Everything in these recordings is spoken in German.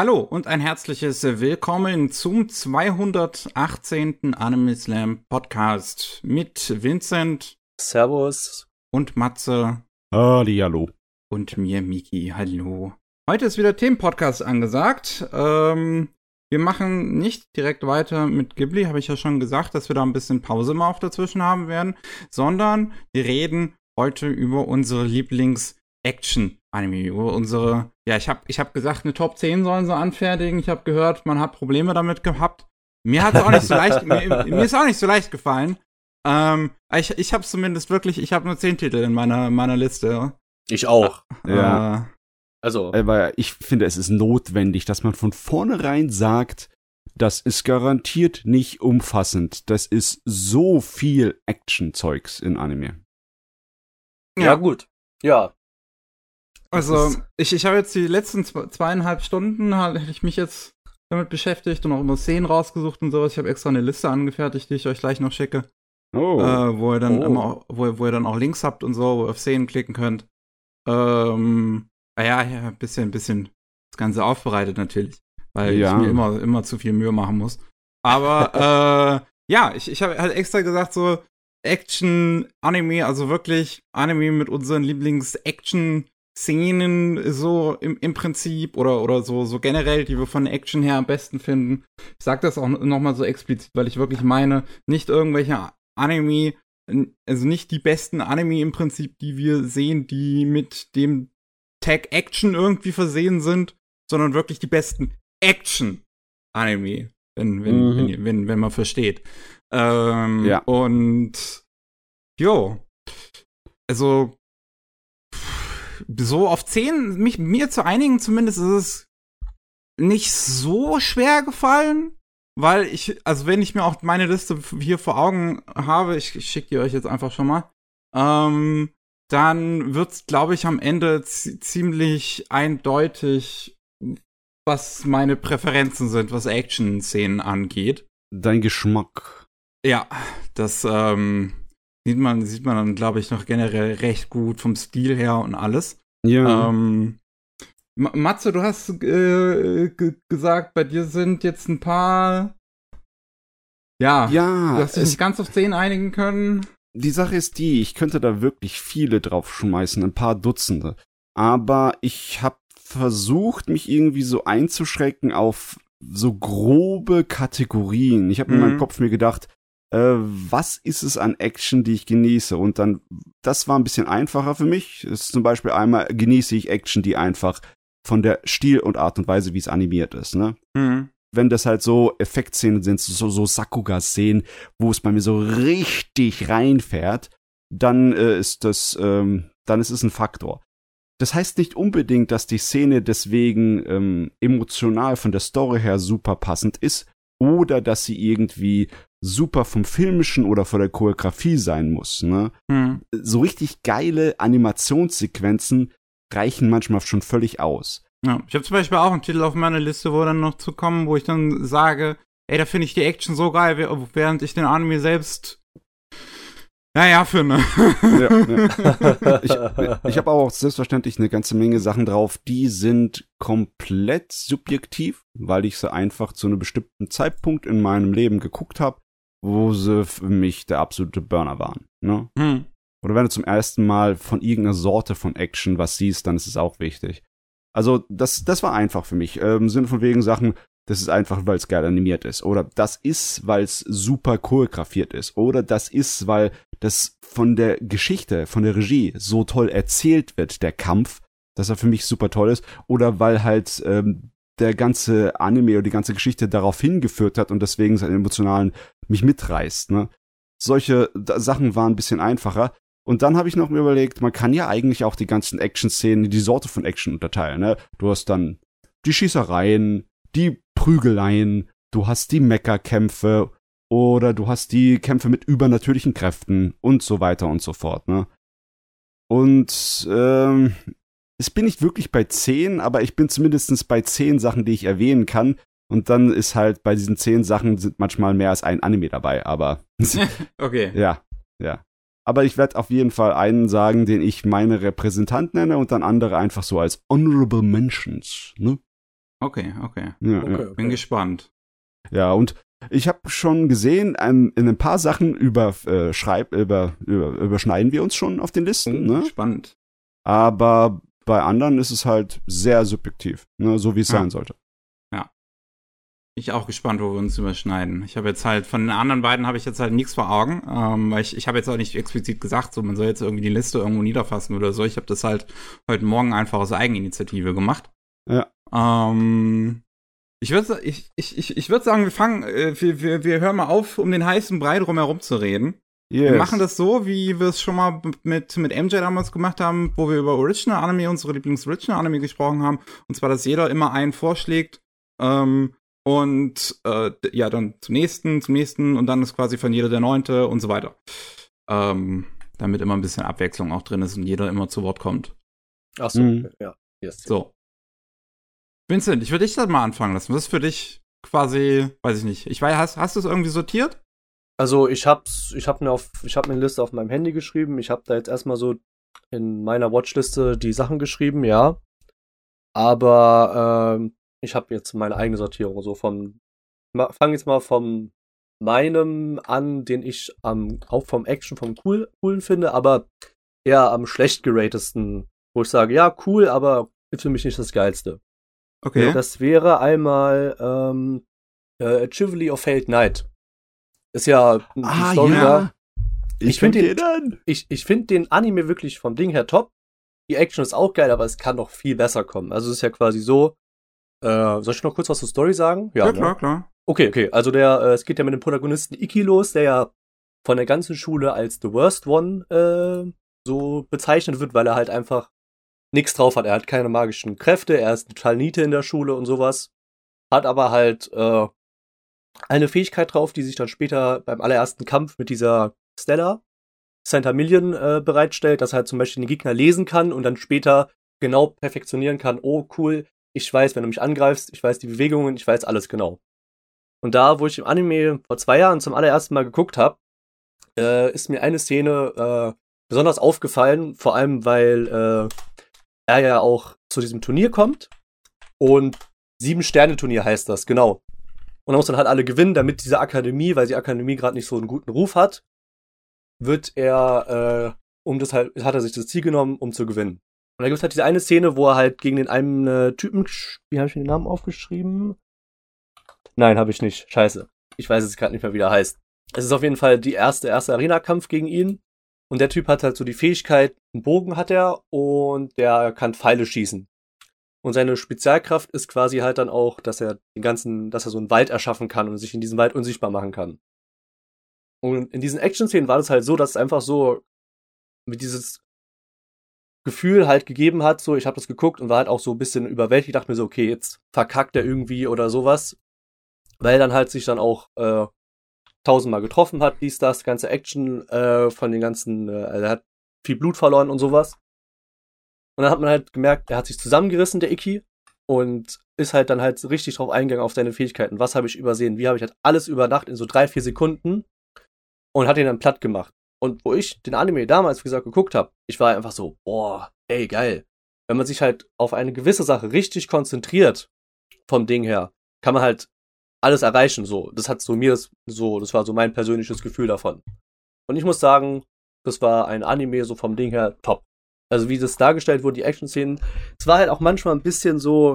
Hallo und ein herzliches Willkommen zum 218. Anime Slam Podcast mit Vincent. Servus. Und Matze. Hallo. Und mir, Miki. Hallo. Heute ist wieder Themenpodcast angesagt. Wir machen nicht direkt weiter mit Ghibli, habe ich ja schon gesagt, dass wir da ein bisschen Pause mal auf dazwischen haben werden, sondern wir reden heute über unsere Lieblings-Action-Anime, über unsere, ja, ich hab gesagt, eine Top 10 sollen sie anfertigen. Ich habe gehört, man hat Probleme damit gehabt. Mir hat's auch nicht so leicht, mir ist auch nicht so leicht gefallen. Ich habe zumindest wirklich, ich habe nur 10 Titel in meiner Liste. Ich auch. Ja. Aber ich finde, es ist notwendig, dass man von vornherein sagt, das ist garantiert nicht umfassend. Das ist so viel Action-Zeugs in Anime. Ja, gut. Ja. Also, ich habe jetzt die letzten 2,5 Stunden, hätte ich mich jetzt damit beschäftigt und auch immer Szenen rausgesucht und sowas. Ich habe extra eine Liste angefertigt, die ich euch gleich noch schicke. Wo ihr dann immer, wo ihr dann auch Links habt und so, wo ihr auf Szenen klicken könnt. Ein bisschen das Ganze aufbereitet natürlich, weil ich mir immer zu viel Mühe machen muss. Aber ich habe halt extra gesagt, so Action-Anime, also wirklich Anime mit unseren Lieblings-Action-Szenen so im Prinzip oder so generell, die wir von Action her am besten finden. Ich sag das auch nochmal so explizit, weil ich wirklich meine, nicht irgendwelche Anime, also nicht die besten Anime im Prinzip, die wir sehen, die mit dem Tag Action irgendwie versehen sind, sondern wirklich die besten Action-Anime, wenn man versteht. Und also so auf 10, mir zu einigen zumindest ist es nicht so schwer gefallen, weil wenn ich mir auch meine Liste hier vor Augen habe, ich schicke die euch jetzt einfach schon mal, dann wird's, glaube ich, am Ende ziemlich eindeutig, was meine Präferenzen sind, was Action-Szenen angeht. Dein Geschmack. Ja, das sieht man dann, glaube ich, noch generell recht gut vom Stil her und alles. Ja. Matze, du hast gesagt, bei dir sind jetzt ein paar. Ja. Du hast dich nicht ganz auf 10 einigen können. Die Sache ist die, ich könnte da wirklich viele drauf schmeißen, ein paar Dutzende. Aber ich habe versucht, mich irgendwie so einzuschränken auf so grobe Kategorien. Ich habe in meinem Kopf mir gedacht, was ist es an Action, die ich genieße? Und dann, das war ein bisschen einfacher für mich. Es ist zum Beispiel einmal genieße ich Action, die einfach von der Stil und Art und Weise, wie es animiert ist, ne? Wenn das halt so Effektszenen sind, so Sakuga-Szenen, wo es bei mir so richtig reinfährt, dann ist es ein Faktor. Das heißt nicht unbedingt, dass die Szene deswegen emotional von der Story her super passend ist oder dass sie irgendwie super vom Filmischen oder von der Choreografie sein muss, ne? So richtig geile Animationssequenzen reichen manchmal schon völlig aus. Ja, ich habe zum Beispiel auch einen Titel auf meiner Liste, wo dann noch zu kommen, wo ich dann sage, ey, da finde ich die Action so geil, während ich den Anime selbst finde. Ich habe auch selbstverständlich eine ganze Menge Sachen drauf, die sind komplett subjektiv, weil ich sie einfach zu einem bestimmten Zeitpunkt in meinem Leben geguckt habe, wo sie für mich der absolute Burner waren, ne? Oder wenn du zum ersten Mal von irgendeiner Sorte von Action was siehst, dann ist es auch wichtig. Also, das war einfach für mich. Im Sinne von wegen Sachen, das ist einfach, weil es geil animiert ist. Oder das ist, weil es super choreografiert ist. Oder das ist, weil das von der Geschichte, von der Regie so toll erzählt wird, der Kampf, dass er für mich super toll ist. Oder weil halt der ganze Anime oder die ganze Geschichte darauf hingeführt hat und deswegen seinen emotionalen mich mitreißt, ne? Solche Sachen waren ein bisschen einfacher. Und dann habe ich noch mir überlegt, man kann ja eigentlich auch die ganzen Action-Szenen in die Sorte von Action unterteilen, ne? Du hast dann die Schießereien, die Prügeleien, du hast die Mecha-Kämpfe oder du hast die Kämpfe mit übernatürlichen Kräften und so weiter und so fort, ne? Und es bin nicht wirklich bei 10, aber ich bin zumindest bei 10 Sachen, die ich erwähnen kann. Und dann ist halt bei diesen 10 Sachen sind manchmal mehr als ein Anime dabei, aber okay. Ja. Aber ich werde auf jeden Fall einen sagen, den ich meine Repräsentant nenne und dann andere einfach so als Honorable Mentions, ne? Okay. Ja. Bin gespannt. Ja, und ich habe schon gesehen, in ein paar Sachen überschneiden wir uns schon auf den Listen, ne? Spannend. Aber bei anderen ist es halt sehr subjektiv, ne? So wie es sein sollte. Ja. Ich auch gespannt, wo wir uns überschneiden. Ich habe jetzt halt, von den anderen beiden habe ich jetzt halt nichts vor Augen, weil ich habe jetzt auch nicht explizit gesagt, so man soll jetzt irgendwie die Liste irgendwo niederfassen oder so. Ich habe das halt heute Morgen einfach aus Eigeninitiative gemacht. Ja. Ich würde sagen, wir hören mal auf, um den heißen Brei drumherum zu reden. Yes. Wir machen das so, wie wir es schon mal mit MJ damals gemacht haben, wo wir über Original Anime, unsere Lieblings-Original Anime gesprochen haben. Und zwar, dass jeder immer einen vorschlägt, dann zum nächsten und dann ist quasi von jeder der 9. und so weiter. Damit immer ein bisschen Abwechslung auch drin ist und jeder immer zu Wort kommt. Ach so, ja. Yes. So. Vincent, ich würde dich dann mal anfangen lassen. Was ist für dich quasi, weiß ich nicht. Hast du es irgendwie sortiert? Also ich hab mir eine Liste auf meinem Handy geschrieben. Ich habe da jetzt erstmal so in meiner Watchliste die Sachen geschrieben, ja. Aber ich habe jetzt meine eigene Sortierung. So fange jetzt mal von meinem an, den ich auch vom Action, vom coolen finde, aber eher am schlecht geratesten, wo ich sage, ja, cool, aber ist für mich nicht das Geilste. Okay. Das wäre einmal Chivalry of Failed Knight. Ist ja die Story da. Ich finde den Anime wirklich vom Ding her top. Die Action ist auch geil, aber es kann noch viel besser kommen. Also es ist ja quasi so. Soll ich noch kurz was zur Story sagen? Ja, klar. Okay. Also es geht ja mit dem Protagonisten Iki los, der ja von der ganzen Schule als the worst one so bezeichnet wird, weil er halt einfach nichts drauf hat. Er hat keine magischen Kräfte, er ist total Niete in der Schule und sowas. Hat aber halt eine Fähigkeit drauf, die sich dann später beim allerersten Kampf mit dieser Stella Centamillion bereitstellt, dass er halt zum Beispiel den Gegner lesen kann und dann später genau perfektionieren kann. Oh, cool, ich weiß, wenn du mich angreifst, ich weiß die Bewegungen, ich weiß alles genau. Und da, wo ich im Anime vor 2 Jahren zum allerersten Mal geguckt habe, ist mir eine Szene besonders aufgefallen, vor allem, weil er ja auch zu diesem Turnier kommt und 7-Sterne-Turnier heißt das, genau. Und da muss dann halt alle gewinnen, damit diese Akademie, weil die Akademie gerade nicht so einen guten Ruf hat, hat er sich das Ziel genommen, um zu gewinnen. Und da gibt es halt diese eine Szene, wo er halt gegen den einen Typen, wie habe ich den Namen aufgeschrieben? Nein, habe ich nicht. Scheiße. Ich weiß jetzt gerade nicht mehr, wie der heißt. Es ist auf jeden Fall der erste Arena-Kampf gegen ihn. Und der Typ hat halt so die Fähigkeit, einen Bogen hat er und der kann Pfeile schießen. Und seine Spezialkraft ist quasi halt dann auch, dass er so einen Wald erschaffen kann und sich in diesem Wald unsichtbar machen kann. Und in diesen Action-Szenen war das halt so, dass es einfach so mit dieses Gefühl halt gegeben hat, so ich habe das geguckt und war halt auch so ein bisschen überwältigt, dachte mir so, okay, jetzt verkackt er irgendwie oder sowas. Weil dann halt sich dann auch 1000-mal getroffen hat, das ganze Action von den ganzen, er hat viel Blut verloren und sowas. Und dann hat man halt gemerkt, er hat sich zusammengerissen, der Iki, und ist halt dann halt richtig drauf eingegangen auf seine Fähigkeiten. Was habe ich übersehen? Wie habe ich halt alles über Nacht in so 3-4 Sekunden und hat ihn dann platt gemacht. Und wo ich den Anime damals, wie gesagt, geguckt habe, ich war einfach so, boah, ey, geil. Wenn man sich halt auf eine gewisse Sache richtig konzentriert, vom Ding her, kann man halt alles erreichen, so. Das hat so das war so mein persönliches Gefühl davon. Und ich muss sagen, das war ein Anime so vom Ding her top. Also wie das dargestellt wurde, die Action-Szenen, es war halt auch manchmal ein bisschen so,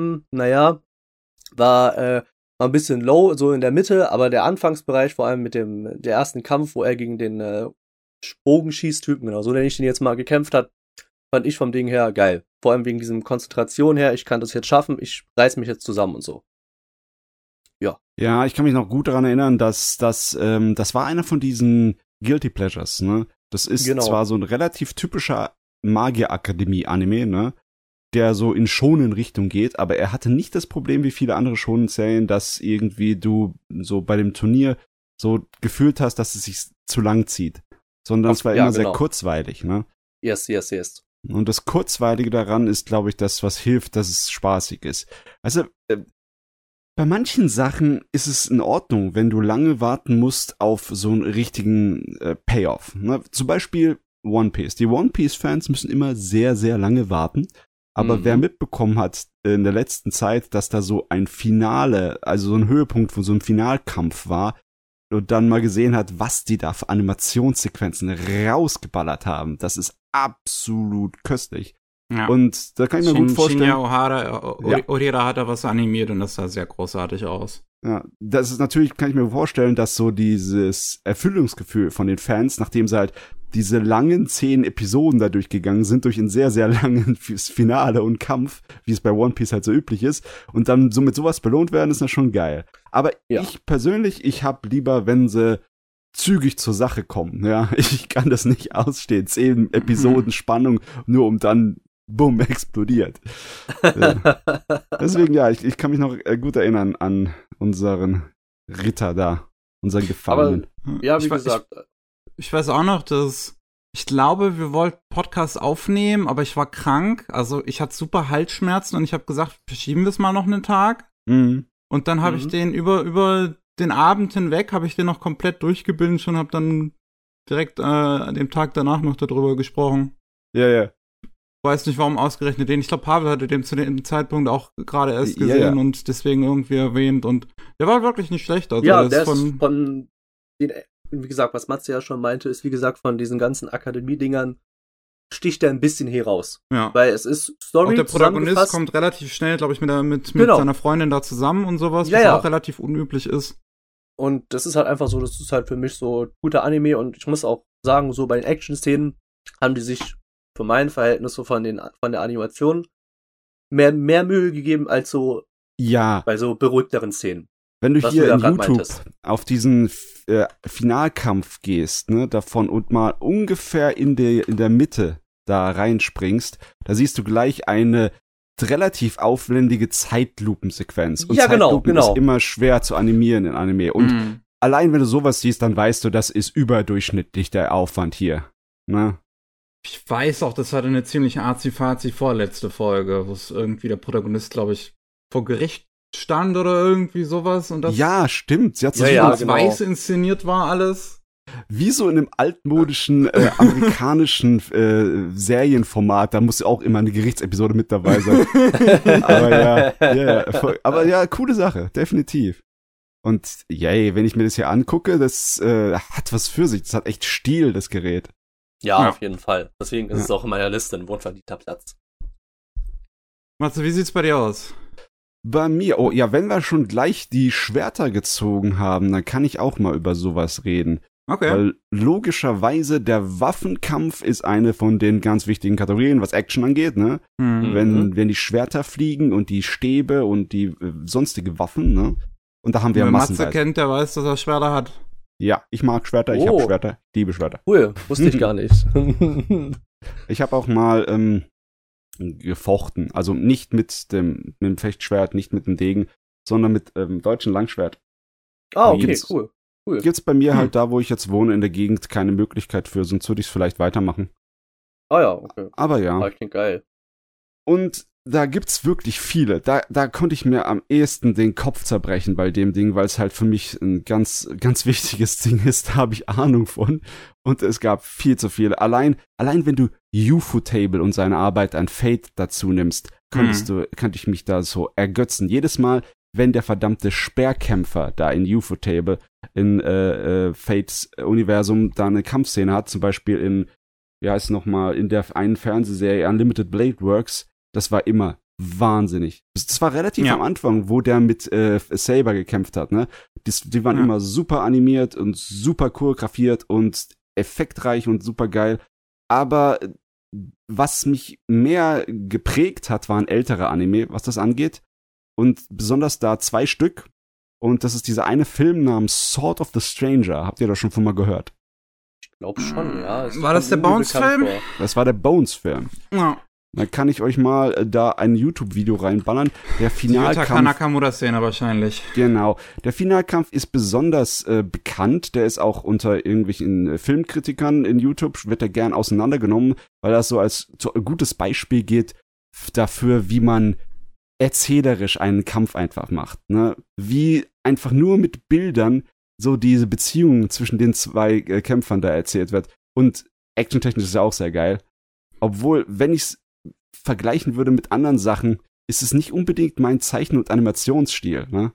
war ein bisschen low, so in der Mitte, aber der Anfangsbereich, vor allem mit der ersten Kampf, wo er gegen den Bogenschießtypen, genau, so nenne ich den jetzt mal, gekämpft hat, fand ich vom Ding her geil. Vor allem wegen diesem Konzentration her, ich kann das jetzt schaffen, ich reiß mich jetzt zusammen und so. Ja. Ja, ich kann mich noch gut daran erinnern, dass das war einer von diesen Guilty Pleasures, ne? Das ist zwar so ein relativ typischer Magierakademie-Anime, ne? Der so in Shonen-Richtung geht, aber er hatte nicht das Problem wie viele andere Shonen-Serien, dass irgendwie du so bei dem Turnier so gefühlt hast, dass es sich zu lang zieht. Sondern es war immer sehr kurzweilig, ne? Yes. Und das Kurzweilige daran ist, glaube ich, das, was hilft, dass es spaßig ist. Also, bei manchen Sachen ist es in Ordnung, wenn du lange warten musst auf so einen richtigen Payoff. Ne? Zum Beispiel One Piece. Die One Piece-Fans müssen immer sehr, sehr lange warten, Aber wer mitbekommen hat in der letzten Zeit, dass da so ein Finale, also so ein Höhepunkt von so einem Finalkampf war und dann mal gesehen hat, was die da für Animationssequenzen rausgeballert haben, das ist absolut köstlich. Ja. Und da kann ich mir gut vorstellen. Shinya Ohara hat da was animiert und das sah sehr großartig aus. Ja, das ist natürlich, kann ich mir vorstellen, dass so dieses Erfüllungsgefühl von den Fans, nachdem sie halt diese langen 10 Episoden da durchgegangen sind, durch ein sehr, sehr langen Finale und Kampf, wie es bei One Piece halt so üblich ist, und dann so mit sowas belohnt werden, ist das schon geil. Aber ich persönlich, ich hab lieber, wenn sie zügig zur Sache kommen, ja. Ich kann das nicht ausstehen. 10 Episoden Spannung, nur um dann bumm, explodiert. Deswegen, ja, ich kann mich noch gut erinnern an unseren Ritter da, unseren Gefangenen. Aber, ja, wie gesagt. Ich weiß auch noch, dass ich glaube, wir wollten Podcast aufnehmen, aber ich war krank. Also ich hatte super Halsschmerzen und ich habe gesagt, verschieben wir es mal noch einen Tag. Mhm. Und dann habe ich den über den Abend hinweg, habe ich den noch komplett durchgebinged und habe dann direkt an dem Tag danach noch darüber gesprochen. Ja. Weiß nicht, warum ausgerechnet den. Ich glaube, Pavel hatte den zu dem Zeitpunkt auch gerade erst gesehen und deswegen irgendwie erwähnt. Und der war wirklich nicht schlecht. Also ja, der ist von den, wie gesagt, was Matze ja schon meinte, ist, wie gesagt, von diesen ganzen Akademie-Dingern sticht er ein bisschen hier raus. Ja. Weil es ist Story. Auch der Protagonist kommt relativ schnell, glaube ich, mit seiner Freundin da zusammen und sowas, was auch relativ unüblich ist. Und das ist halt einfach so, das ist halt für mich so guter Anime und ich muss auch sagen, so bei den Action-Szenen haben die sich für mein Verhältnis so von der Animation mehr Mühe gegeben als so bei so beruhigteren Szenen. Wenn du hier in YouTube auf diesen Finalkampf gehst, ne, davon und mal ungefähr in der Mitte da reinspringst, da siehst du gleich eine relativ aufwendige Zeitlupensequenz. Und Zeitlupen ist immer schwer zu animieren in Anime. Und allein wenn du sowas siehst, dann weißt du, das ist überdurchschnittlich der Aufwand hier. Ne? Ich weiß auch, das hatte eine ziemlich arzi-fazi vorletzte Folge, wo es irgendwie der Protagonist, glaube ich, vor Gericht stand oder irgendwie sowas. Und das stimmt. Sie hat so weiß inszeniert war alles. Wie so in einem altmodischen amerikanischen Serienformat, da muss ja auch immer eine Gerichtsepisode mit dabei sein. Aber ja, coole Sache, definitiv. Und wenn ich mir das hier angucke, das hat was für sich. Das hat echt Stil, das Gerät. Ja, auf jeden Fall. Deswegen ist es auch in meiner Liste ein wohlverdienter Platz. Matze, wie sieht's bei dir aus? Bei mir, wenn wir schon gleich die Schwerter gezogen haben, dann kann ich auch mal über sowas reden. Okay. Weil logischerweise der Waffenkampf ist eine von den ganz wichtigen Kategorien, was Action angeht, ne? Wenn die Schwerter fliegen und die Stäbe und die sonstige Waffen, ne? Und da haben wir massenweise. Wer Matze kennt, der weiß, dass er Schwerter hat. Ja, ich mag Schwerter, ich habe Schwerter, ich liebe Schwerter. Cool, wusste ich gar nicht. Ich habe auch mal gefochten, also nicht mit dem Fechtschwert, nicht mit dem Degen, sondern mit deutschen Langschwert. Okay, cool. Gibt's bei mir halt da, wo ich jetzt wohne, in der Gegend keine Möglichkeit für, sonst würde ich es vielleicht weitermachen. Okay. Aber ja. Das klingt geil. Und da gibt's wirklich viele. Da konnte ich mir am ehesten den Kopf zerbrechen bei dem Ding, weil es halt für mich ein ganz, ganz wichtiges Ding ist. Da habe ich Ahnung von. Und es gab viel zu viele. Allein wenn du Ufotable und seine Arbeit an Fate dazu nimmst, könnte ich mich da so ergötzen. Jedes Mal, wenn der verdammte Speerkämpfer da in Ufotable in Fates Universum da eine Kampfszene hat, zum Beispiel in der einen Fernsehserie Unlimited Blade Works, das war immer wahnsinnig. Das war relativ am Anfang, wo der mit Saber gekämpft hat, ne? Die waren immer super animiert und super choreografiert und effektreich und super geil. Aber was mich mehr geprägt hat, waren ältere Anime, was das angeht. Und besonders da 2 Stück. Und das ist dieser eine Film namens Sword of the Stranger. Habt ihr das schon von mal gehört? Ich glaube schon, ja. War das der Bones-Film? Das war der Bones-Film. Ja. Dann kann ich euch mal da ein YouTube-Video reinballern. Der Finalkampf. Die Nakamura-Szene wahrscheinlich. Genau. Der Finalkampf ist besonders bekannt. Der ist auch unter irgendwelchen Filmkritikern in YouTube, wird er gern auseinandergenommen, weil das so als ein gutes Beispiel geht dafür, wie man erzählerisch einen Kampf einfach macht. Ne? Wie einfach nur mit Bildern so diese Beziehung zwischen den 2 Kämpfern da erzählt wird. Und actiontechnisch ist ja auch sehr geil. Obwohl, wenn ich's vergleichen würde mit anderen Sachen, ist es nicht unbedingt mein Zeichen- und Animationsstil. Ne?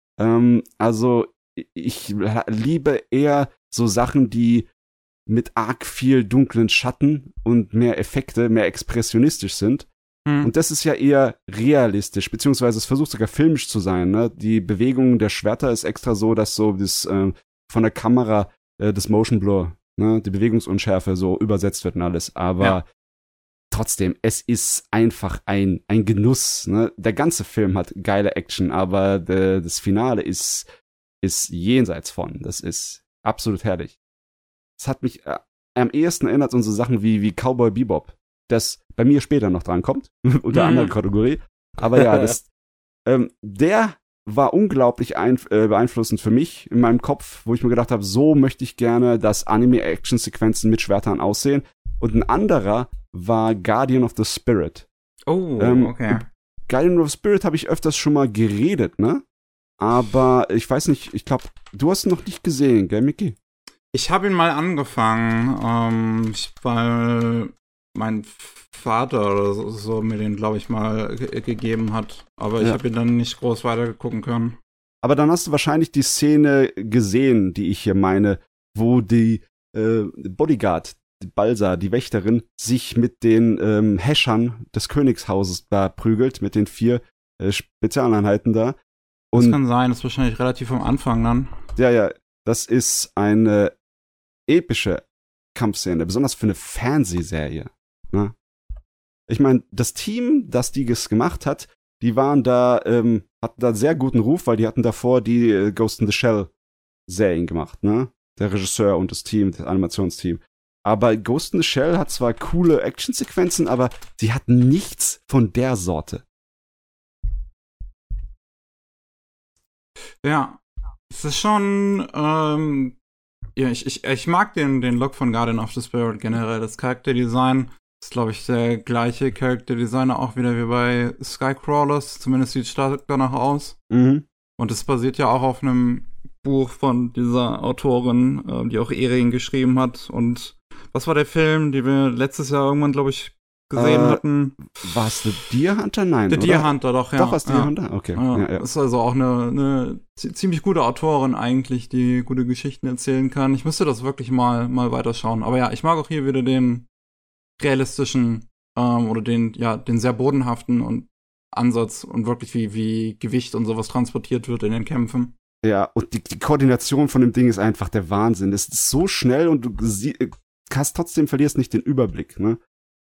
Also ich liebe eher so Sachen, die mit arg viel dunklen Schatten und mehr Effekte, mehr expressionistisch sind. Und das ist ja eher realistisch, beziehungsweise es versucht sogar filmisch zu sein. Ne? Die Bewegung der Schwerter ist extra so, dass so das von der Kamera das Motion Blur, ne? Die Bewegungsunschärfe so übersetzt wird und alles. Aber trotzdem, es ist einfach ein Genuss. Ne? Der ganze Film hat geile Action, aber das Finale ist jenseits von. Das ist absolut herrlich. Es hat mich am ehesten erinnert an so Sachen wie Cowboy Bebop, das bei mir später noch dran kommt, unter anderer Kategorie. Aber ja, der war unglaublich beeinflussend für mich in meinem Kopf, wo ich mir gedacht habe, so möchte ich gerne, dass Anime-Action-Sequenzen mit Schwertern aussehen. Und ein anderer war Guardian of the Spirit. Oh, okay. Guardian of the Spirit habe ich öfters schon mal geredet, ne? Aber ich weiß nicht, ich glaube, du hast ihn noch nicht gesehen, gell, Micky? Ich habe ihn mal angefangen, weil mein Vater oder so mir den, glaube ich, mal gegeben hat. Aber ich habe ihn dann nicht groß weitergucken können. Aber dann hast du wahrscheinlich die Szene gesehen, die ich hier meine, wo die Bodyguard, die Balsa, die Wächterin, sich mit den Häschern des Königshauses da prügelt, mit den 4 Spezialeinheiten da. Und das kann sein, das ist wahrscheinlich relativ am Anfang dann. Ja, das ist eine epische Kampfszene, besonders für eine Fernsehserie. Ne? Ich meine, das Team, das die gemacht hat, die waren da, hatten da sehr guten Ruf, weil die hatten davor die Ghost in the Shell Serien gemacht, ne? Der Regisseur und das Team, das Animationsteam. Aber Ghost in the Shell hat zwar coole Actionsequenzen, aber die hatten nichts von der Sorte. Ja, es ist schon, ich mag den Look von Guardian of the Spirit generell. Das Charakterdesign ist, glaube ich, der gleiche Charakterdesigner auch wieder wie bei Skycrawlers. Zumindest sieht es stark danach aus. Und es basiert ja auch auf einem Buch von dieser Autorin, die auch Erin geschrieben hat. Und was war der Film, den wir letztes Jahr irgendwann, glaube ich, gesehen hatten? War es The Deer Hunter? Nein, The Deer Hunter, doch, ja. Doch, was Deer Hunter? Okay. Ja. Ist also auch eine ziemlich gute Autorin eigentlich, die gute Geschichten erzählen kann. Ich müsste das wirklich mal weiterschauen. Aber ja, ich mag auch hier wieder den realistischen oder den sehr bodenhaften und Ansatz und wirklich wie Gewicht und sowas transportiert wird in den Kämpfen. Ja, und die Koordination von dem Ding ist einfach der Wahnsinn. Es ist so schnell und du trotzdem verlierst nicht den Überblick, ne?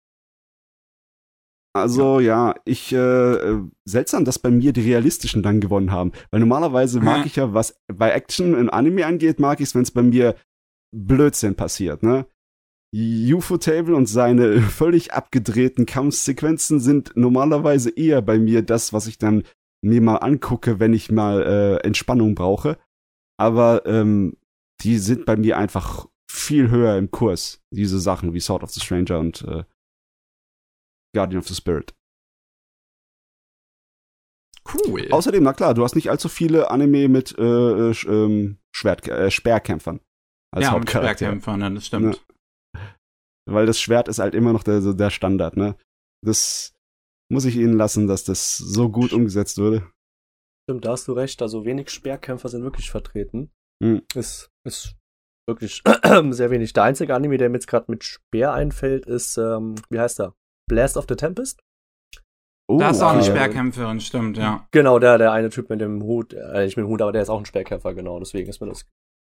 Also seltsam, dass bei mir die realistischen dann gewonnen haben. Weil normalerweise mag ich ja, was bei Action in Anime angeht, mag ich es, wenn es bei mir Blödsinn passiert, ne? UFO-Table und seine völlig abgedrehten Kampfsequenzen sind normalerweise eher bei mir das, was ich dann mir mal angucke, wenn ich mal Entspannung brauche. Aber die sind bei mir einfach viel höher im Kurs, diese Sachen wie Sword of the Stranger und Guardian of the Spirit. Cool. Außerdem, na klar, du hast nicht allzu viele Anime mit Speerkämpfern als Hauptcharakter. Speerkämpfern, ja, das stimmt. Ja. Weil das Schwert ist halt immer noch der Standard, ne? Das muss ich ihnen lassen, dass das so gut umgesetzt wurde. Stimmt, da hast du recht. Also wenig Speerkämpfer sind wirklich vertreten. Ist wirklich sehr wenig. Der einzige Anime, der mir jetzt gerade mit Speer einfällt, ist, wie heißt der? Blast of the Tempest? Da ist auch eine Speerkämpferin, stimmt, ja. Genau, der eine Typ mit dem Hut, nicht mit dem Hut, aber der ist auch ein Speerkämpfer, genau, deswegen ist mir das.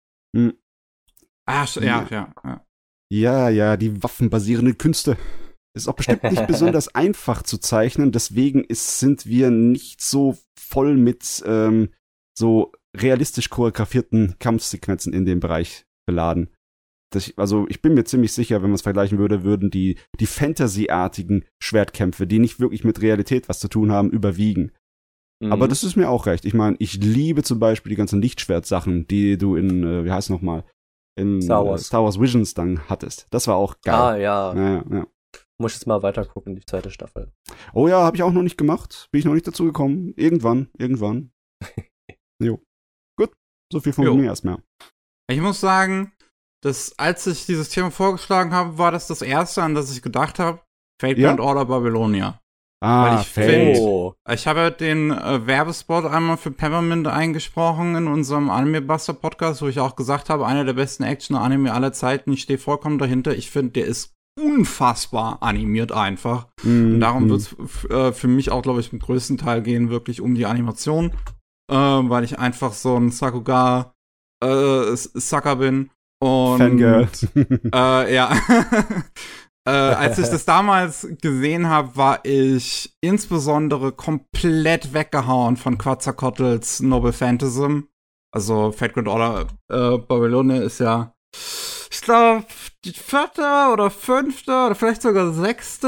Ja, die waffenbasierenden Künste. Ist auch bestimmt nicht besonders einfach zu zeichnen, deswegen sind wir nicht so voll mit so realistisch choreografierten Kampfsequenzen in dem Bereich beladen. Also ich bin mir ziemlich sicher, wenn man es vergleichen würde, würden die Fantasy-artigen Schwertkämpfe, die nicht wirklich mit Realität was zu tun haben, überwiegen. Aber das ist mir auch recht. Ich meine, ich liebe zum Beispiel die ganzen Lichtschwert-Sachen, die du in, wie heißt es nochmal, in Star Wars Visions dann hattest. Das war auch geil. Ja. Muss jetzt mal weiter gucken, die zweite Staffel. Oh ja, habe ich auch noch nicht gemacht. Bin ich noch nicht dazu gekommen. Irgendwann. Jo. Gut, so viel von mir erstmal. Ich muss sagen, als ich dieses Thema vorgeschlagen habe, war das erste, an das ich gedacht habe. Fate Ja? Grand Order Babylonia. Weil ich Fate. Oh. Ich habe ja den Werbespot einmal für Peppermint eingesprochen in unserem Anime Buster Podcast, wo ich auch gesagt habe, einer der besten Action-Anime aller Zeiten. Ich stehe vollkommen dahinter. Ich finde, der ist unfassbar animiert einfach. Und darum wird es für mich auch, glaube ich, im größten Teil gehen, wirklich um die Animation. Weil ich einfach so ein Sakuga Sucker bin. Und Fangirl. ja. Als ich das damals gesehen habe, war ich insbesondere komplett weggehauen von Quetzalcoatls Noble Phantasm. Also Fate Grand Order Babylonia ist ja, ich glaube, die 4. oder 5. oder vielleicht sogar 6.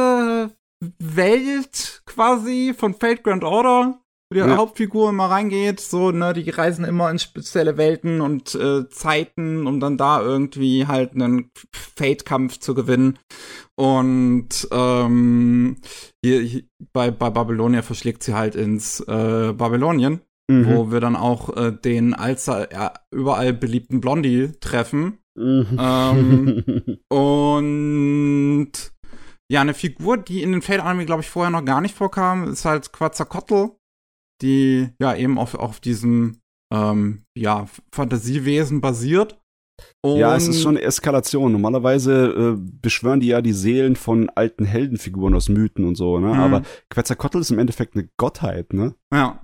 Welt quasi von Fate Grand Order, wo die Hauptfigur immer reingeht. So, ne, die reisen immer in spezielle Welten und Zeiten, um dann da irgendwie halt einen Fate-Kampf zu gewinnen. Und hier bei Babylonia verschlägt sie halt ins Babylonien, wo wir dann auch den überall beliebten Blondie treffen. Und ja, eine Figur, die in den Fate-Anime, glaube ich, vorher noch gar nicht vorkam, ist halt Quetzalcoatl, die ja eben auf diesem Fantasiewesen basiert. Und ja, es ist schon eine Eskalation. Normalerweise beschwören die ja die Seelen von alten Heldenfiguren aus Mythen und so, ne? Aber Quetzalcoatl ist im Endeffekt eine Gottheit, ne? Ja.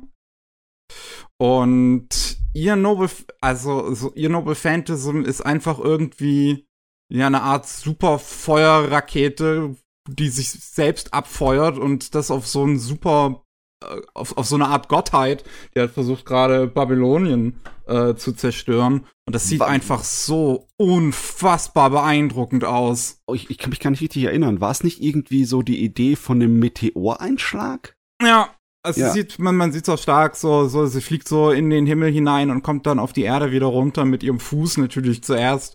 Und ihr Noble Phantasm ist einfach irgendwie ja eine Art super Feuerrakete, die sich selbst abfeuert und das auf so ein super auf so eine Art Gottheit, die halt versucht gerade Babylonien zu zerstören. Und das sieht einfach so unfassbar beeindruckend aus. Oh, ich kann mich gar nicht richtig erinnern. War es nicht irgendwie so die Idee von einem Meteoreinschlag? Ja, also man sieht es auch stark, so, sie fliegt so in den Himmel hinein und kommt dann auf die Erde wieder runter mit ihrem Fuß natürlich zuerst,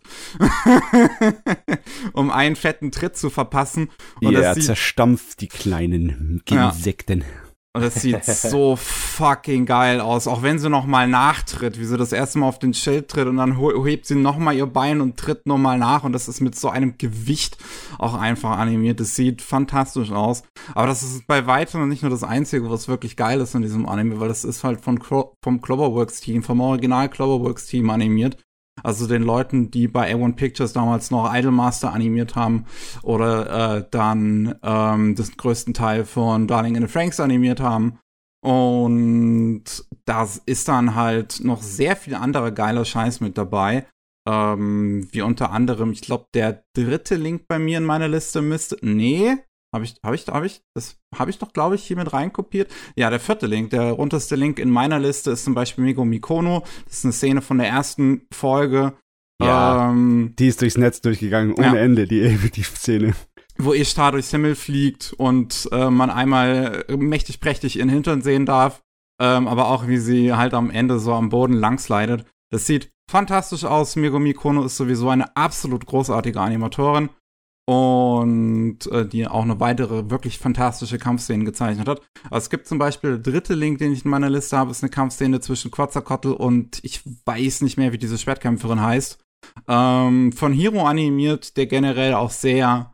um einen fetten Tritt zu verpassen. Und das zerstampft die kleinen Insekten. Ja. Und das sieht so fucking geil aus. Auch wenn sie noch mal nachtritt, wie sie das erste Mal auf den Schild tritt und dann hebt sie noch mal ihr Bein und tritt noch mal nach. Und das ist mit so einem Gewicht auch einfach animiert. Das sieht fantastisch aus. Aber das ist bei weitem noch nicht nur das Einzige, was wirklich geil ist in diesem Anime, weil das ist halt vom Cloverworks-Team, vom Original Cloverworks-Team animiert. Also den Leuten, die bei A1 Pictures damals noch Idolmaster animiert haben oder dann den größten Teil von Darling in the Franxx animiert haben. Und da ist dann halt noch sehr viel anderer geiler Scheiß mit dabei. Wie unter anderem, ich glaube, der 3. Link bei mir in meiner Liste müsste. Nee, das habe ich doch, glaube ich, hier mit reinkopiert. Ja, der 4. Link, der unterste Link in meiner Liste ist zum Beispiel Megumi Kono. Das ist eine Szene von der ersten Folge. Ja, die ist durchs Netz durchgegangen, ohne Ende, die Szene. Wo Ishtar durchs Himmel fliegt und man einmal mächtig prächtig ihren Hintern sehen darf. Aber auch, wie sie halt am Ende so am Boden langslidet. Das sieht fantastisch aus. Megumi Kono ist sowieso eine absolut großartige Animatorin. Und die auch eine weitere wirklich fantastische Kampfszene gezeichnet hat. Aber es gibt zum Beispiel der 3. Link, den ich in meiner Liste habe, ist eine Kampfszene zwischen Quetzalcoatl und ich weiß nicht mehr, wie diese Schwertkämpferin heißt. Von Hiro animiert, der generell auch sehr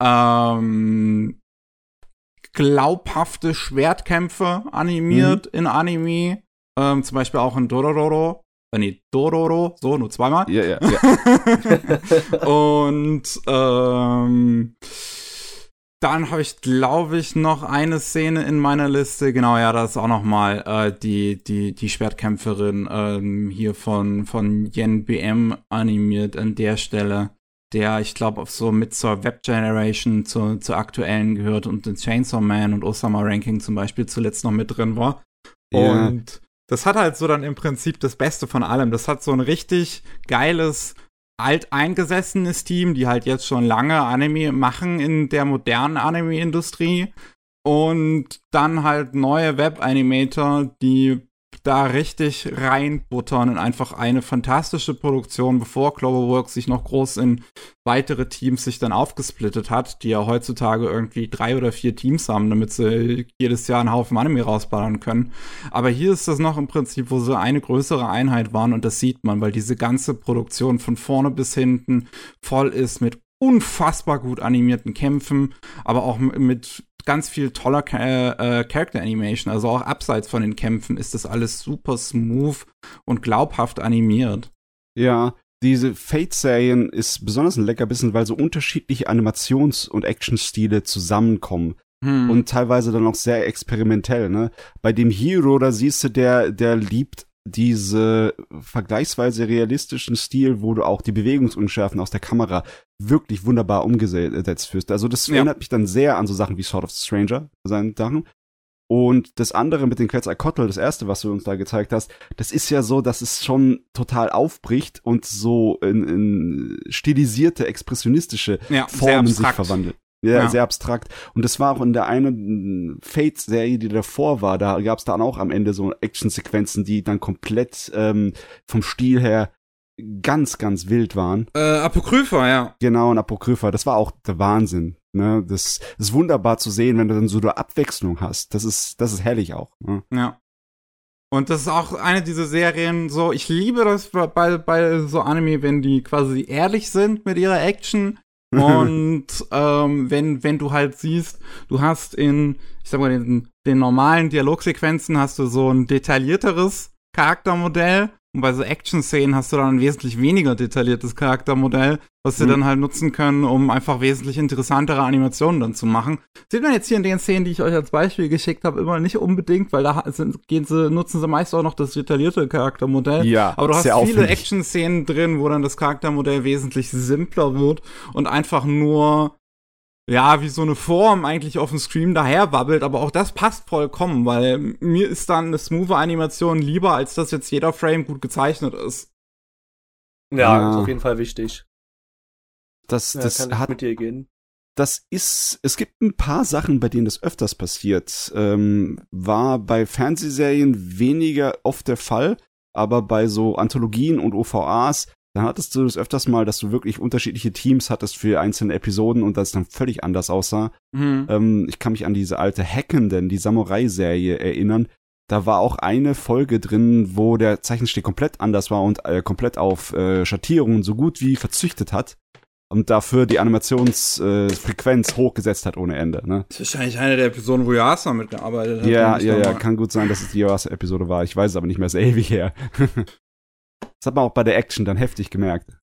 glaubhafte Schwertkämpfe animiert in Anime. Zum Beispiel auch in Dororo. Dororo, so, nur zweimal. Ja. Und dann habe ich, glaube ich, noch eine Szene in meiner Liste. Genau, ja, da ist auch noch mal die Schwertkämpferin hier von Yen BM animiert an der Stelle, der, ich glaube, so mit zur Web-Generation zur aktuellen gehört und den Chainsaw Man und Osama Ranking zum Beispiel zuletzt noch mit drin war. Ja. Und das hat halt so dann im Prinzip das Beste von allem. Das hat so ein richtig geiles, alteingesessenes Team, die halt jetzt schon lange Anime machen in der modernen Anime-Industrie. Und dann halt neue Web-Animator, die da richtig reinbuttern in einfach eine fantastische Produktion, bevor Cloverworks sich noch groß in weitere Teams sich dann aufgesplittet hat, die ja heutzutage irgendwie 3 oder 4 Teams haben, damit sie jedes Jahr einen Haufen Anime rausballern können. Aber hier ist das noch im Prinzip, wo sie eine größere Einheit waren und das sieht man, weil diese ganze Produktion von vorne bis hinten voll ist mit unfassbar gut animierten Kämpfen, aber auch mit ganz viel toller Character Animation. Also auch abseits von den Kämpfen ist das alles super smooth und glaubhaft animiert. Ja, diese Fate-Serien ist besonders ein Leckerbissen, weil so unterschiedliche Animations- und Actionstile zusammenkommen. Und teilweise dann auch sehr experimentell, ne? Bei dem Hero, da siehst du, der liebt diese vergleichsweise realistischen Stil, wo du auch die Bewegungsunschärfen aus der Kamera wirklich wunderbar umgesetzt fühlst. Also das erinnert mich dann sehr an so Sachen wie Sword of the Stranger, seinen Sachen. Und das andere mit den Quetzalcoatl, das erste, was du uns da gezeigt hast, das ist ja so, dass es schon total aufbricht und so in stilisierte, expressionistische Formen sich verwandelt. Ja, sehr abstrakt. Und das war auch in der einen Fate-Serie, die davor war, da gab es dann auch am Ende so Actionsequenzen, die dann komplett vom Stil her ganz, ganz wild waren. Apokrypha, ja. Genau, ein Apokrypha. Das war auch der Wahnsinn. Ne? Das ist wunderbar zu sehen, wenn du dann so eine Abwechslung hast. Das ist herrlich auch. Ne? Ja. Und das ist auch eine dieser Serien, so, ich liebe das bei so Anime, wenn die quasi ehrlich sind mit ihrer Action. Und wenn du halt siehst, du hast ich sag mal, den normalen Dialogsequenzen hast du so ein detaillierteres Charaktermodell und bei so Action-Szenen hast du dann ein wesentlich weniger detailliertes Charaktermodell, was sie dann halt nutzen können, um einfach wesentlich interessantere Animationen dann zu machen. Sieht man jetzt hier in den Szenen, die ich euch als Beispiel geschickt habe, immer nicht unbedingt, weil da nutzen sie meist auch noch das detaillierte Charaktermodell. Ja, aber du hast sehr viele Action-Szenen drin, wo dann das Charaktermodell wesentlich simpler wird und einfach nur wie so eine Form eigentlich auf dem Screen daher wabbelt, aber auch das passt vollkommen, weil mir ist dann eine smooth Animation lieber, als dass jetzt jeder Frame gut gezeichnet ist. Ja, ist auf jeden Fall wichtig. Das kann ich mit dir gehen. Es gibt ein paar Sachen, bei denen das öfters passiert. War bei Fernsehserien weniger oft der Fall, aber bei so Anthologien und OVAs, dann hattest du das öfters mal, dass du wirklich unterschiedliche Teams hattest für einzelne Episoden und das dann völlig anders aussah. Ich kann mich an diese alte Hackenden, die Samurai-Serie erinnern. Da war auch eine Folge drin, wo der Zeichenstil komplett anders war und komplett auf Schattierungen so gut wie verzüchtet hat. Und dafür die Animationsfrequenz hochgesetzt hat ohne Ende. Ne? Das ist wahrscheinlich eine der Episoden, wo Yuasa mitgearbeitet hat. Ja, kann gut sein, dass es die Yuasa-Episode war. Ich weiß es aber nicht mehr, ist ewig her. Das hat man auch bei der Action dann heftig gemerkt.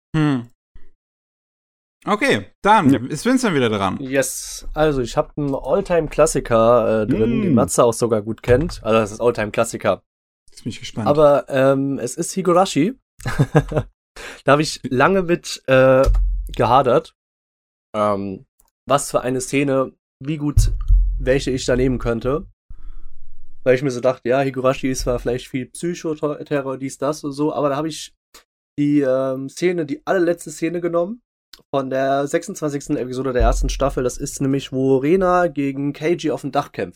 Okay, dann ist Vincent wieder dran. Yes, also ich habe einen Alltime-Klassiker drin, den Matze auch sogar gut kennt. Also das ist Alltime-Klassiker. Jetzt bin ich gespannt. Aber es ist Higurashi. Da habe ich lange mit gehadert, was für eine Szene, wie gut welche ich da nehmen könnte. Weil ich mir so dachte, ja, Higurashi ist zwar vielleicht viel Psychoterror, dies, das und so, aber da habe ich die allerletzte Szene genommen von der 26. Episode der ersten Staffel. Das ist nämlich, wo Rena gegen Keiji auf dem Dach kämpft.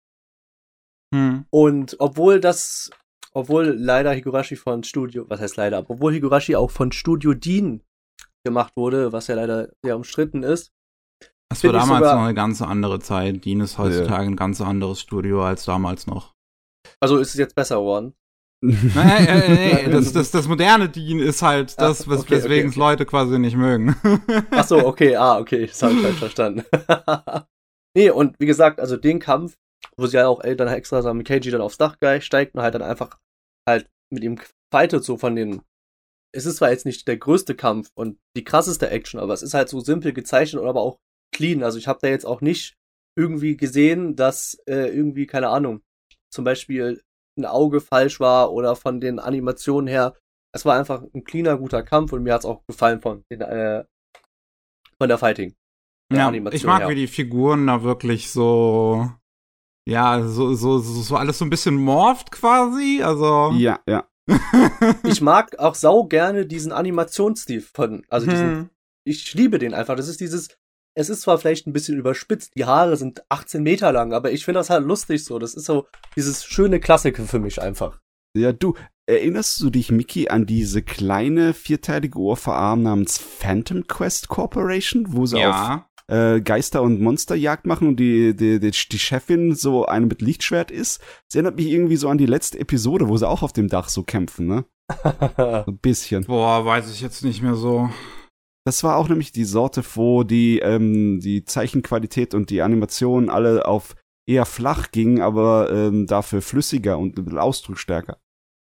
Und obwohl leider Higurashi von obwohl Higurashi auch von Studio Dean gemacht wurde, was ja leider sehr umstritten ist. Das war damals noch eine ganz andere Zeit. Dean ist heutzutage ein ganz anderes Studio als damals noch. Also ist es jetzt besser geworden? Nee, das moderne Dean ist halt das, weswegen es Leute quasi nicht mögen. Ach so, okay, das habe ich falsch verstanden. Nee, und wie gesagt, also den Kampf, wo sie ja auch dann extra sagen, Keiji dann aufs Dach steigt und halt dann einfach halt mit ihm fightet, so von den. Es ist zwar jetzt nicht der größte Kampf und die krasseste Action, aber es ist halt so simpel gezeichnet und aber auch clean. Also ich habe da jetzt auch nicht irgendwie gesehen, dass irgendwie, keine Ahnung, zum Beispiel ein Auge falsch war oder von den Animationen her. Es war einfach ein cleaner, guter Kampf und mir hat's auch gefallen von der Fighting. Ja, ich mag, wie die Figuren da wirklich so alles so ein bisschen morpht quasi, also. Ja. Ich mag auch sau gerne diesen Animationsstil ich liebe den einfach. Das ist es ist zwar vielleicht ein bisschen überspitzt, die Haare sind 18 Meter lang, aber ich finde das halt lustig so. Das ist so dieses schöne Klassiker für mich einfach. Ja, du, erinnerst du dich, Mickey, an diese kleine vierteilige OVA namens Phantom Quest Corporation, wo sie auf Geister- und Monsterjagd machen und die Chefin so eine mit Lichtschwert ist? Das erinnert mich irgendwie so an die letzte Episode, wo sie auch auf dem Dach so kämpfen, ne? So ein bisschen. Boah, weiß ich jetzt nicht mehr so. Das war auch nämlich die Sorte, wo die Zeichenqualität und die Animationen alle auf eher flach gingen, aber dafür flüssiger und ein bisschen ausdrucksstärker.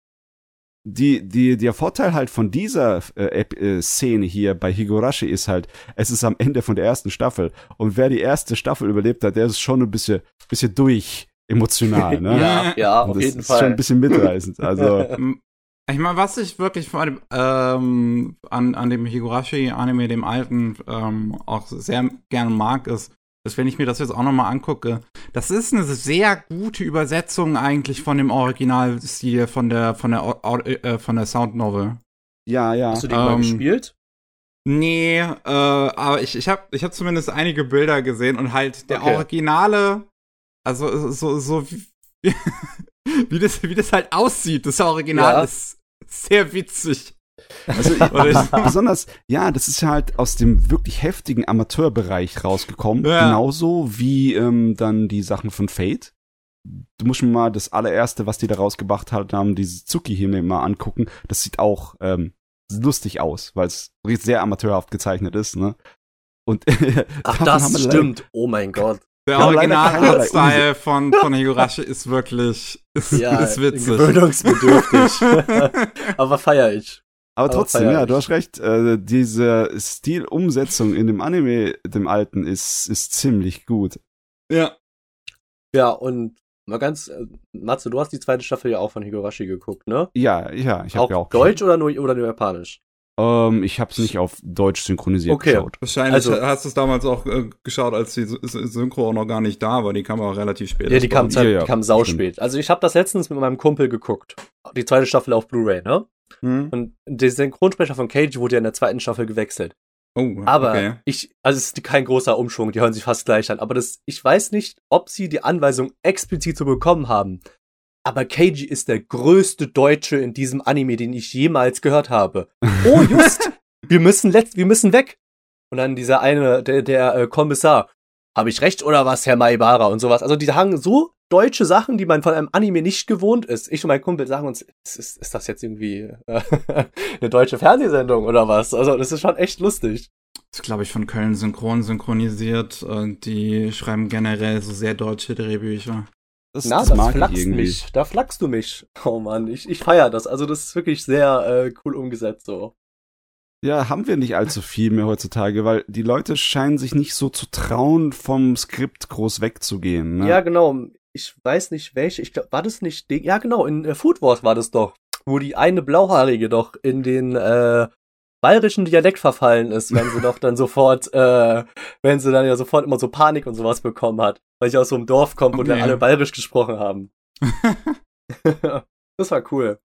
Der Vorteil halt von dieser Szene hier bei Higurashi ist halt, es ist am Ende von der ersten Staffel. Und wer die erste Staffel überlebt hat, der ist schon ein bisschen durch emotional, ne? Ja, und auf das jeden ist Fall. schon ein bisschen mitreißend. Also, Ich meine, was ich wirklich vor allem an dem Higurashi-Anime, dem alten, auch sehr gerne mag, ist, dass wenn ich mir das jetzt auch nochmal angucke, das ist eine sehr gute Übersetzung eigentlich von dem Originalstil von der Sound Novel. ja. Hast du die mal gespielt? Nee, aber ich hab zumindest einige Bilder gesehen und halt der Okay. Originale, also so wie das halt aussieht, das Original ist sehr witzig. Also besonders, ja, das ist halt aus dem wirklich heftigen Amateurbereich rausgekommen. Ja. Genauso wie dann die Sachen von Fate. Du musst mir mal das allererste, was die da rausgebracht haben, dieses Tsukihime mal angucken. Das sieht auch lustig aus, weil es sehr amateurhaft gezeichnet ist, ne? Und Ach, davon das haben wir stimmt. Oh mein Gott. Der Ja, leider Original-Style von Higurashi ist wirklich ist witzig. Gewöhnungsbedürftig. Aber feier ich. Aber trotzdem, feier ja, ich. du hast recht. Diese Stilumsetzung in dem Anime, dem alten, ist ziemlich gut. Ja. Ja, und mal ganz, Matze, du hast die zweite Staffel ja auch von Higurashi geguckt, ne? Ja, ich habe Auch ja auch Deutsch oder nur Japanisch? Ich habe es nicht auf Deutsch synchronisiert Okay. geschaut. Wahrscheinlich Also- hast du es damals auch geschaut, als die Synchro auch noch gar nicht da war. Die kam auch relativ spät. Ja, die kam, Ja, die kam sauspät. Also ich habe das letztens mit meinem Kumpel geguckt. Die zweite Staffel auf Blu-ray, ne? Und der Synchronsprecher von Cage wurde ja in der zweiten Staffel gewechselt. Oh, Aber okay. also es ist kein großer Umschwung, die hören sich fast gleich an. Aber ich weiß nicht, ob sie die Anweisung explizit so bekommen haben. Aber Keiji ist der größte Deutsche in diesem Anime, den ich jemals gehört habe. Oh, just! wir müssen weg! Und dann dieser eine, der Kommissar. Habe ich recht oder was, Herr Maibara? Und sowas. Also die sagen so deutsche Sachen, die man von einem Anime nicht gewohnt ist. Ich und mein Kumpel sagen uns, ist das jetzt irgendwie eine deutsche Fernsehsendung oder was? Also das ist schon echt lustig. Das ist, glaube ich, von Köln synchronisiert. Die schreiben generell so sehr deutsche Drehbücher. Das Das mag ich flaxt irgendwie. mich. Da flachst du mich. Oh Mann, ich feier das. Also das ist wirklich sehr cool umgesetzt so. Ja, haben wir nicht allzu viel mehr heutzutage, weil die Leute scheinen sich nicht so zu trauen, vom Skript groß wegzugehen. Ne? Ja, genau. Ich weiß nicht welche. Ich glaube, war das nicht... Ja, genau. In Food Wars war das doch. Wo die eine Blauhaarige doch in den bayerischen Dialekt verfallen ist, wenn sie doch dann sofort, wenn sie dann ja sofort immer so Panik und sowas bekommen hat. Weil sie aus so einem Dorf kommt, wo Okay. dann alle bayerisch gesprochen haben. Das war cool.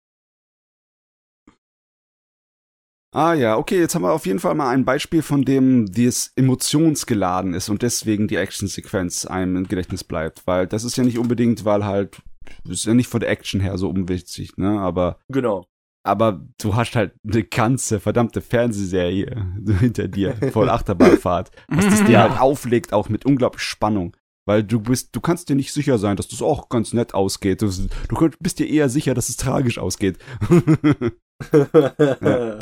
Ah ja, okay, jetzt haben wir auf jeden Fall mal ein Beispiel, von dem das emotionsgeladen ist und deswegen die Actionsequenz einem im Gedächtnis bleibt. Weil das ist ja nicht unbedingt, weil halt, das ist ja nicht von der Action her so unwichtig, ne? Aber du hast halt eine ganze verdammte Fernsehserie hinter dir, voll Achterbahnfahrt, was das dir halt auflegt, auch mit unglaublich Spannung. Weil du kannst dir nicht sicher sein, dass das auch ganz nett ausgeht. Du bist dir eher sicher, dass es tragisch ausgeht. Ja.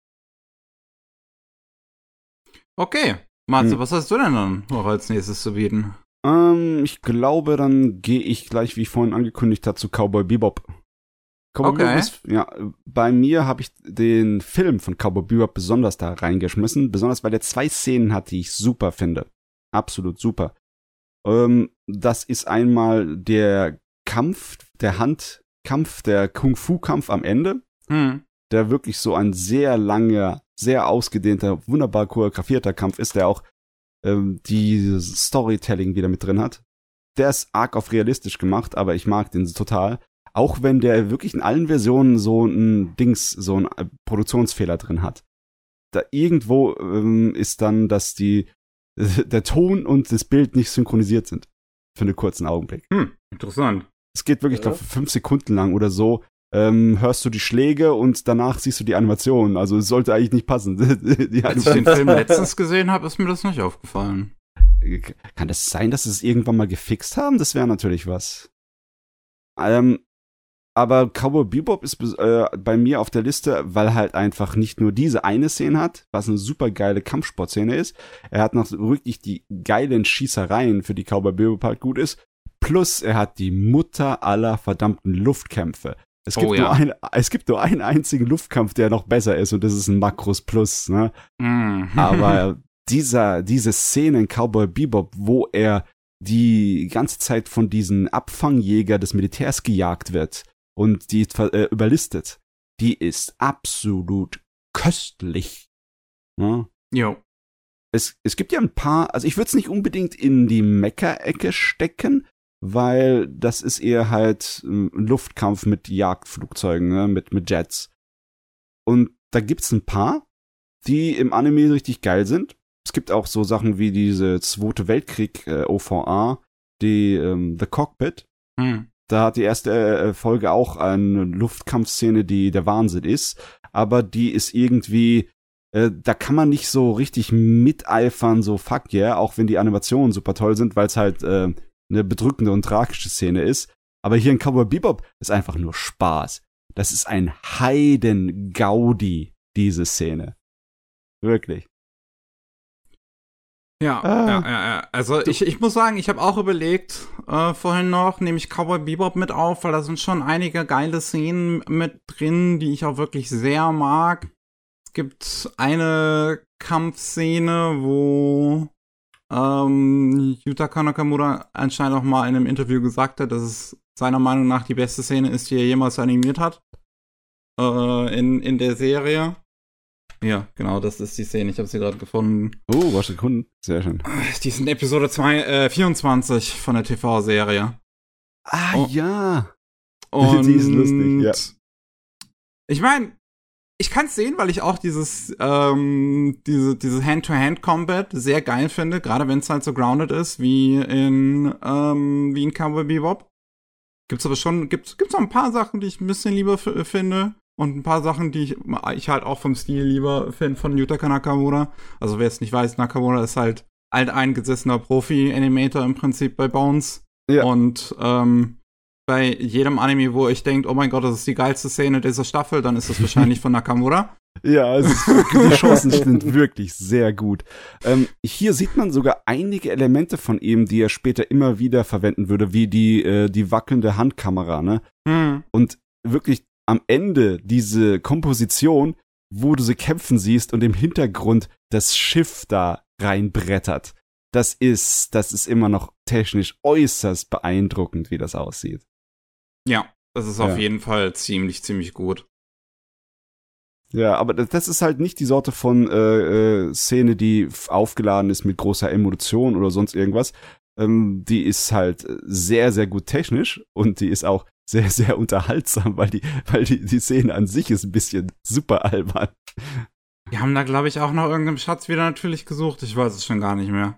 Okay. Matze, was hast du denn dann noch als nächstes zu bieten? Ich glaube, dann gehe ich gleich, wie ich vorhin angekündigt habe, zu Cowboy Bebop. Cowboy Bebop ist, ja, bei mir habe ich den Film von Cowboy Bebop besonders da reingeschmissen, besonders weil er 2 Szenen hat, die ich super finde. Absolut super. Das ist einmal der Handkampf, der Kung-Fu-Kampf am Ende, der wirklich so ein sehr langer, sehr ausgedehnter, wunderbar choreografierter Kampf ist, der auch die Storytelling wieder mit drin hat. Der ist arg auf realistisch gemacht, aber ich mag den total. Auch wenn der wirklich in allen Versionen so ein Produktionsfehler drin hat. Da irgendwo ist dann, dass der Ton und das Bild nicht synchronisiert sind. Für einen kurzen Augenblick. Interessant. Es geht wirklich, glaube 5 Sekunden lang oder so. Hörst du die Schläge und danach siehst du die Animation. Also es sollte eigentlich nicht passen. Als ich den Film letztens gesehen habe, ist mir das nicht aufgefallen. Kann das sein, dass sie es irgendwann mal gefixt haben? Das wäre natürlich was. Aber Cowboy Bebop ist bei mir auf der Liste, weil halt einfach nicht nur diese eine Szene hat, was eine super geile Kampfsportszene ist. Er hat noch wirklich die geilen Schießereien, für die Cowboy Bebop halt gut ist. Plus er hat die Mutter aller verdammten Luftkämpfe. Es gibt nur einen einzigen Luftkampf, der noch besser ist, und das ist ein Makros Plus, ne? Aber diese Szene in Cowboy Bebop, wo er die ganze Zeit von diesen Abfangjäger des Militärs gejagt wird und die überlistet, die ist absolut köstlich. Ne? Jo. Es gibt ja ein paar, also ich würde es nicht unbedingt in die Mecha-Ecke stecken, weil das ist eher halt ein Luftkampf mit Jagdflugzeugen, ne? mit Jets. Und da gibt's ein paar, die im Anime richtig geil sind. Es gibt auch so Sachen wie diese Zweite Weltkrieg OVA, die The Cockpit. Da hat die erste Folge auch eine Luftkampfszene, die der Wahnsinn ist. Aber die ist irgendwie, da kann man nicht so richtig miteifern, so fuck yeah, auch wenn die Animationen super toll sind, weil es halt eine bedrückende und tragische Szene ist. Aber hier in Cowboy Bebop ist einfach nur Spaß. Das ist ein Heiden-Gaudi, diese Szene. Wirklich. Ja. Also ich muss sagen, ich habe auch überlegt, vorhin noch, nehme ich Cowboy Bebop mit auf, weil da sind schon einige geile Szenen mit drin, die ich auch wirklich sehr mag. Es gibt eine Kampfszene, wo Yutaka Nakamura anscheinend auch mal in einem Interview gesagt hat, dass es seiner Meinung nach die beste Szene ist, die er jemals animiert hat. In der Serie. Ja, genau, das ist die Szene. Ich habe sie gerade gefunden. Oh, was gefunden? Sehr schön. Die ist in Episode 24 von der TV-Serie. Ja. Und die ist lustig, ja. Ich meine, ich kann es sehen, weil ich auch diese Hand-to-Hand-Combat sehr geil finde, gerade wenn es halt so grounded ist, wie in Cowboy Bebop. Gibt's auch ein paar Sachen, die ich ein bisschen lieber finde. Und ein paar Sachen, die ich halt auch vom Stil lieber finde von Yutaka Nakamura. Also wer es nicht weiß, Nakamura ist halt alteingesessener Profi-Animator im Prinzip bei Bones. Ja. Und bei jedem Anime, wo ich denke, oh mein Gott, das ist die geilste Szene dieser Staffel, dann ist das wahrscheinlich von Nakamura. Ja, die Chancen sind wirklich sehr gut. Hier sieht man sogar einige Elemente von ihm, die er später immer wieder verwenden würde, wie die wackelnde Handkamera, ne? Und wirklich am Ende diese Komposition, wo du sie kämpfen siehst und im Hintergrund das Schiff da reinbrettert. Das ist immer noch technisch äußerst beeindruckend, wie das aussieht. Ja, das ist auf jeden Fall ziemlich, ziemlich gut. Ja, aber das ist halt nicht die Sorte von Szene, die aufgeladen ist mit großer Emotion oder sonst irgendwas. Die ist halt sehr, sehr gut technisch und die ist auch sehr, sehr unterhaltsam, weil die Szene an sich ist ein bisschen super albern. Die haben da, glaube ich, auch nach irgendeinem Schatz wieder natürlich gesucht. Ich weiß es schon gar nicht mehr.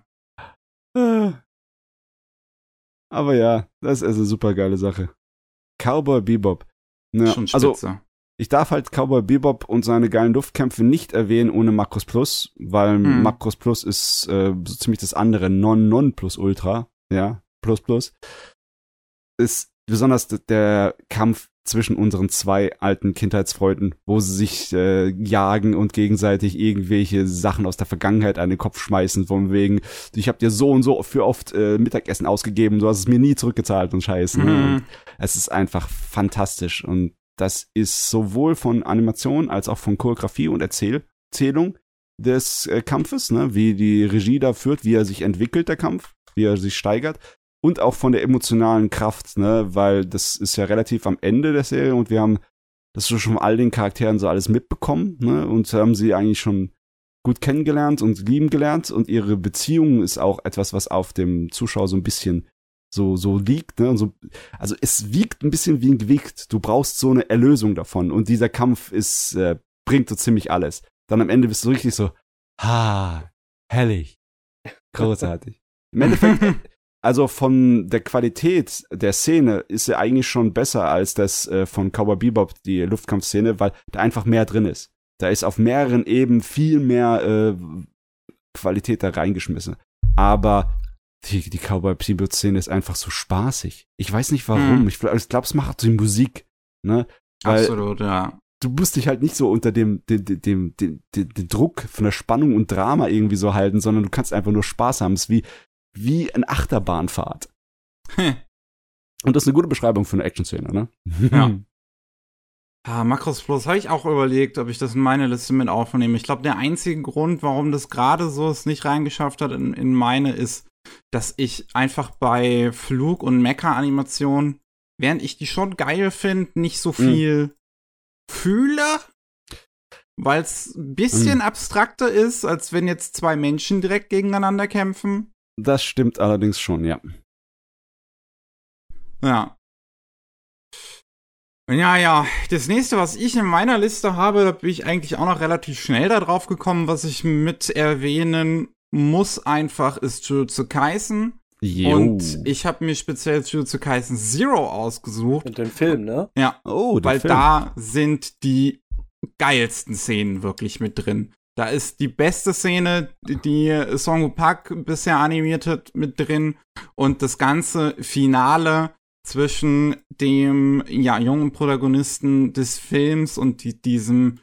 Aber ja, das ist eine super geile Sache. Cowboy Bebop. Ja, schon spitze. Also, ich darf halt Cowboy Bebop und seine geilen Luftkämpfe nicht erwähnen ohne Makros Plus, weil Makros Plus ist so ziemlich das andere Non-Non-Plus-Ultra. Ja, Plus. Ist besonders der Kampf zwischen unseren zwei alten Kindheitsfreunden, wo sie sich jagen und gegenseitig irgendwelche Sachen aus der Vergangenheit an den Kopf schmeißen, von wegen, ich hab dir so und so für oft Mittagessen ausgegeben, du hast es mir nie zurückgezahlt und Scheiße. Ne? Und es ist einfach fantastisch und das ist sowohl von Animation als auch von Choreografie und Erzählung des Kampfes, ne? Wie die Regie da führt, wie er sich entwickelt, der Kampf, wie er sich steigert. Und auch von der emotionalen Kraft, ne, weil das ist ja relativ am Ende der Serie und wir haben das schon von all den Charakteren so alles mitbekommen, ne, und haben sie eigentlich schon gut kennengelernt und lieben gelernt und ihre Beziehung ist auch etwas, was auf dem Zuschauer so ein bisschen so liegt, ne, und so, also es wiegt ein bisschen wie ein Gewicht, du brauchst so eine Erlösung davon und dieser Kampf bringt so ziemlich alles. Dann am Ende bist du richtig so, herrlich, großartig. Im Endeffekt also von der Qualität der Szene ist er eigentlich schon besser als das von Cowboy Bebop, die Luftkampfszene, weil da einfach mehr drin ist. Da ist auf mehreren Ebenen viel mehr Qualität da reingeschmissen. Aber die Cowboy Bebop-Szene ist einfach so spaßig. Ich weiß nicht warum. Ich glaube, es macht die Musik. Ne? Weil Absolut, ja. du musst dich halt nicht so unter dem Druck von der Spannung und Drama irgendwie so halten, sondern du kannst einfach nur Spaß haben. Es ist wie eine Achterbahnfahrt. Und das ist eine gute Beschreibung für eine Action-Szene, ne? Ja. Macros Plus habe ich auch überlegt, ob ich das in meine Liste mit aufnehme. Ich glaube, der einzige Grund, warum das gerade so es nicht reingeschafft hat in meine, ist, dass ich einfach bei Flug- und Mecha-Animationen, während ich die schon geil finde, nicht so viel fühle, weil es ein bisschen abstrakter ist, als wenn jetzt zwei Menschen direkt gegeneinander kämpfen. Das stimmt allerdings schon, ja. Ja. Ja, das nächste, was ich in meiner Liste habe, da bin ich eigentlich auch noch relativ schnell da drauf gekommen, was ich mit erwähnen muss einfach, ist Jujutsu Kaisen. Jo. Und ich habe mir speziell Jujutsu Kaisen Zero ausgesucht. Und den Film, ne? Ja, Oh, weil Film. da sind die geilsten Szenen wirklich mit drin. Da ist die beste Szene, die Song Woo Park bisher animiert hat, mit drin. Und das ganze Finale zwischen dem jungen Protagonisten des Films und diesem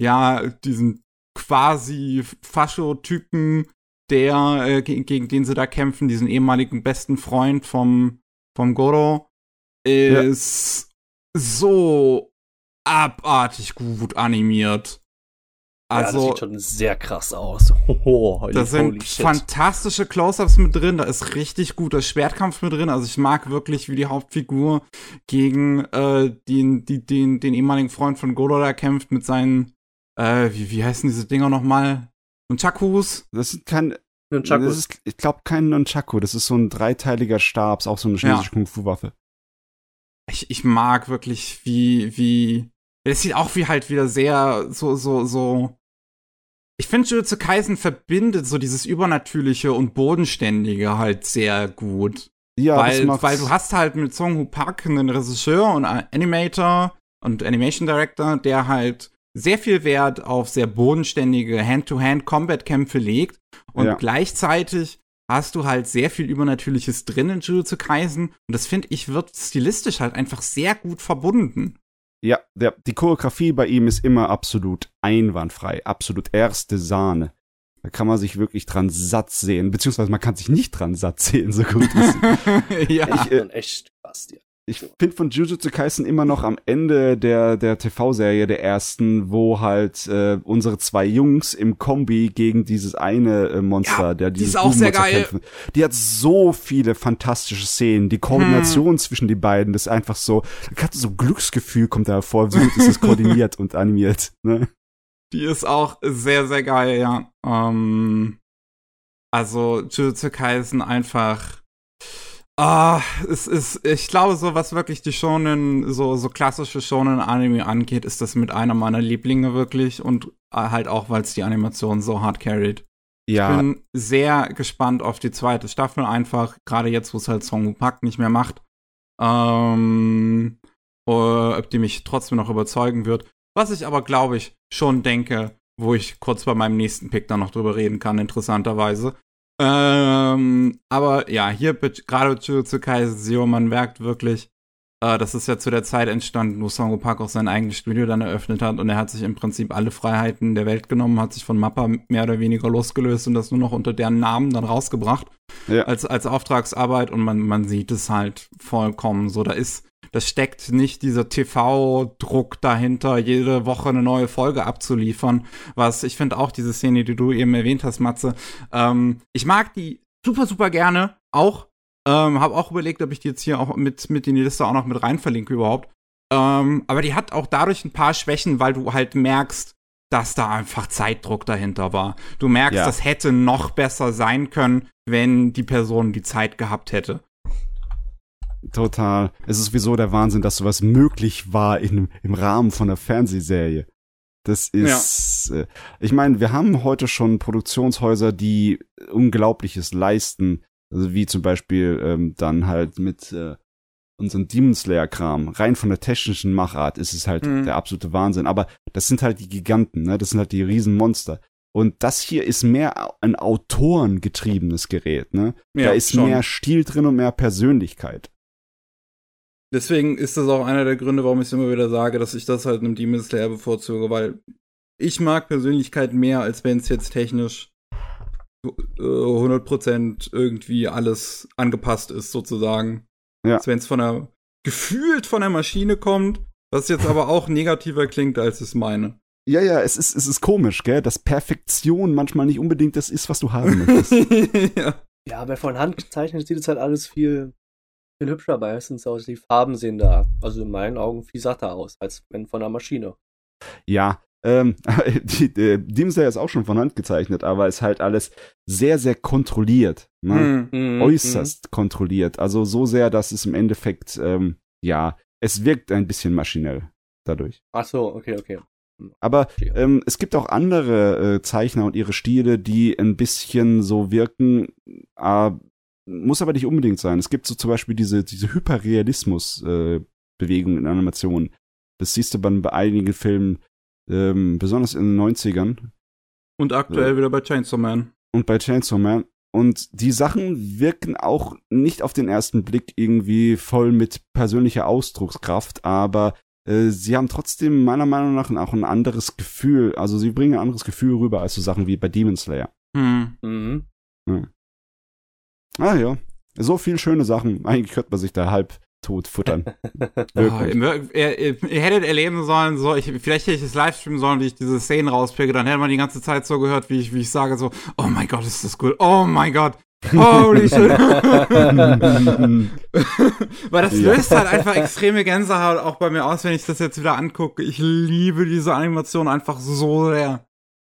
quasi Fascho-Typen, der gegen den sie da kämpfen, diesen ehemaligen besten Freund vom Goro, ist so abartig gut animiert. Also, das sieht schon sehr krass aus. Da sind fantastische Close-Ups mit drin, da ist richtig guter Schwertkampf mit drin. Also ich mag wirklich, wie die Hauptfigur gegen den ehemaligen Freund von Goro da kämpft mit seinen, wie heißen diese Dinger nochmal? Nunchakus? Das ist kein Nunchaku. Das ist, ich glaube, kein Nunchaku. Das ist so ein dreiteiliger Stab, ist auch so eine chinesische Kung-Fu-Waffe. Ich mag wirklich, wie das sieht auch wie halt wieder sehr so. Ich finde, Jujutsu Kaisen verbindet so dieses Übernatürliche und Bodenständige halt sehr gut. Ja, weil du hast halt mit Song Woo Park einen Regisseur und Animator und Animation Director, der halt sehr viel Wert auf sehr bodenständige Hand-to-Hand-Combat-Kämpfe legt. Und gleichzeitig hast du halt sehr viel Übernatürliches drin in Jujutsu Kaisen. Und das, finde ich, wird stilistisch halt einfach sehr gut verbunden. Ja, die Choreografie bei ihm ist immer absolut einwandfrei, absolut erste Sahne. Da kann man sich wirklich dran satt sehen, beziehungsweise man kann sich nicht dran satt sehen, so gut ist sie. Ja, echt krass, ja. Ich finde von Jujutsu Kaisen immer noch am Ende der TV-Serie, der ersten, wo halt unsere zwei Jungs im Kombi gegen dieses eine Monster, der dieses die ist auch sehr geil. Kämpfen. Die hat so viele fantastische Szenen. Die Koordination zwischen die beiden, das ist einfach so, so Glücksgefühl kommt da hervor, so gut ist es koordiniert und animiert. Ne? Die ist auch sehr, sehr geil, ja. Also Jujutsu Kaisen einfach es ist, ich glaube, so was wirklich die Shonen, so klassische Shonen-Anime angeht, ist das mit einer meiner Lieblinge wirklich und halt auch, weil es die Animation so hart carried. Ja. Ich bin sehr gespannt auf die zweite Staffel einfach, gerade jetzt, wo es halt Song Woo Park nicht mehr macht, ob die mich trotzdem noch überzeugen wird. Was ich aber, glaube ich, schon denke, wo ich kurz bei meinem nächsten Pick dann noch drüber reden kann, interessanterweise. Aber ja, hier gerade Jujutsu Kaisen Zero, man merkt wirklich, das ist ja zu der Zeit entstanden, wo Song Woo Park auch sein eigenes Studio dann eröffnet hat und er hat sich im Prinzip alle Freiheiten der Welt genommen, hat sich von Mappa mehr oder weniger losgelöst und das nur noch unter deren Namen dann rausgebracht als Auftragsarbeit und man sieht es halt vollkommen so, das steckt nicht dieser TV-Druck dahinter, jede Woche eine neue Folge abzuliefern. Was ich finde auch diese Szene, die du eben erwähnt hast, Matze. Ich mag die super, super gerne auch. Hab auch überlegt, ob ich die jetzt hier auch mit in die Liste auch noch mit rein verlinke überhaupt. Aber die hat auch dadurch ein paar Schwächen, weil du halt merkst, dass da einfach Zeitdruck dahinter war. Du merkst, das hätte noch besser sein können, wenn die Person die Zeit gehabt hätte. Total. Es ist sowieso der Wahnsinn, dass sowas möglich war im Rahmen von einer Fernsehserie. Das ist, ich meine, wir haben heute schon Produktionshäuser, die Unglaubliches leisten. Also wie zum Beispiel dann halt mit unserem Demon Slayer-Kram. Rein von der technischen Machart ist es halt der absolute Wahnsinn. Aber das sind halt die Giganten, ne? Das sind halt die Riesenmonster. Und das hier ist mehr ein autorengetriebenes Gerät, ne? Da ist schon mehr Stil drin und mehr Persönlichkeit. Deswegen ist das auch einer der Gründe, warum ich es immer wieder sage, dass ich das halt einem Demon Slayer bevorzuge, weil ich mag Persönlichkeit mehr, als wenn es jetzt technisch 100% irgendwie alles angepasst ist, sozusagen. Ja. Als wenn es gefühlt von der Maschine kommt, was jetzt aber auch negativer klingt, als ich es meine. Ja, es ist komisch, gell, dass Perfektion manchmal nicht unbedingt das ist, was du haben möchtest. Ja, aber von Hand gezeichnet sieht es halt alles viel hübscher meistens aus. Die Farben sehen da, also in meinen Augen, viel satter aus, als wenn von einer Maschine. Ja, Demon Slayer ist auch schon von Hand gezeichnet, aber ist halt alles sehr, sehr kontrolliert. Ne? Äußerst kontrolliert. Also so sehr, dass es im Endeffekt, es wirkt ein bisschen maschinell dadurch. Ach so, okay. Aber es gibt auch andere Zeichner und ihre Stile, die ein bisschen so wirken, muss aber nicht unbedingt sein. Es gibt so zum Beispiel diese Hyperrealismus-Bewegung in Animationen. Das siehst du bei einigen Filmen, besonders in den 90ern. Und aktuell wieder bei Chainsaw Man. Und bei Chainsaw Man. Und die Sachen wirken auch nicht auf den ersten Blick irgendwie voll mit persönlicher Ausdruckskraft, aber sie haben trotzdem meiner Meinung nach auch ein anderes Gefühl. Also sie bringen ein anderes Gefühl rüber als so Sachen wie bei Demon Slayer. Mhm. Ja. Ah ja, so viel schöne Sachen. Eigentlich könnte man sich da halb tot futtern. Ihr hättet erleben sollen, vielleicht hätte ich es live streamen sollen, wie ich diese Szenen rauspicke, dann hätte man die ganze Zeit so gehört, wie ich sage so, oh mein Gott, ist das gut, oh mein Gott, holy shit. Weil das löst halt einfach extreme Gänsehaut auch bei mir aus, wenn ich das jetzt wieder angucke. Ich liebe diese Animation einfach so sehr.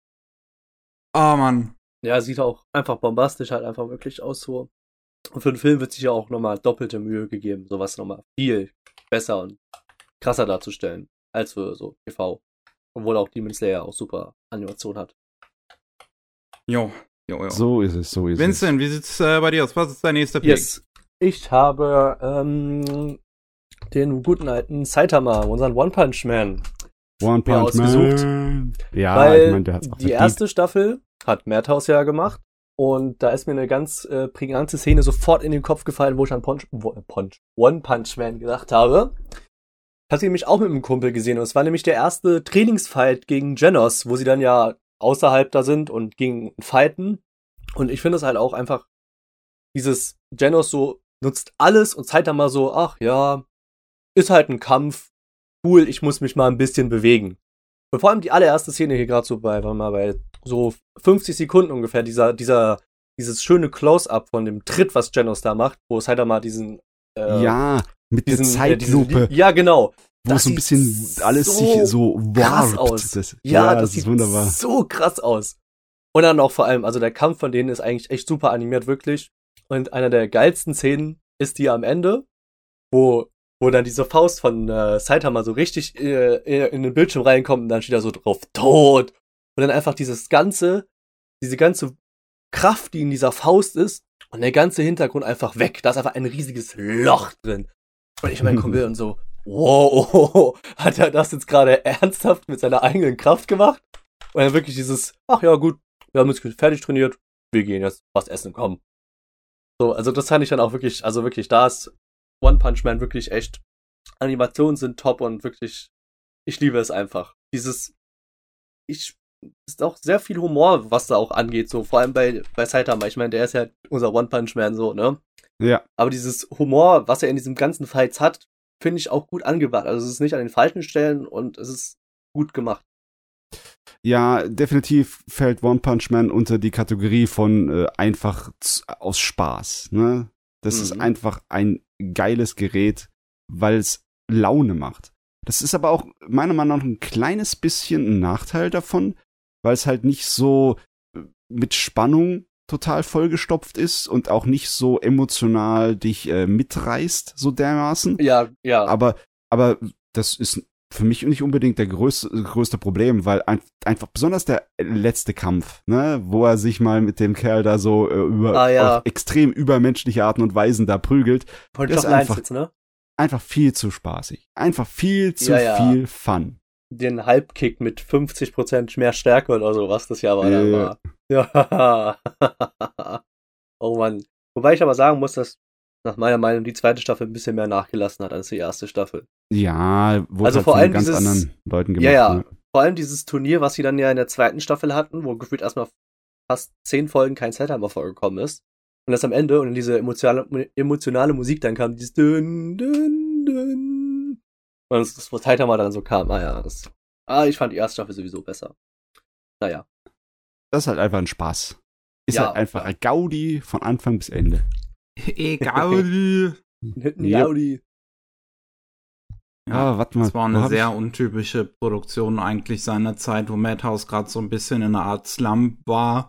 Oh Mann. Ja, sieht auch einfach bombastisch halt einfach wirklich aus so. Und für den Film wird sich ja auch nochmal doppelte Mühe gegeben, sowas nochmal viel besser und krasser darzustellen, als für so TV. Obwohl auch Demon Slayer auch super Animation hat. Jo. So ist es. Vincent, wie sieht's bei dir aus? Was ist dein nächster Pick? Yes. Ich habe den guten alten Saitama, unseren One Punch Man, ausgesucht. Ja, weil ich meine, der hat's auch die erste Staffel hat Madhouse ja gemacht. Und da ist mir eine ganz prägnante Szene sofort in den Kopf gefallen, wo ich an One Punch Man gedacht habe. Hat sie nämlich auch mit einem Kumpel gesehen. Und es war nämlich der erste Trainingsfight gegen Genos, wo sie dann ja außerhalb da sind und gegen fighten. Und ich finde es halt auch einfach, dieses Genos so nutzt alles und Saitama so, ach ja, ist halt ein Kampf. Cool, ich muss mich mal ein bisschen bewegen. Und vor allem die allererste Szene hier gerade so bei so 50 Sekunden ungefähr, dieses schöne Close-Up von dem Tritt, was Genos da macht, wo Saitama diesen mit der Zeitlupe. Ja, genau. Wo es so ein bisschen alles sich so krass aus. Das sieht sieht wunderbar. So krass aus. Und dann auch vor allem, also der Kampf von denen ist eigentlich echt super animiert, wirklich. Und einer der geilsten Szenen ist die am Ende, wo dann diese Faust von Saitama so richtig in den Bildschirm reinkommt und dann steht da so drauf, tot. Und dann einfach diese ganze Kraft, die in dieser Faust ist, und der ganze Hintergrund einfach weg. Da ist einfach ein riesiges Loch drin. Und ich mein Kumpel und so, wow, hat er das jetzt gerade ernsthaft mit seiner eigenen Kraft gemacht? Und dann wirklich dieses, ach ja gut, wir haben uns fertig trainiert, wir gehen jetzt was essen, komm. So, also das fand ich dann auch wirklich, also wirklich, da ist One Punch Man wirklich echt, Animationen sind top und wirklich, ich liebe es einfach. Ist auch sehr viel Humor, was da auch angeht, so, vor allem bei Saitama. Ich meine, der ist ja unser One Punch Man, so, ne? Ja. Aber dieses Humor, was er in diesem ganzen Fights hat, finde ich auch gut angebracht. Also es ist nicht an den falschen Stellen und es ist gut gemacht. Ja, definitiv fällt One Punch Man unter die Kategorie von einfach aus Spaß, ne? Das ist einfach ein geiles Gerät, weil es Laune macht. Das ist aber auch meiner Meinung nach ein kleines bisschen ein Nachteil davon, weil es halt nicht so mit Spannung total vollgestopft ist und auch nicht so emotional dich mitreißt, so dermaßen. Ja. Aber das ist für mich nicht unbedingt der größte Problem, weil einfach besonders der letzte Kampf, ne, wo er sich mal mit dem Kerl da so auf extrem übermenschliche Arten und Weisen da prügelt. Das ist einfach viel zu spaßig. Einfach viel zu viel Fun. Den Halbkick mit 50% mehr Stärke oder so, was das ja war. Ja. Oh Mann. Wobei ich aber sagen muss, dass nach meiner Meinung die zweite Staffel ein bisschen mehr nachgelassen hat als die erste Staffel. Ja, wurde Also halt vor von allem ganz dieses- anderen Leuten gemacht. Ja, Ne? vor allem dieses Turnier, was sie dann ja in der zweiten Staffel hatten, wo gefühlt erstmal fast 10 Folgen kein Zeitheimer vorgekommen ist. Und das am Ende und in diese emotionale Musik dann kam, dieses Dün, Dün, Dün. Und das, wo Zeitheimer dann so kam. Ich fand die erste Staffel sowieso besser. Naja. Das ist halt einfach ein Spaß. Ist Ja, halt einfach klar. ein Gaudi von Anfang bis Ende. Egal. Hinten Ja. Audi. Ja, warte mal. Das war wo eine hab sehr ich- untypische Produktion eigentlich seiner Zeit, wo Madhouse gerade so ein bisschen in einer Art Slump war.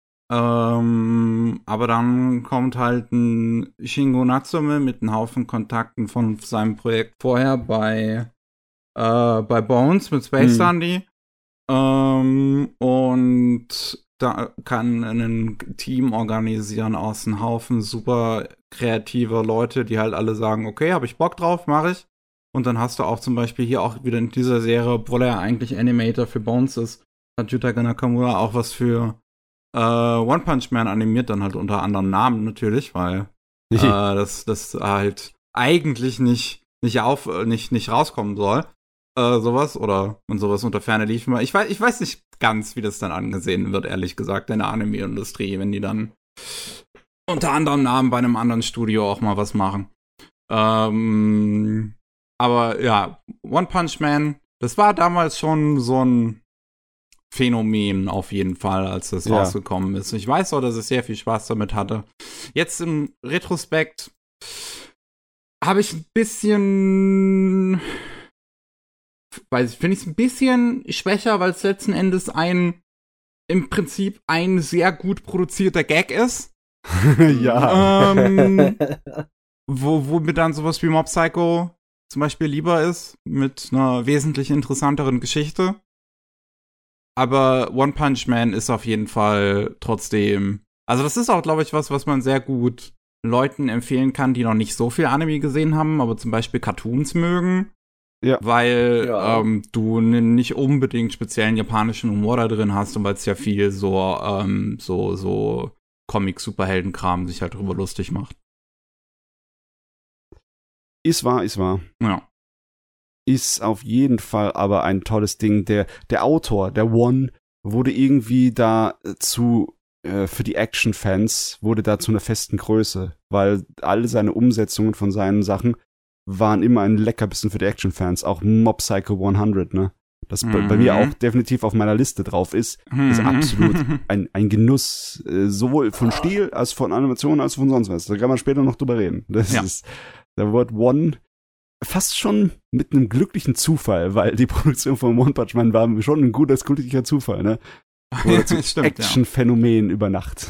Aber dann kommt halt ein Shingo Natsume mit einem Haufen Kontakten von seinem Projekt vorher bei Bones mit Space Dandy. Und da kann ein Team organisieren aus einem Haufen super kreativer Leute, die halt alle sagen, okay, habe ich Bock drauf, mache ich. Und dann hast du auch zum Beispiel hier auch wieder in dieser Serie, obwohl er eigentlich Animator für Bones ist, hat Yutaka Nakamura auch was für One Punch Man animiert, dann halt unter anderem Namen natürlich, weil das halt eigentlich nicht rauskommen soll. Sowas, oder man sowas unter Ferne liefen. Ich weiß nicht ganz, wie das dann angesehen wird, ehrlich gesagt, in der Anime-Industrie, wenn die dann unter anderem Namen bei einem anderen Studio auch mal was machen. Aber ja, One Punch Man, das war damals schon so ein Phänomen auf jeden Fall, als das rausgekommen ist. Ich weiß auch, dass ich sehr viel Spaß damit hatte. Jetzt im Retrospekt habe ich ein bisschen, finde ich es ein bisschen schwächer, weil es letzten Endes im Prinzip ein sehr gut produzierter Gag ist. Ja. Wo mir dann sowas wie Mob Psycho zum Beispiel lieber ist, mit einer wesentlich interessanteren Geschichte. Aber One Punch Man ist auf jeden Fall trotzdem, also das ist auch, glaube ich, was man sehr gut Leuten empfehlen kann, die noch nicht so viel Anime gesehen haben, aber zum Beispiel Cartoons mögen. Ja. Weil du nicht unbedingt speziellen japanischen Humor da drin hast und weil es ja viel so Comic-Superhelden-Kram sich halt drüber lustig macht. Ist wahr. Ja. Ist auf jeden Fall aber ein tolles Ding. Der Autor, der One, wurde irgendwie für die Action-Fans, wurde da zu einer festen Größe, weil alle seine Umsetzungen von seinen Sachen waren immer ein Leckerbissen für die Action-Fans. Auch Mob Psycho 100, ne? Das bei mir auch definitiv auf meiner Liste drauf ist absolut ein Genuss, sowohl von Stil als von Animation als von sonst was. Da kann man später noch drüber reden. Das ist der Word One fast schon mit einem glücklichen Zufall, weil die Produktion von One Punch Man war schon ein glücklicher Zufall, ne? Oder zum Action-Phänomen über Nacht.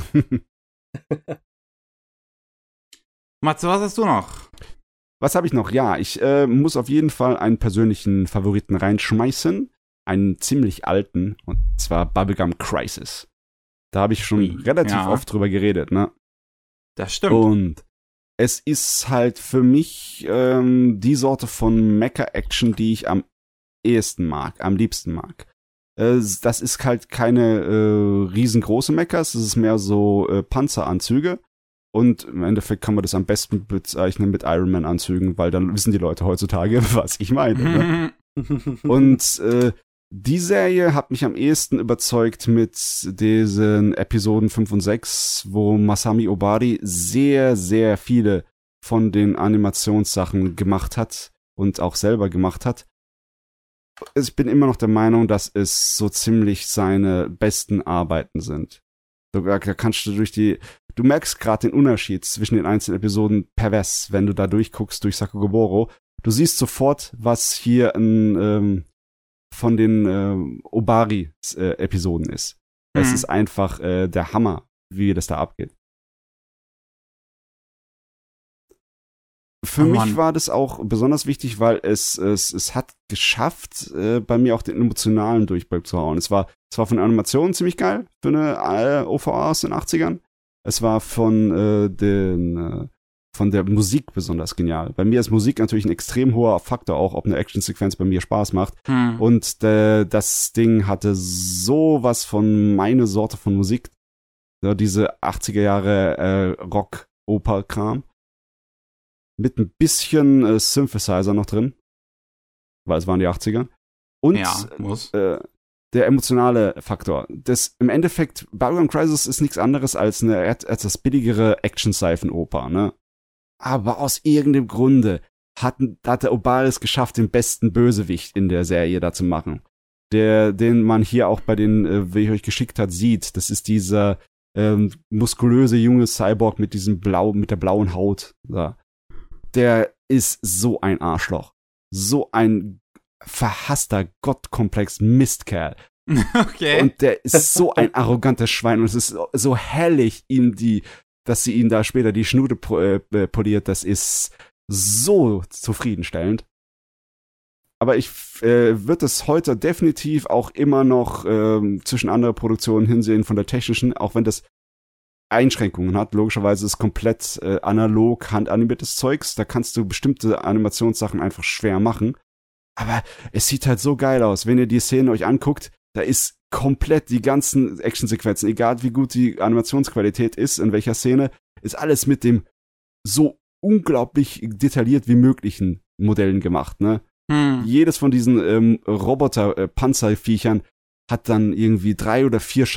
Matze, was hast du noch? Was habe ich noch? Ja, ich muss auf jeden Fall einen persönlichen Favoriten reinschmeißen. Einen ziemlich alten, und zwar Bubblegum Crisis. Da habe ich schon relativ oft drüber geredet, ne? Das stimmt. Und es ist halt für mich die Sorte von Mecha-Action, die ich am liebsten mag. Das ist halt keine riesengroße Mechas, es ist mehr so Panzeranzüge. Und im Endeffekt kann man das am besten bezeichnen mit Iron Man-Anzügen, weil dann wissen die Leute heutzutage, was ich meine. Ne? Und die Serie hat mich am ehesten überzeugt mit diesen Episoden 5 und 6, wo Masami Obari sehr, sehr viele von den Animationssachen gemacht hat und auch selber gemacht hat. Ich bin immer noch der Meinung, dass es so ziemlich seine besten Da kannst du du merkst gerade den Unterschied zwischen den einzelnen Episoden pervers, wenn du da durchguckst durch Sakugaboro. Du siehst sofort, was hier von den Obari-Episoden ist. Es ist einfach der Hammer, wie das da abgeht. Für mich war das auch besonders wichtig, weil es hat geschafft, bei mir auch den emotionalen Durchbruch zu hauen. Es war von der Animation ziemlich geil für eine OVA aus den 80ern. Es war von der Musik besonders genial. Bei mir ist Musik natürlich ein extrem hoher Faktor, auch ob eine Actionsequenz bei mir Spaß macht. Und das Ding hatte sowas von meine Sorte von Musik. So diese 80er Jahre Rock-Oper-Kram. mit ein bisschen Synthesizer noch drin, weil es waren die 80er. Und Ja, muss. der emotionale Faktor. Im Endeffekt, Babylon Crisis ist nichts anderes als eine etwas billigere Action-Seifen-Oper, ne? Aber aus irgendeinem Grunde hat der Obal es geschafft, den besten Bösewicht in der Serie da zu machen. Den man hier auch bei den, wie ich euch geschickt hat, sieht. Das ist dieser muskulöse junge Cyborg mit mit der blauen Haut. Da. Der ist so ein Arschloch. So ein verhasster, gottkomplex Mistkerl. Okay. Und der ist so ein arrogantes Schwein und es ist so herrlich, dass sie ihm da später die Schnute poliert. Das ist so zufriedenstellend. Aber ich würde es heute definitiv auch immer noch zwischen anderen Produktionen hinsehen von der technischen, auch wenn das Einschränkungen hat. Logischerweise ist es komplett analog, handanimiertes Zeugs. Da kannst du bestimmte Animationssachen einfach schwer machen. Aber es sieht halt so geil aus. Wenn ihr die Szene euch anguckt, da ist komplett die ganzen Actionsequenzen, egal wie gut die Animationsqualität ist, in welcher Szene, ist alles mit dem so unglaublich detailliert wie möglichen Modellen gemacht, ne? Jedes von diesen Roboter-Panzerviechern hat dann irgendwie 3 oder 4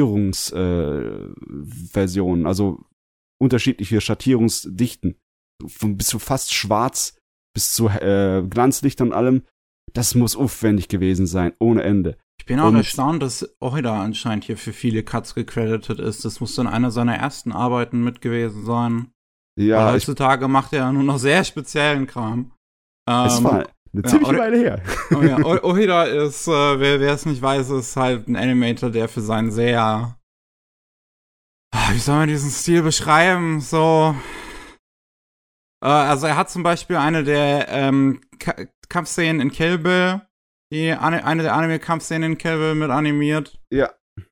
Schattierungsversionen, also unterschiedliche Schattierungsdichten. Bis zu fast schwarz, bis zu Glanzlicht und allem. Das muss aufwendig gewesen sein, ohne Ende. Ich bin auch erstaunt, dass Oida anscheinend hier für viele Cuts gecredited ist. Das muss dann eine seiner ersten Arbeiten mit gewesen sein. Ja. Weil heutzutage macht er nur noch sehr speziellen Kram. Es war eine ziemliche Weile her. Oh ja, Oida ist, wer es nicht weiß, ist halt ein Animator, der für seinen sehr, wie soll man diesen Stil beschreiben, so, also er hat zum Beispiel eine der Kampfszenen in Kill Bill, eine der Anime-Kampfszenen in Kill Bill mit animiert. Ja.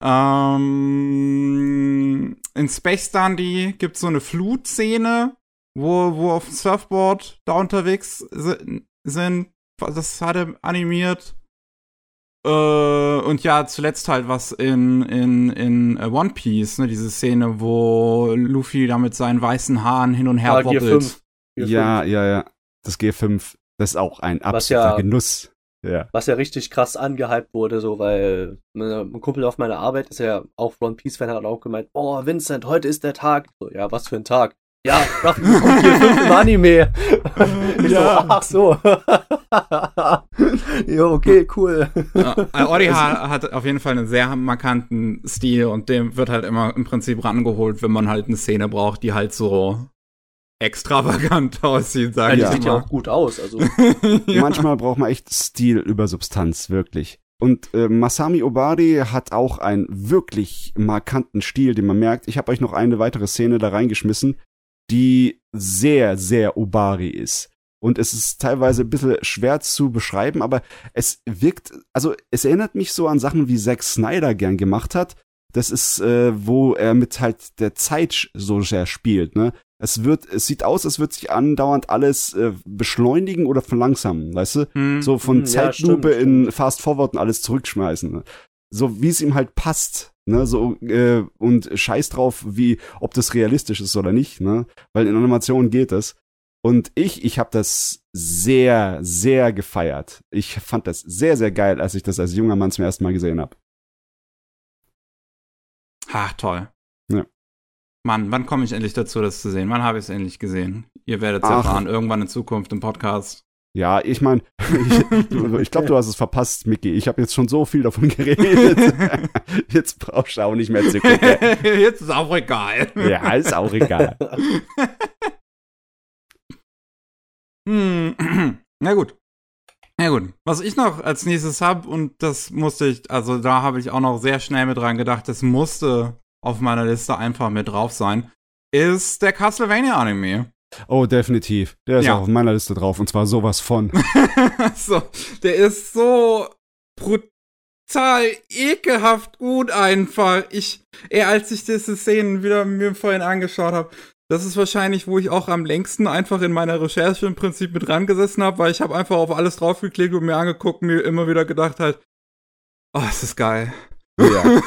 In Space Dandy gibt's so eine Flutszene, wo auf dem Surfboard da unterwegs sind. Das hat er animiert. Und ja, zuletzt halt was in One Piece, ne, diese Szene, wo Luffy da mit seinen weißen Haaren hin und her wobbelt. G5. Ja. Das G5, das ist auch ein absoluter Genuss. Ja. Was ja richtig krass angehypt wurde, so, weil ein Kumpel auf meiner Arbeit ist ja auch One Piece-Fan, hat auch gemeint, oh, Vincent, heute ist der Tag. So, ja, was für ein Tag? Ja, Ruffy kommt hier 5 im Anime. Ich Ja. so, ach so. Jo, okay, cool. Ori hat auf jeden Fall einen sehr markanten Stil und dem wird halt immer im Prinzip rangeholt, wenn man halt eine Szene braucht, die halt so extravagant aussieht, sag ich Die sieht ja mal. auch gut aus, also. Ja. Manchmal braucht man echt Stil über Substanz, wirklich. Und Masami Obari hat auch einen wirklich markanten Stil, den man merkt. Ich habe euch noch eine weitere Szene da reingeschmissen, die sehr, sehr Obari ist. Und es ist teilweise ein bisschen schwer zu beschreiben, aber es wirkt, also es erinnert mich so an Sachen, wie Zack Snyder gern gemacht hat. Das ist, wo er mit halt der Zeit so sehr spielt, ne? Es sieht aus, als würde sich andauernd alles beschleunigen oder verlangsamen, weißt du? So von Zeitlupe in Fast Forward und alles zurückschmeißen. Ne? So wie es ihm halt passt, ne? So und scheiß drauf, ob das realistisch ist oder nicht, ne? Weil in Animationen geht das. Und ich habe das sehr, sehr gefeiert. Ich fand das sehr, sehr geil, als ich das als junger Mann zum ersten Mal gesehen habe. Ach, toll. Ja. Mann, wann komme ich endlich dazu, das zu sehen? Wann habe ich es endlich gesehen? Ihr werdet es erfahren, irgendwann in Zukunft im Podcast. Ja, ich meine, ich glaube, du hast es verpasst, Micky. Ich habe jetzt schon so viel davon geredet. Jetzt brauchst du auch nicht mehr zu gucken. Jetzt ist auch egal. Ja, ist auch egal. Na gut. Was ich noch als nächstes habe, und das musste ich, also da habe ich auch noch sehr schnell mit dran gedacht, das musste auf meiner Liste einfach mit drauf sein, ist der Castlevania-Anime. Oh, definitiv. Der ist auch auf meiner Liste drauf, und zwar sowas von. So, der ist so brutal ekelhaft gut einfach. Als ich diese Szenen wieder mir vorhin angeschaut habe, das ist wahrscheinlich, wo ich auch am längsten einfach in meiner Recherche im Prinzip mit dran gesessen habe, weil ich habe einfach auf alles draufgeklickt und mir angeguckt und mir immer wieder gedacht halt, oh, es ist geil. Ja.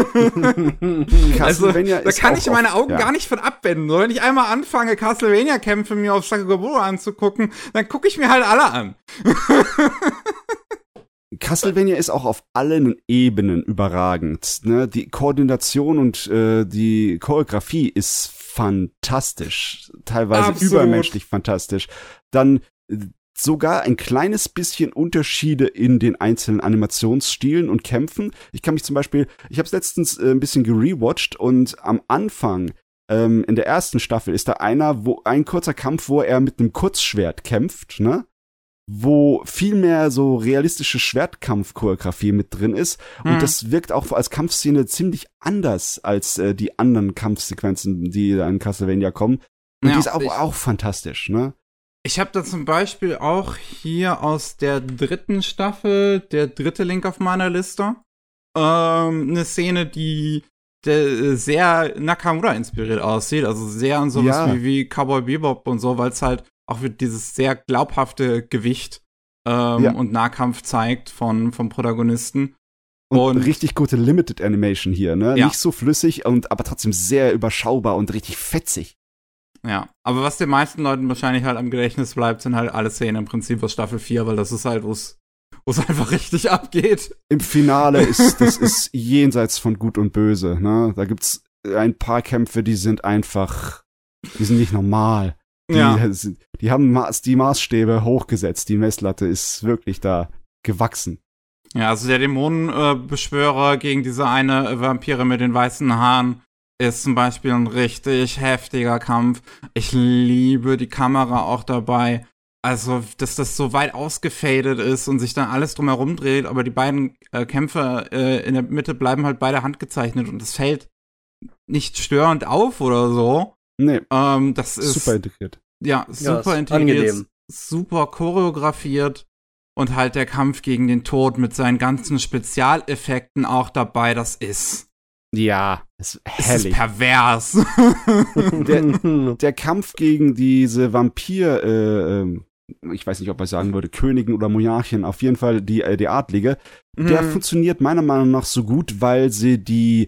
Also, Castlevania da ist kann auch ich meine Augen ja. gar nicht von abwenden. So, wenn ich einmal anfange, Castlevania-Kämpfe mir auf Sakagaburo anzugucken, dann gucke ich mir halt alle an. Castlevania ist auch auf allen Ebenen überragend. Ne? Die Koordination und die Choreografie ist fantastisch. Teilweise Absolut. übermenschlich fantastisch. Dann sogar ein kleines bisschen Unterschiede in den einzelnen Animationsstilen und Kämpfen. Ich kann mich zum Beispiel, ich habe es letztens ein bisschen gerewatcht und am Anfang in der ersten Staffel ist da ein kurzer Kampf, wo er mit einem Kurzschwert kämpft, ne? Wo viel mehr so realistische Schwertkampf-Choreografie mit drin ist. Und das wirkt auch als Kampfszene ziemlich anders als die anderen Kampfsequenzen, die an Castlevania kommen. Und die ist auch fantastisch, ne? Ich habe da zum Beispiel auch hier aus der 3. Staffel, der 3. Link auf meiner Liste, eine Szene, die sehr Nakamura inspiriert aussieht, also sehr an sowas wie Cowboy Bebop und so, weil es halt auch wieder dieses sehr glaubhafte Gewicht und Nahkampf zeigt vom Protagonisten. Und richtig gute Limited Animation hier, ne? Ja. Nicht so flüssig, aber trotzdem sehr überschaubar und richtig fetzig. Ja, aber was den meisten Leuten wahrscheinlich halt am Gedächtnis bleibt, sind halt alle Szenen im Prinzip aus Staffel 4, weil das ist halt, wo es einfach richtig abgeht. Im Finale das ist jenseits von Gut und Böse, ne? Da gibt's ein paar Kämpfe, die sind nicht normal. Die haben die Maßstäbe hochgesetzt. Die Messlatte ist wirklich da gewachsen. Ja, also der Dämonenbeschwörer gegen diese eine Vampire mit den weißen Haaren ist zum Beispiel ein richtig heftiger Kampf. Ich liebe die Kamera auch dabei. Also, dass das so weit ausgefadet ist und sich dann alles drumherum dreht, aber die beiden Kämpfe in der Mitte bleiben halt beide handgezeichnet und es fällt nicht störend auf oder so. Nee, das ist super integriert. Ja, super ist integriert, angenehm. super choreografiert und halt der Kampf gegen den Tod mit seinen ganzen Spezialeffekten auch dabei, das ist Ja, ist es ist herrlich. pervers. Der Kampf gegen diese Vampir, ich weiß nicht, ob ich sagen würde, Königin oder Monarchin, auf jeden Fall die Adlige, der funktioniert meiner Meinung nach so gut, weil sie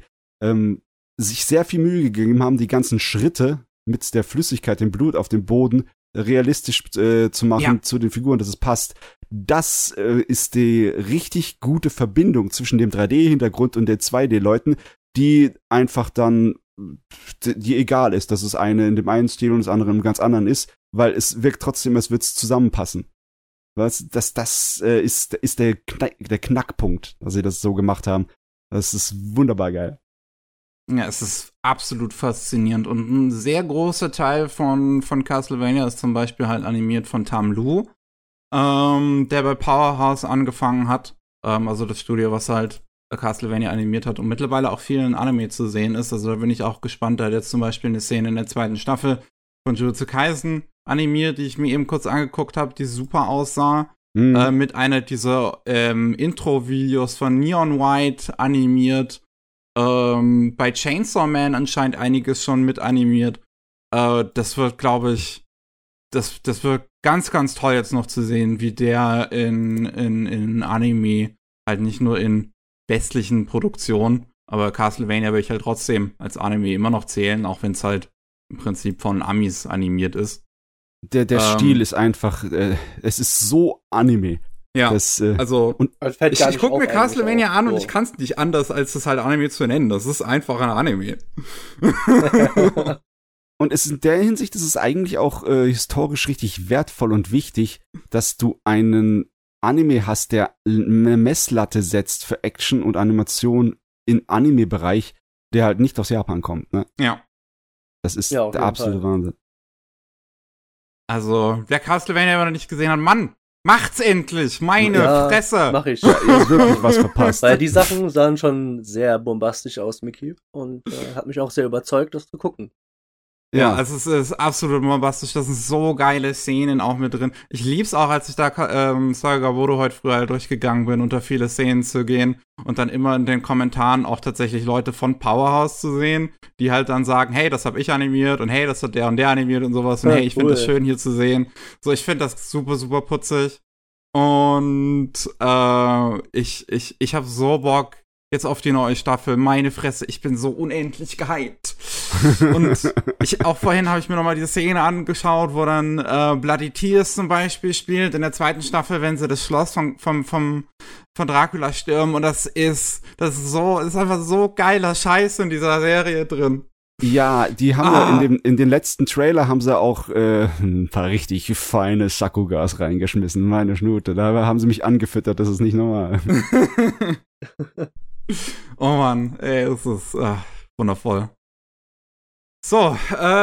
sich sehr viel Mühe gegeben haben, die ganzen Schritte mit der Flüssigkeit, dem Blut auf dem Boden realistisch zu machen zu den Figuren, dass es passt. Das ist die richtig gute Verbindung zwischen dem 3D-Hintergrund und den 2D-Leuten, die einfach dann die egal ist, dass es eine in dem einen Stil und das andere im ganz anderen ist, weil es wirkt trotzdem, als würde es zusammenpassen. Das ist der Knackpunkt, dass sie das so gemacht haben. Das ist wunderbar geil. Ja, es ist absolut faszinierend und ein sehr großer Teil von Castlevania ist zum Beispiel halt animiert von Tam Lu, der bei Powerhouse angefangen hat, also das Studio, was halt Castlevania animiert hat und mittlerweile auch viel in Anime zu sehen ist. Also da bin ich auch gespannt. Da hat jetzt zum Beispiel eine Szene in der 2. Staffel von Jujutsu Kaisen animiert, die ich mir eben kurz angeguckt habe, die super aussah. Mit einer dieser Intro-Videos von Neon White animiert. Bei Chainsaw Man anscheinend einiges schon mit animiert. Das wird, glaube ich, das wird ganz, ganz toll jetzt noch zu sehen, wie der in Anime, halt nicht nur in westlichen Produktionen, aber Castlevania würde ich halt trotzdem als Anime immer noch zählen, auch wenn es halt im Prinzip von Amis animiert ist. Der Stil ist einfach, es ist so Anime. Ja, also ich gucke mir Castlevania an und ich kann es nicht anders, als es halt Anime zu nennen. Das ist einfach ein Anime. Und in der Hinsicht ist es eigentlich auch historisch richtig wertvoll und wichtig, dass du einen Anime hast, der eine Messlatte setzt für Action und Animation im Anime-Bereich, der halt nicht aus Japan kommt, ne? Ja. Das ist der absolute Wahnsinn. Also, wer Castlevania immer noch nicht gesehen hat, Mann, macht's endlich! Meine Fresse! Mach ich. Ja, ihr habt wirklich was verpasst. Weil die Sachen sahen schon sehr bombastisch aus, Mickey. Und hat mich auch sehr überzeugt, das zu gucken. Ja, also es ist absolut bombastisch. Das sind so geile Szenen auch mit drin. Ich lieb's auch, als ich da Sakagaburo heute früh halt durchgegangen bin, unter viele Szenen zu gehen und dann immer in den Kommentaren auch tatsächlich Leute von Powerhouse zu sehen, die halt dann sagen, hey, das habe ich animiert und hey, das hat der und der animiert und sowas und hey, ich finde das schön hier zu sehen. So, ich finde das super, super putzig. Und ich habe so Bock, jetzt auf die neue Staffel. Meine Fresse, ich bin so unendlich gehypt. Und auch vorhin habe ich mir nochmal die Szene angeschaut, wo dann Bloody Tears zum Beispiel spielt in der 2. Staffel, wenn sie das Schloss von Dracula stürmen. Und das ist einfach so geiler Scheiß in dieser Serie drin. Ja, die haben ja in den letzten Trailer haben sie auch ein paar richtig feine Sakugas reingeschmissen, meine Schnute. Da haben sie mich angefüttert, das ist nicht normal. Oh Mann, ey, es ist wundervoll. So,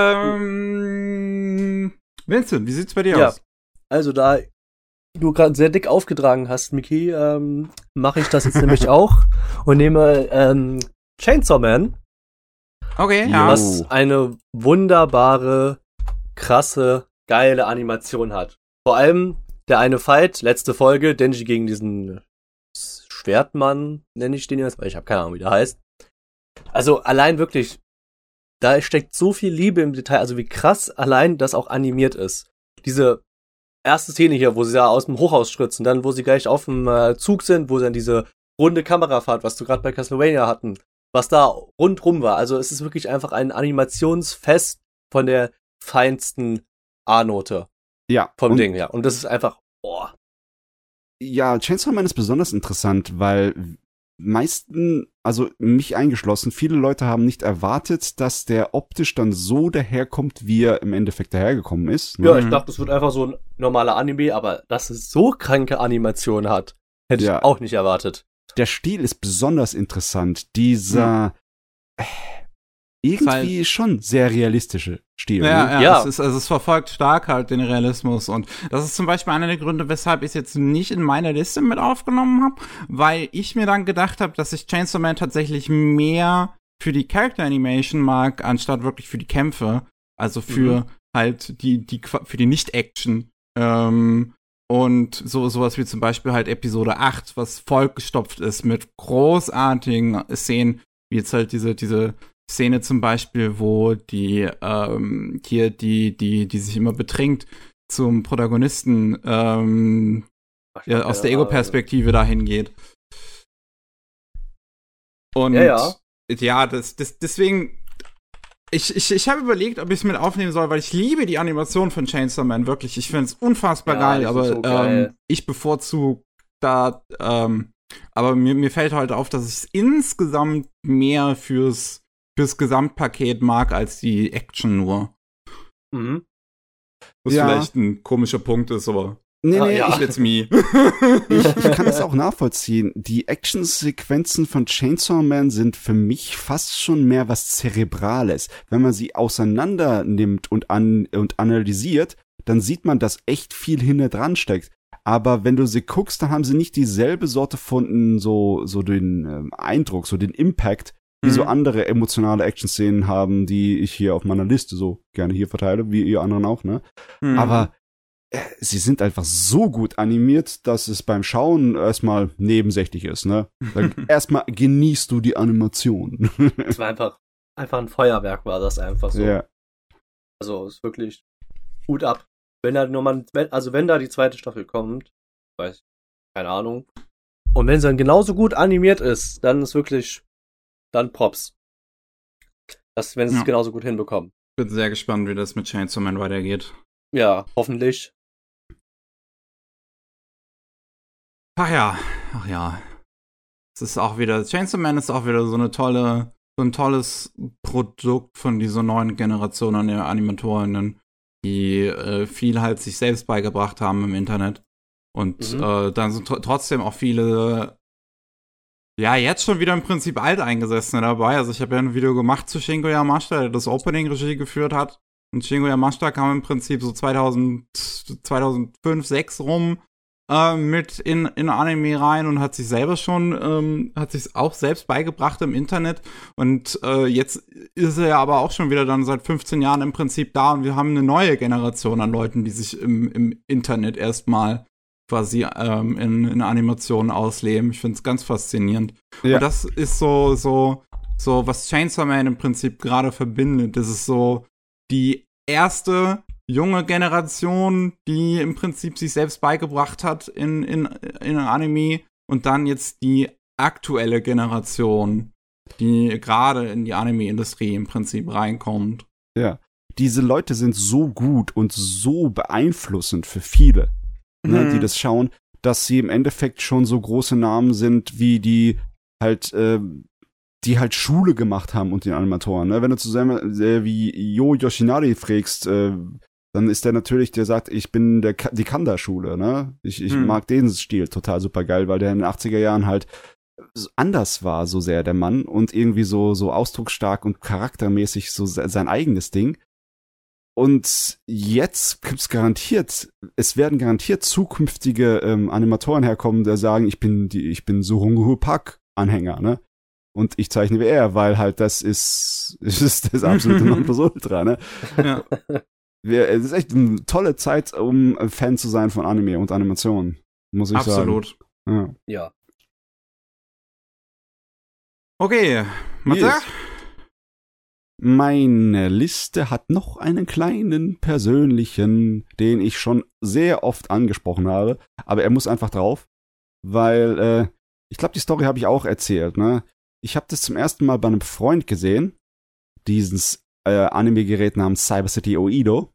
Vincent, wie sieht's bei dir aus? Also da du gerade sehr dick aufgetragen hast, Miki, mache ich das jetzt nämlich auch und nehme Chainsaw Man. Okay, ja. Was eine wunderbare, krasse, geile Animation hat. Vor allem der eine Fight, letzte Folge, Denji gegen diesen Schwertmann, nenne ich den jetzt, weil ich habe keine Ahnung, wie der heißt. Also allein wirklich, da steckt so viel Liebe im Detail, also wie krass allein das auch animiert ist. Diese erste Szene hier, wo sie da aus dem Hochhaus stürzen, dann wo sie gleich auf dem Zug sind, wo sie dann diese runde Kamerafahrt, was du gerade bei Castlevania hatten, was da rundrum war. Also es ist wirklich einfach ein Animationsfest von der feinsten A-Note. Ja. Vom Ding her. Und das ist einfach, boah. Ja, Chainsaw Man ist besonders interessant, weil meisten, also mich eingeschlossen, viele Leute haben nicht erwartet, dass der optisch dann so daherkommt, wie er im Endeffekt dahergekommen ist. Ne? Ja, ich dachte, das wird einfach so ein normaler Anime, aber dass es so kranke Animation hat, hätte ich auch nicht erwartet. Der Stil ist besonders interessant. Dieser irgendwie schon sehr realistische Stil. Ja. Es verfolgt stark halt den Realismus. Und das ist zum Beispiel einer der Gründe, weshalb ich es jetzt nicht in meine Liste mit aufgenommen habe, weil ich mir dann gedacht habe, dass ich Chainsaw Man tatsächlich mehr für die Character Animation mag, anstatt wirklich für die Kämpfe. Also für halt für die Nicht-Action. Und sowas wie zum Beispiel halt Episode 8, was vollgestopft ist mit großartigen Szenen, wie jetzt halt diese Szene zum Beispiel, wo die sich immer betrinkt zum Protagonisten aus der Ego-Perspektive dahin geht. Und deswegen ich habe überlegt, ob ich es mit aufnehmen soll, weil ich liebe die Animation von Chainsaw Man, wirklich. Ich finde es unfassbar geil, aber so geil. Ich bevorzuge da, aber mir fällt halt auf, dass ich es insgesamt mehr fürs Gesamtpaket mag als die Action nur. Was vielleicht ein komischer Punkt ist, aber it's me. Ich kann das auch nachvollziehen. Die Actionsequenzen von Chainsaw Man sind für mich fast schon mehr was Zerebrales. Wenn man sie auseinander nimmt und analysiert, dann sieht man, dass echt viel hinter dran steckt. Aber wenn du sie guckst, dann haben sie nicht dieselbe Sorte von so den Eindruck, so den Impact, wie so andere emotionale Action-Szenen haben, die ich hier auf meiner Liste so gerne hier verteile, wie ihr anderen auch, ne? Aber sie sind einfach so gut animiert, dass es beim Schauen erstmal nebensächlich ist, ne? Erstmal genießt du die Animation. Es war einfach ein Feuerwerk, war das einfach so. Ja. Also, ist wirklich Hut ab. Wenn da die zweite Staffel kommt, weiß ich, keine Ahnung. Und wenn sie dann genauso gut animiert ist, dann ist wirklich, dann Props. Wenn sie es genauso gut hinbekommen. Ich bin sehr gespannt, wie das mit Chainsaw Man weitergeht. Ja, hoffentlich. Ach ja. Es ist auch wieder, Chainsaw Man ist auch wieder so ein tolles Produkt von dieser neuen Generation an Animatorinnen, die viel halt sich selbst beigebracht haben im Internet. Und dann sind trotzdem auch viele, jetzt schon wieder im Prinzip Alteingesessene dabei. Also ich habe ja ein Video gemacht zu Shingo Yamashita, der das Opening-Regie geführt hat. Und Shingo Yamashita kam im Prinzip so 2005, 2006 rum mit in Anime rein und hat sich auch selbst beigebracht im Internet. Und jetzt ist er ja aber auch schon wieder dann seit 15 Jahren im Prinzip da und wir haben eine neue Generation an Leuten, die sich im Internet erstmal quasi in Animationen ausleben. Ich finde es ganz faszinierend. Ja. Und das ist so, was Chainsaw Man im Prinzip gerade verbindet. Das ist so die erste junge Generation, die im Prinzip sich selbst beigebracht hat in Anime und dann jetzt die aktuelle Generation, die gerade in die Anime-Industrie im Prinzip reinkommt. Ja. Diese Leute sind so gut und so beeinflussend für viele, ne, die das schauen, dass sie im Endeffekt schon so große Namen sind, wie die halt Schule gemacht haben und den Animatoren. Ne? Wenn du zusammen wie Yo Yoshinari fragst, dann ist der natürlich, der sagt, ich bin die Kanda-Schule. Ne? Ich mag den Stil total super geil, weil der in den 80er Jahren halt anders war, so sehr der Mann und irgendwie so ausdrucksstark und charaktermäßig so sein eigenes Ding. Und jetzt es werden garantiert zukünftige Animatoren herkommen, die sagen, ich bin Suhungu Park Anhänger, ne? Und ich zeichne wie er, weil halt das ist das absolute Nonplusultra, ne? Ja. Es ist echt eine tolle Zeit, um Fan zu sein von Anime und Animation, muss ich Absolut. sagen. Ja. Okay, Matze? Yes. Meine Liste hat noch einen kleinen persönlichen, den ich schon sehr oft angesprochen habe, aber er muss einfach drauf, weil ich glaube, die Story habe ich auch erzählt, ne? Ich habe das zum ersten Mal bei einem Freund gesehen, dieses Anime-Gerät namens Cyber City Oido.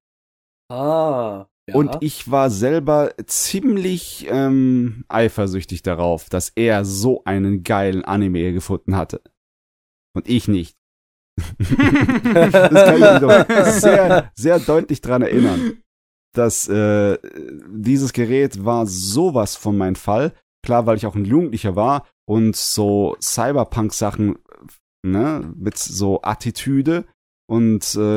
Ja. Und ich war selber ziemlich eifersüchtig darauf, dass er so einen geilen Anime gefunden hatte. Und ich nicht. Das kann ich mich doch sehr, sehr deutlich dran erinnern, dass dieses Gerät war sowas von mein Fall. Klar, weil ich auch ein Jugendlicher war und so Cyberpunk-Sachen, ne, mit so Attitüde und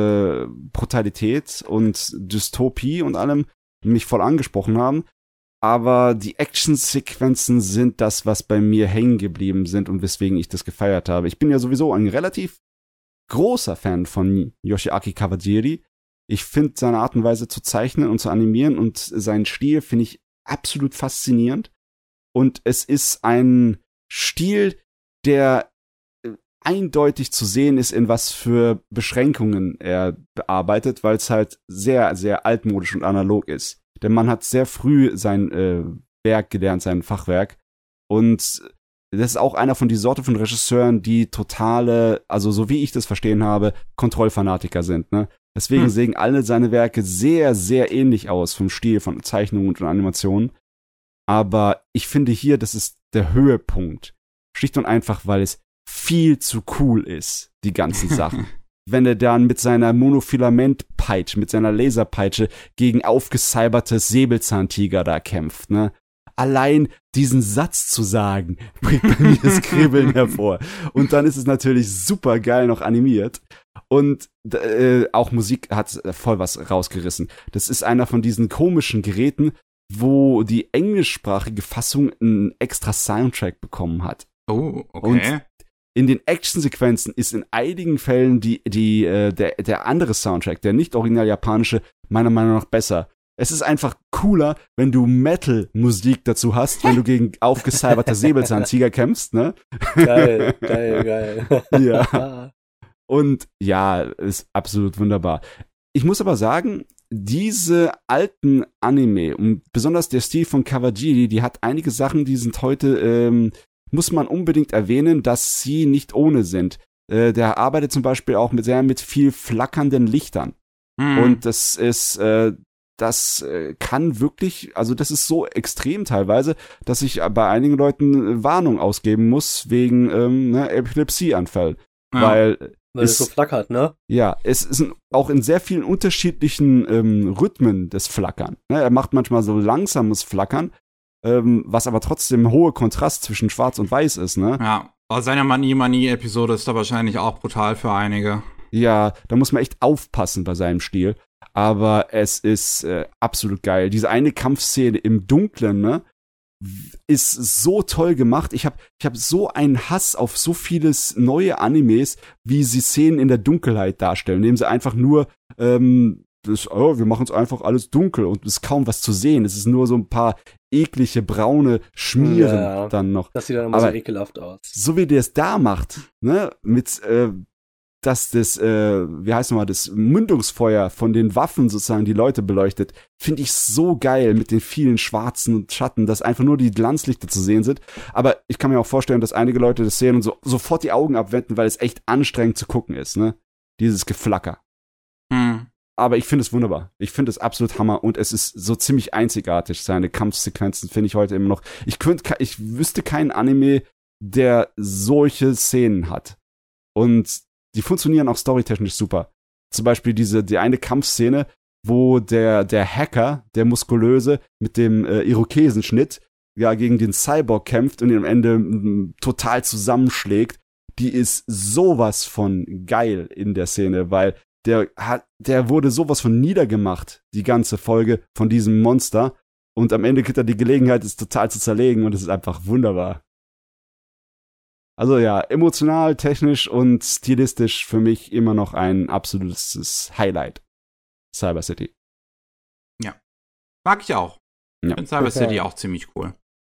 Brutalität und Dystopie und allem mich voll angesprochen haben. Aber die Action-Sequenzen sind das, was bei mir hängen geblieben sind und weswegen ich das gefeiert habe. Ich bin ja sowieso ein relativ großer Fan von Yoshiaki Kawajiri. Ich finde seine Art und Weise zu zeichnen und zu animieren und seinen Stil finde ich absolut faszinierend. Und es ist ein Stil, der eindeutig zu sehen ist, in was für Beschränkungen er bearbeitet, weil es halt sehr, sehr altmodisch und analog ist. Der Mann hat sehr früh sein Werk gelernt, sein Fachwerk. Und das ist auch einer von die Sorte von Regisseuren, die totale, also so wie ich das verstehen habe, Kontrollfanatiker sind, ne? Deswegen sehen alle seine Werke sehr, sehr ähnlich aus vom Stil von Zeichnungen und Animationen. Aber ich finde hier, das ist der Höhepunkt. Schlicht und einfach, weil es viel zu cool ist, die ganzen Sachen. Wenn er dann mit seiner Monofilamentpeitsche, mit seiner Laserpeitsche gegen aufgecybertes Säbelzahntiger da kämpft, ne? Allein diesen Satz zu sagen, bringt bei mir das Kribbeln hervor. Und dann ist es natürlich super geil noch animiert. Und auch Musik hat voll was rausgerissen. Das ist einer von diesen komischen Geräten, wo die englischsprachige Fassung einen extra Soundtrack bekommen hat. Oh, okay. Und in den Actionsequenzen ist in einigen Fällen der andere Soundtrack, der nicht original japanische, meiner Meinung nach besser. Es ist einfach cooler, wenn du Metal-Musik dazu hast, wenn du gegen aufgecyberte Säbelzahntiger kämpfst, ne? Geil, geil, geil. Ja. Und ja, ist absolut wunderbar. Ich muss aber sagen, diese alten Anime und besonders der Stil von Kawajiri, die hat einige Sachen, die sind heute, muss man unbedingt erwähnen, dass sie nicht ohne sind. Der arbeitet zum Beispiel auch mit viel flackernden Lichtern. Und das ist, das kann wirklich, also das ist so extrem teilweise, dass ich bei einigen Leuten Warnung ausgeben muss wegen Epilepsieanfall. Ja. Weil es so flackert, ne? Ja, es sind auch in sehr vielen unterschiedlichen Rhythmen das Flackern. Ne? Er macht manchmal so langsames Flackern, was aber trotzdem hohe Kontrast zwischen Schwarz und Weiß ist, ne? Ja, aber seine Mani-Mani-Episode ist da wahrscheinlich auch brutal für einige. Ja, da muss man echt aufpassen bei seinem Stil. Aber es ist absolut geil. Diese eine Kampfszene im Dunkeln, ne, ist so toll gemacht. Ich hab so einen Hass auf so vieles neue Animes, wie sie Szenen in der Dunkelheit darstellen, indem sie einfach nur wir machen es einfach alles dunkel und es ist kaum was zu sehen. Es ist nur so ein paar eklige braune Schmieren dann noch. Das sieht dann immer so ekelhaft aus. So wie der es da macht, ne, mit dass das, wie heißt nochmal, das Mündungsfeuer von den Waffen sozusagen die Leute beleuchtet, finde ich so geil mit den vielen schwarzen Schatten, dass einfach nur die Glanzlichter zu sehen sind. Aber ich kann mir auch vorstellen, dass einige Leute das sehen und so sofort die Augen abwenden, weil es echt anstrengend zu gucken ist, ne? Dieses Geflacker. Aber ich finde es wunderbar. Ich finde es absolut Hammer und es ist so ziemlich einzigartig. Seine Kampfsequenzen finde ich heute immer noch. Ich wüsste keinen Anime, der solche Szenen hat. Und die funktionieren auch storytechnisch super. Zum Beispiel die eine Kampfszene, wo der Hacker, der Muskulöse, mit dem Irokesenschnitt ja gegen den Cyborg kämpft und ihn am Ende total zusammenschlägt. Die ist sowas von geil in der Szene, weil der wurde sowas von niedergemacht, die ganze Folge von diesem Monster. Und am Ende kriegt er die Gelegenheit, es total zu zerlegen und es ist einfach wunderbar. Also ja, emotional, technisch und stilistisch für mich immer noch ein absolutes Highlight. Cyber City. Ja. Mag ich auch. Ja. Ich finde Cyber City auch ziemlich cool.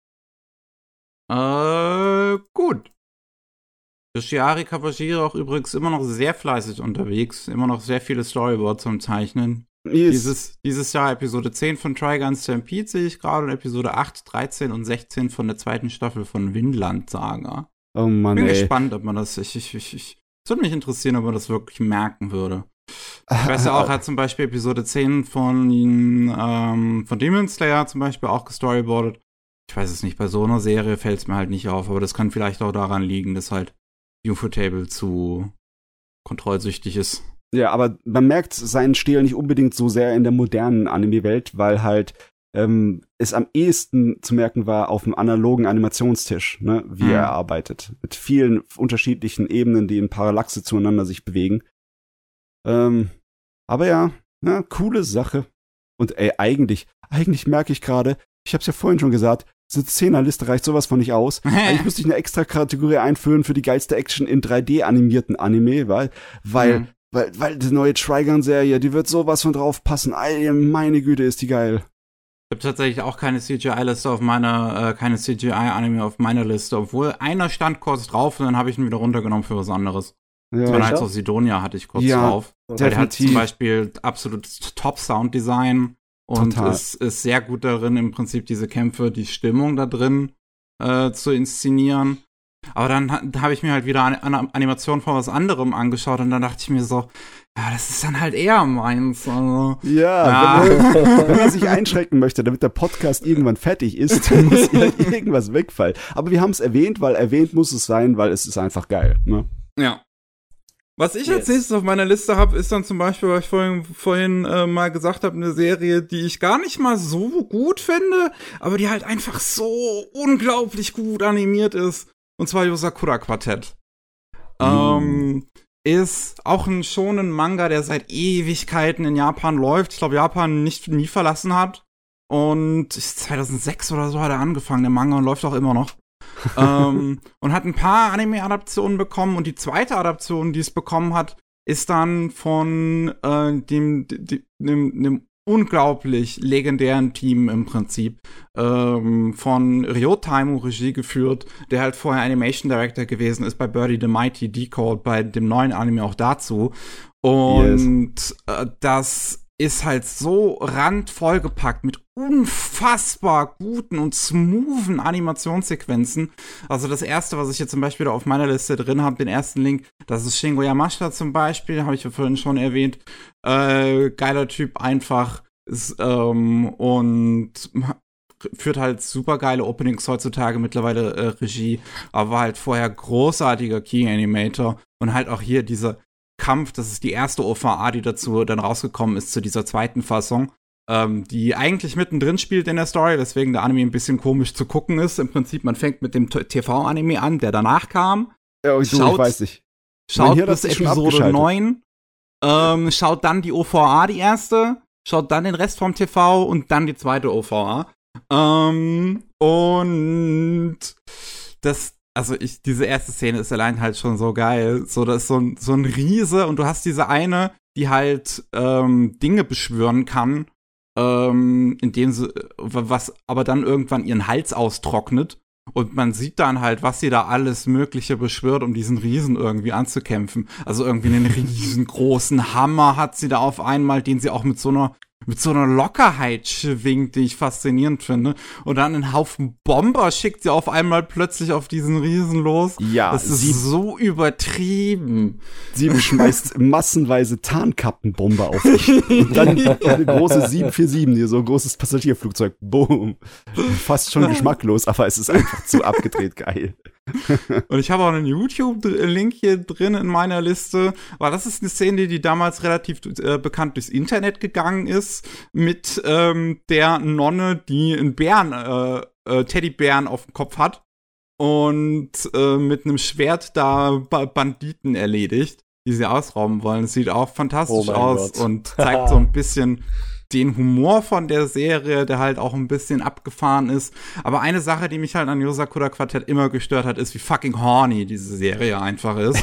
Gut. Yoshiari Kawashiro auch übrigens immer noch sehr fleißig unterwegs. Immer noch sehr viele Storyboards zum Zeichnen. Yes. Dieses Jahr Episode 10 von Trigun Stampede sehe ich gerade und Episode 8, 13 und 16 von der zweiten Staffel von Vinland Saga. Oh Mann, Ich bin gespannt, ob man das. Es würde mich interessieren, ob man das wirklich merken würde. Ich weiß ja auch, hat zum Beispiel Episode 10 von Demon Slayer zum Beispiel auch gestoryboardet. Ich weiß es nicht, bei so einer Serie fällt es mir halt nicht auf, aber das kann vielleicht auch daran liegen, dass halt Ufotable zu kontrollsüchtig ist. Ja, aber man merkt seinen Stil nicht unbedingt so sehr in der modernen Anime-Welt, weil halt es am ehesten zu merken war auf dem analogen Animationstisch, ne, wie er arbeitet. Mit vielen unterschiedlichen Ebenen, die in Parallaxe zueinander sich bewegen. Aber ja, coole Sache. Und eigentlich merke ich gerade, ich hab's ja vorhin schon gesagt, diese 10er-Liste reicht sowas von nicht aus. Eigentlich müsste ich eine extra Kategorie einführen für die geilste Action in 3D animierten Anime, weil die neue Trigun-Serie, die wird sowas von drauf passen. Meine Güte, ist die geil. Ich habe tatsächlich auch keine CGI-Liste auf meiner, keine CGI-Anime auf meiner Liste, obwohl einer stand kurz drauf und dann habe ich ihn wieder runtergenommen für was anderes. Ja, Twilight of Sidonia hatte ich kurz drauf. Weil der hat zum Beispiel absolutes Top-Sound-Design und ist sehr gut darin, im Prinzip diese Kämpfe, die Stimmung da drin zu inszenieren. Aber dann habe ich mir halt wieder eine Animation von was anderem angeschaut und dann dachte ich mir so, ja, das ist dann halt eher meins. Also, wenn man sich einschränken möchte, damit der Podcast irgendwann fertig ist, dann muss halt irgendwas wegfallen. Aber wir haben es erwähnt, weil erwähnt muss es sein, weil es ist einfach geil. Ne? Ja. Was ich als nächstes auf meiner Liste habe, ist dann zum Beispiel, was ich vorhin mal gesagt habe, eine Serie, die ich gar nicht mal so gut finde, aber die halt einfach so unglaublich gut animiert ist. Und zwar Yosakura Quartett. Ist auch ein shonen Manga, der seit Ewigkeiten in Japan läuft. Ich glaube, Japan nie verlassen hat. Und 2006 oder so hat er angefangen, der Manga, und läuft auch immer noch. Und hat ein paar Anime-Adaptionen bekommen. Und die zweite Adaption, die es bekommen hat, ist dann von dem unglaublich legendären Team im Prinzip von Ryo Taimu Regie geführt, der halt vorher Animation Director gewesen ist bei Birdie the Mighty Decode, bei dem neuen Anime auch dazu. Und das ist halt so randvoll gepackt mit unfassbar guten und smoothen Animationssequenzen. Also das erste, was ich jetzt zum Beispiel da auf meiner Liste drin habe, den ersten Link, das ist Shingo Yamashita zum Beispiel, habe ich ja vorhin schon erwähnt. Geiler Typ einfach und führt halt super geile Openings heutzutage mittlerweile Regie, aber war halt vorher großartiger Key-Animator und halt auch hier dieser Kampf, das ist die erste OVA, die dazu dann rausgekommen ist zu dieser zweiten Fassung, die eigentlich mittendrin spielt in der Story, weswegen der Anime ein bisschen komisch zu gucken ist. Im Prinzip, man fängt mit dem TV-Anime an, der danach kam. Ja, ich weiß nicht. Schaut bis Episode 9, schaut dann die OVA, die erste, schaut dann den Rest vom TV und dann die zweite OVA. Und diese erste Szene ist allein halt schon so geil. So, das ist so ein Riese und du hast diese eine, die halt Dinge beschwören kann, indem sie, was aber dann irgendwann ihren Hals austrocknet Und man sieht dann halt, was sie da alles Mögliche beschwört, um diesen Riesen irgendwie anzukämpfen. Also irgendwie einen riesengroßen Hammer hat sie da auf einmal, den sie auch mit so einer Lockerheit schwingt, die ich faszinierend finde. Und dann einen Haufen Bomber schickt sie auf einmal plötzlich auf diesen Riesen los. Ja, das ist so übertrieben. Sie schmeißt massenweise Tarnkappenbomber auf dich. Und dann eine große 747, hier so ein großes Passagierflugzeug. Boom. Fast schon geschmacklos, aber es ist einfach zu abgedreht geil. Und ich habe auch einen YouTube-Link hier drin in meiner Liste, weil das ist eine Szene, die damals relativ bekannt durchs Internet gegangen ist, mit der Nonne, die einen Teddybären auf dem Kopf hat und mit einem Schwert da Banditen erledigt, die sie ausrauben wollen. Es sieht auch fantastisch aus und zeigt so ein bisschen den Humor von der Serie, der halt auch ein bisschen abgefahren ist. Aber eine Sache, die mich halt an Yosakura Quartett immer gestört hat, ist, wie fucking horny diese Serie einfach ist.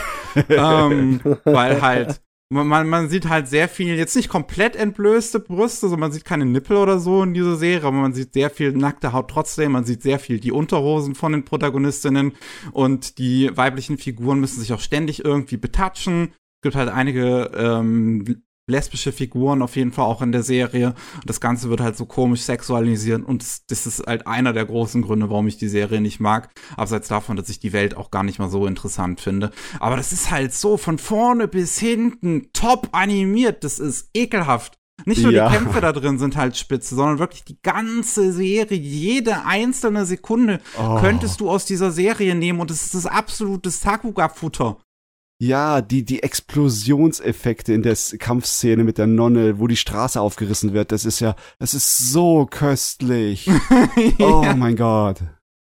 Weil halt man sieht halt sehr viel, jetzt nicht komplett entblößte Brüste, also man sieht keine Nippel oder so in dieser Serie, aber man sieht sehr viel nackte Haut trotzdem, man sieht sehr viel die Unterhosen von den Protagonistinnen und die weiblichen Figuren müssen sich auch ständig irgendwie betatschen. Es gibt halt einige lesbische Figuren auf jeden Fall auch in der Serie. Und das Ganze wird halt so komisch sexualisiert und das ist halt einer der großen Gründe, warum ich die Serie nicht mag. Abseits davon, dass ich die Welt auch gar nicht mal so interessant finde. Aber das ist halt so von vorne bis hinten top animiert. Das ist ekelhaft. Nicht nur die Kämpfe da drin sind halt spitze, sondern wirklich die ganze Serie, jede einzelne Sekunde könntest du aus dieser Serie nehmen und es ist das absolute Sakuga-Futter. Ja, die Explosionseffekte in der Kampfszene mit der Nonne, wo die Straße aufgerissen wird, das ist so köstlich. Oh mein Gott.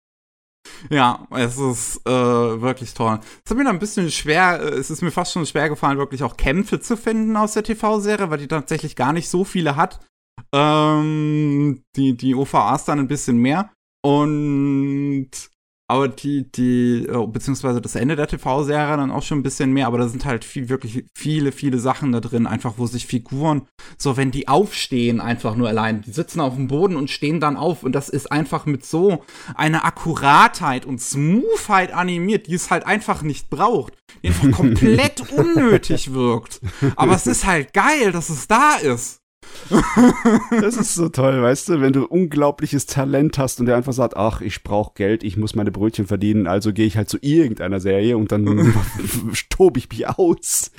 Ja, es ist wirklich toll. Es hat mir dann ein bisschen schwer, es ist mir fast schon schwer gefallen, wirklich auch Kämpfe zu finden aus der TV-Serie, weil die tatsächlich gar nicht so viele hat. Die OVAs dann ein bisschen mehr. Aber beziehungsweise das Ende der TV-Serie dann auch schon ein bisschen mehr, aber da sind halt wirklich viele, viele Sachen da drin, einfach wo sich Figuren, so wenn die aufstehen, einfach nur allein, die sitzen auf dem Boden und stehen dann auf und das ist einfach mit so einer Akkuratheit und Smoothheit animiert, die es halt einfach nicht braucht, die einfach komplett unnötig wirkt. Aber es ist halt geil, dass es da ist. Das ist so toll, weißt du, wenn du unglaubliches Talent hast und der einfach sagt, ach, ich brauche Geld, ich muss meine Brötchen verdienen, also gehe ich halt zu irgendeiner Serie und dann tobe ich mich aus.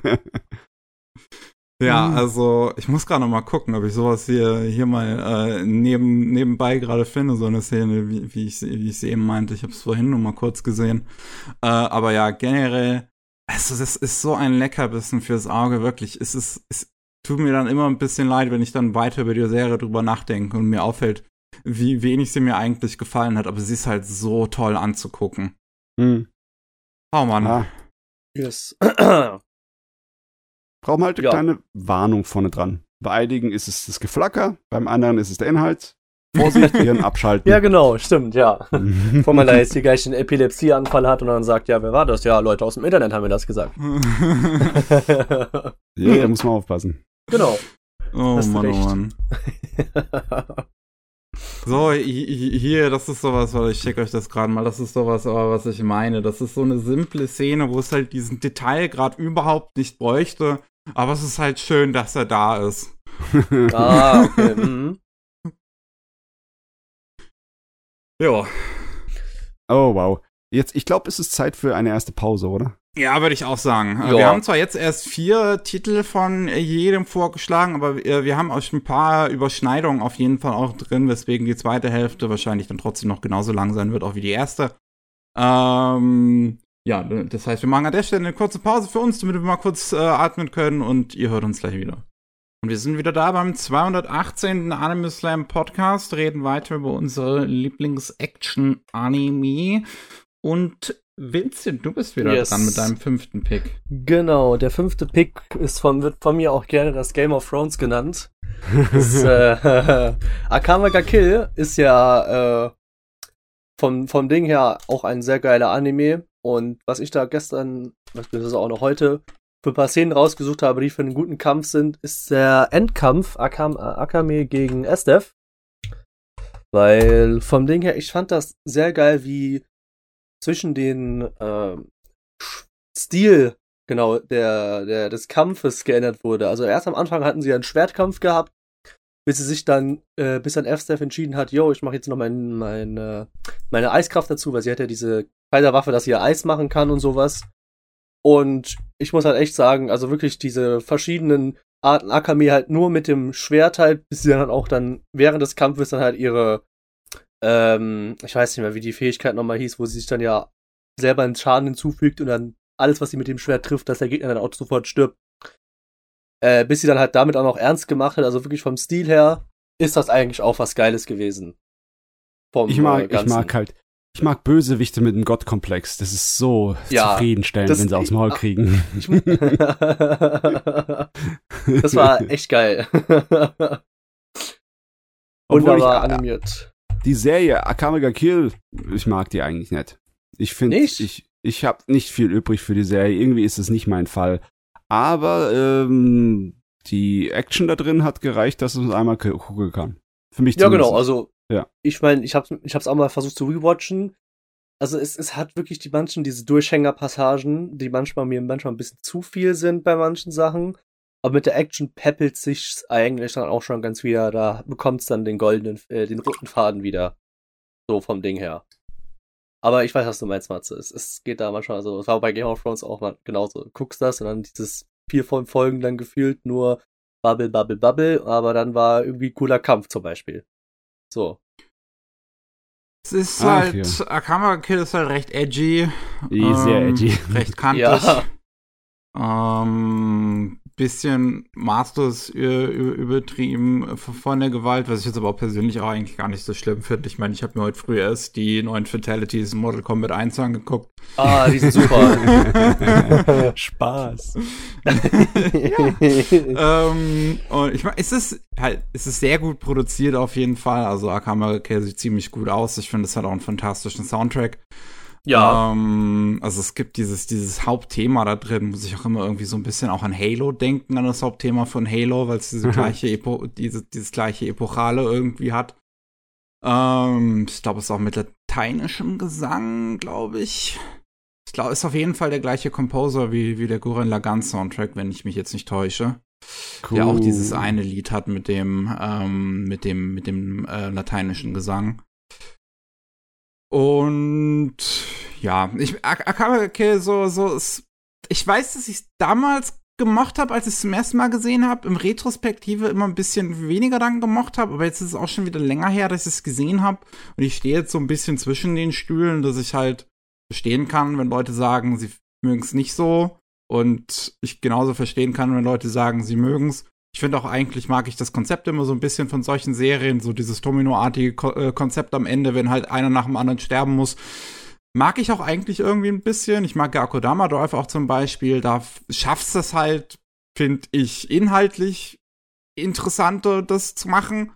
Ja, also ich muss gerade noch mal gucken, ob ich sowas hier mal nebenbei gerade finde, so eine Szene, wie ich sie eben meinte. Ich habe es vorhin noch mal kurz gesehen. Aber ja, generell, also das ist so ein Leckerbissen fürs Auge, wirklich. Es tut mir dann immer ein bisschen leid, wenn ich dann weiter über die Serie drüber nachdenke und mir auffällt, wie wenig sie mir eigentlich gefallen hat. Aber sie ist halt so toll anzugucken. Oh Mann. Ah. Yes. Brauchen halt eine kleine Warnung vorne dran. Bei einigen ist es das Geflacker, beim anderen ist es der Inhalt. Vorsicht, Hirn abschalten. Ja, genau, stimmt, ja. Bevor man da jetzt hier gleich einen Epilepsieanfall hat und dann sagt, ja, wer war das? Ja, Leute aus dem Internet haben mir das gesagt. Ja, da muss man aufpassen. Genau. Oh Mann, oh Mann. So, hier, das ist sowas, weil ich schicke euch das gerade mal, das ist sowas, aber was ich meine. Das ist so eine simple Szene, wo es halt diesen Detailgrad überhaupt nicht bräuchte, aber es ist halt schön, dass er da ist. Ah, okay. Mhm. Ja. Oh, wow. Jetzt, ich glaube, es ist Zeit für eine erste Pause, oder? Ja, würde ich auch sagen. Ja. Wir haben zwar jetzt erst 4 Titel von jedem vorgeschlagen, aber wir haben auch schon ein paar Überschneidungen auf jeden Fall auch drin, weswegen die zweite Hälfte wahrscheinlich dann trotzdem noch genauso lang sein wird, auch wie die erste. Ja, das heißt, wir machen an der Stelle eine kurze Pause für uns, damit wir mal kurz atmen können und ihr hört uns gleich wieder. Und wir sind wieder da beim 218. Anime Slam Podcast, reden weiter über unsere Lieblings-Action-Anime und Vincent, du bist wieder dran mit deinem 5. Pick. Genau, der 5. Pick wird von mir auch gerne das Game of Thrones genannt. Akame ga Kill ist ja vom Ding her auch ein sehr geiler Anime. Und was ich da gestern, beziehungsweise auch noch heute, für ein paar Szenen rausgesucht habe, die für einen guten Kampf sind, ist der Endkampf Akame gegen Estef. Weil vom Ding her, ich fand das sehr geil, wie zwischen den Stil, genau, des Kampfes geändert wurde. Also erst am Anfang hatten sie einen Schwertkampf gehabt, bis dann F-Staff entschieden hat, yo, ich mache jetzt noch meine Eiskraft dazu, weil sie hat ja diese Kaiserwaffe, dass sie ja Eis machen kann und sowas. Und ich muss halt echt sagen, also wirklich diese verschiedenen Arten Akame halt nur mit dem Schwert halt, bis sie dann auch dann während des Kampfes dann halt ihre, ich weiß nicht mehr, wie die Fähigkeit nochmal hieß, wo sie sich dann ja selber einen Schaden hinzufügt und dann alles, was sie mit dem Schwert trifft, dass der Gegner dann auch sofort stirbt. Bis sie dann halt damit auch noch ernst gemacht hat, also wirklich vom Stil her, ist das eigentlich auch was Geiles gewesen. Ich mag Bösewichte mit einem Gottkomplex. Das ist so zufriedenstellend, wenn sie aufs Maul kriegen. Das war echt geil. Wunderbar animiert. Die Serie Akame ga Kill, ich mag die eigentlich nicht. Ich finde, ich habe nicht viel übrig für die Serie. Irgendwie ist es nicht mein Fall. Aber die Action da drin hat gereicht, dass es einmal gucken kann. Für mich zumindest. Ja, genau. Also, ja. Ich meine, ich hab's auch mal versucht zu rewatchen. Also, es hat wirklich diese Durchhänger-Passagen, die mir manchmal ein bisschen zu viel sind bei manchen Sachen. Aber mit der Action peppelt sich's eigentlich dann auch schon ganz wieder. Da bekommt's dann den roten Faden wieder. So vom Ding her. Aber ich weiß, was du meinst, Matze. Es geht da manchmal so. Es war bei Game of Thrones auch mal genauso. Du guckst das und dann dieses 4 Folgen dann gefühlt nur Bubble, Bubble, Bubble. Aber dann war irgendwie cooler Kampf zum Beispiel. So. Es ist Akame ga Kill ist halt recht edgy. Sehr edgy. Recht kantig. Ja. Bisschen maßlos übertrieben von der Gewalt, was ich jetzt aber auch persönlich auch eigentlich gar nicht so schlimm finde. Ich meine, ich habe mir heute früh erst die neuen Fatalities in Mortal Kombat 1 angeguckt. Ah, die sind super. Spaß. Und ich meine, es ist sehr gut produziert auf jeden Fall. Also Akame ga Kill sieht ziemlich gut aus. Ich finde, es hat auch einen fantastischen Soundtrack. Ja. Also es gibt dieses Hauptthema da drin, muss ich auch immer irgendwie so ein bisschen auch an Halo denken, an das Hauptthema von Halo, weil es dieses gleiche Epochale irgendwie hat. Ich glaube, es ist auch mit lateinischem Gesang, glaube ich. Ich glaube, es ist auf jeden Fall der gleiche Composer wie der Gurren Lagann Soundtrack, wenn ich mich jetzt nicht täusche. Cool. Der auch dieses eine Lied hat mit dem lateinischen Gesang. Und ja, Akame ga Kill ich weiß, dass ich es damals gemocht habe, als ich es zum ersten Mal gesehen habe, im Retrospektive immer ein bisschen weniger dann gemocht habe, aber jetzt ist es auch schon wieder länger her, dass ich es gesehen habe und ich stehe jetzt so ein bisschen zwischen den Stühlen, dass ich halt verstehen kann, wenn Leute sagen, sie mögen es nicht so und ich genauso verstehen kann, wenn Leute sagen, sie mögen es. Ich finde auch eigentlich, mag ich das Konzept immer so ein bisschen von solchen Serien, so dieses Domino-artige Konzept am Ende, wenn halt einer nach dem anderen sterben muss. Mag ich auch eigentlich irgendwie ein bisschen. Ich mag ja Akodama Drive auch zum Beispiel. Da schaffst es halt, finde ich, inhaltlich interessanter, das zu machen.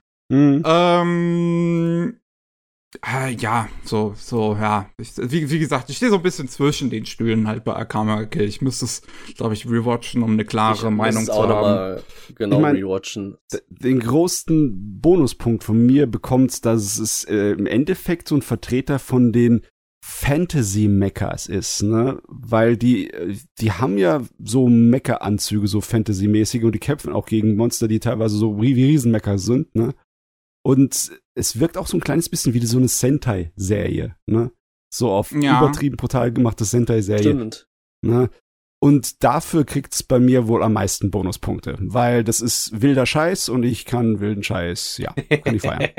Mhm. Ja, ja. Wie gesagt, ich stehe so ein bisschen zwischen den Stühlen halt bei Akame ga Kill. Ich müsste es, glaube ich, rewatchen, um eine klare Meinung zu haben. Rewatchen. Den größten Bonuspunkt von mir bekommt's, dass es im Endeffekt so ein Vertreter von den Fantasy-Mechas ist, ne? Weil die haben ja so Mecha-Anzüge, so Fantasy-mäßige, und die kämpfen auch gegen Monster, die teilweise so wie Riesenmecha sind, ne? Und es wirkt auch so ein kleines bisschen wie so eine Sentai-Serie, ne? So auf übertrieben brutal gemachte Sentai-Serie. Stimmt. Ne? Und dafür kriegt's bei mir wohl am meisten Bonuspunkte, weil das ist wilder Scheiß und ich kann wilden Scheiß, kann ich feiern.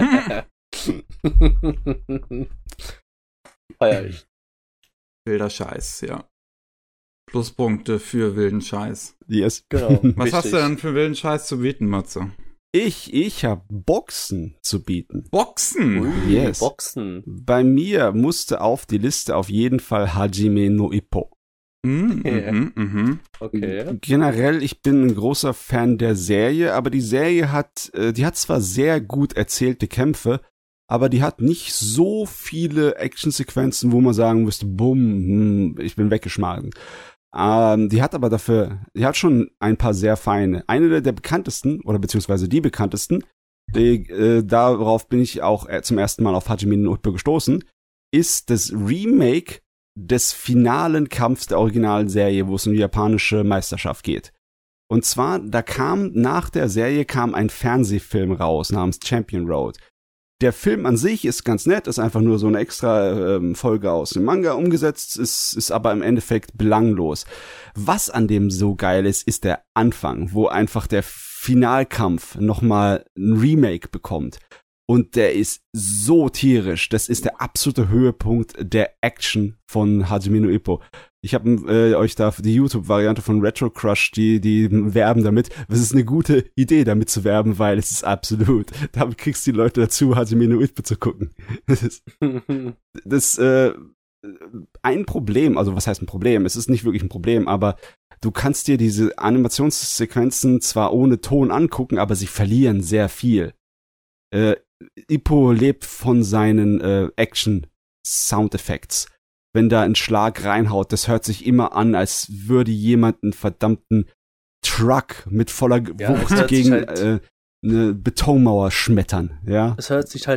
Feier ich. Wilder Scheiß, ja. Pluspunkte für wilden Scheiß. Yes. Genau. Was hast du denn für wilden Scheiß zu bieten, Matze? Ich hab Boxen zu bieten. Boxen? Yes. Boxen. Bei mir musste auf die Liste auf jeden Fall Hajime no Ippo. Okay. Generell, ich bin ein großer Fan der Serie, aber die Serie hat zwar sehr gut erzählte Kämpfe, aber die hat nicht so viele Actionsequenzen, wo man sagen müsste, bumm, ich bin weggeschlagen. Die hat schon ein paar sehr feine. Eine der bekanntesten, oder beziehungsweise die bekanntesten, darauf bin ich auch zum ersten Mal auf Hajime no Ippo gestoßen, ist das Remake des finalen Kampfs der originalen Serie, wo es um die japanische Meisterschaft geht. Und zwar, nach der Serie kam ein Fernsehfilm raus namens Champion Road. Der Film an sich ist ganz nett, ist einfach nur so eine extra Folge aus dem Manga umgesetzt, ist aber im Endeffekt belanglos. Was an dem so geil ist der Anfang, wo einfach der Finalkampf nochmal ein Remake bekommt. Und der ist so tierisch. Das ist der absolute Höhepunkt der Action von Hajime no Ippo. Ich habe euch da die YouTube-Variante von Retro Crush, die werben damit. Es ist eine gute Idee, damit zu werben, weil es ist absolut. Damit kriegst du die Leute dazu, Hajime no Ippo zu gucken. Das ein Problem, also was heißt ein Problem? Es ist nicht wirklich ein Problem, aber du kannst dir diese Animationssequenzen zwar ohne Ton angucken, aber sie verlieren sehr viel. Ippo lebt von seinen Action-Soundeffekts. Wenn da ein Schlag reinhaut, das hört sich immer an, als würde jemand einen verdammten Truck mit voller Wucht gegen eine Betonmauer schmettern, ja. Es hört sich halt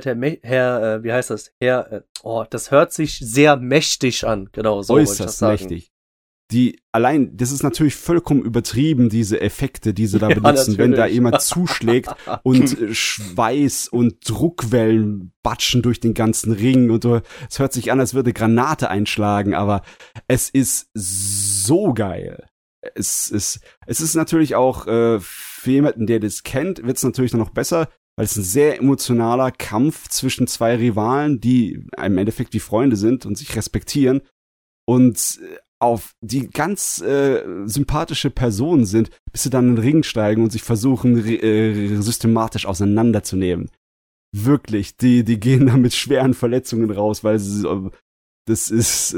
das hört sich sehr mächtig an, genau, so wollte ich das sagen. Äußerst mächtig. Das ist natürlich vollkommen übertrieben, diese Effekte, die sie da benutzen, natürlich. Wenn da jemand zuschlägt und Schweiß und Druckwellen batschen durch den ganzen Ring und es hört sich an, als würde Granate einschlagen, aber es ist so geil. Es ist natürlich auch, für jemanden, der das kennt, wird es natürlich dann noch besser, weil es ein sehr emotionaler Kampf zwischen zwei Rivalen, die im Endeffekt wie Freunde sind und sich respektieren und auf die ganz sympathische Personen sind, bis sie dann in den Ring steigen und sich versuchen, systematisch auseinanderzunehmen. Wirklich, die gehen da mit schweren Verletzungen raus, weil das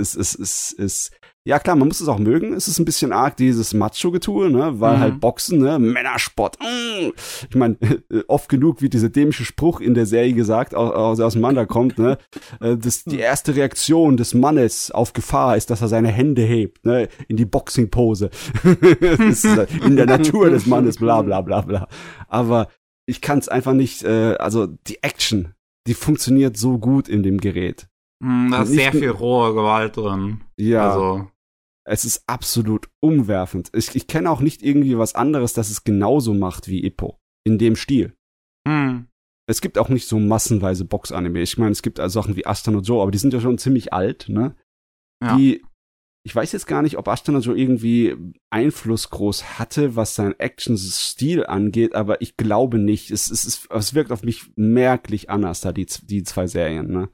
ist ja klar, man muss es auch mögen. Es ist ein bisschen arg dieses Macho-Getue, ne, weil halt Boxen, ne, Männersport. Ich meine, oft genug wird dieser dämliche Spruch in der Serie gesagt, aus dem Manga kommt, ne, die erste Reaktion des Mannes auf Gefahr ist, dass er seine Hände hebt, ne, in die Boxing-Pose. Das ist in der Natur des Mannes, bla bla bla bla. Aber ich kann es einfach nicht, also die Action, die funktioniert so gut in dem Gerät. Da ist sehr viel rohe Gewalt drin. Ja, also. Es ist absolut umwerfend. Ich kenne auch nicht irgendwie was anderes, das es genauso macht wie Ippo. In dem Stil. Es gibt auch nicht so massenweise Box-Anime. Ich meine, es gibt also Sachen wie Ashita no Joe, aber die sind ja schon ziemlich alt, ne? Ja. Ich weiß jetzt gar nicht, ob Ashita no Joe irgendwie Einfluss groß hatte, was seinen Action-Stil angeht, aber ich glaube nicht. Es wirkt auf mich merklich anders, da die zwei Serien, ne?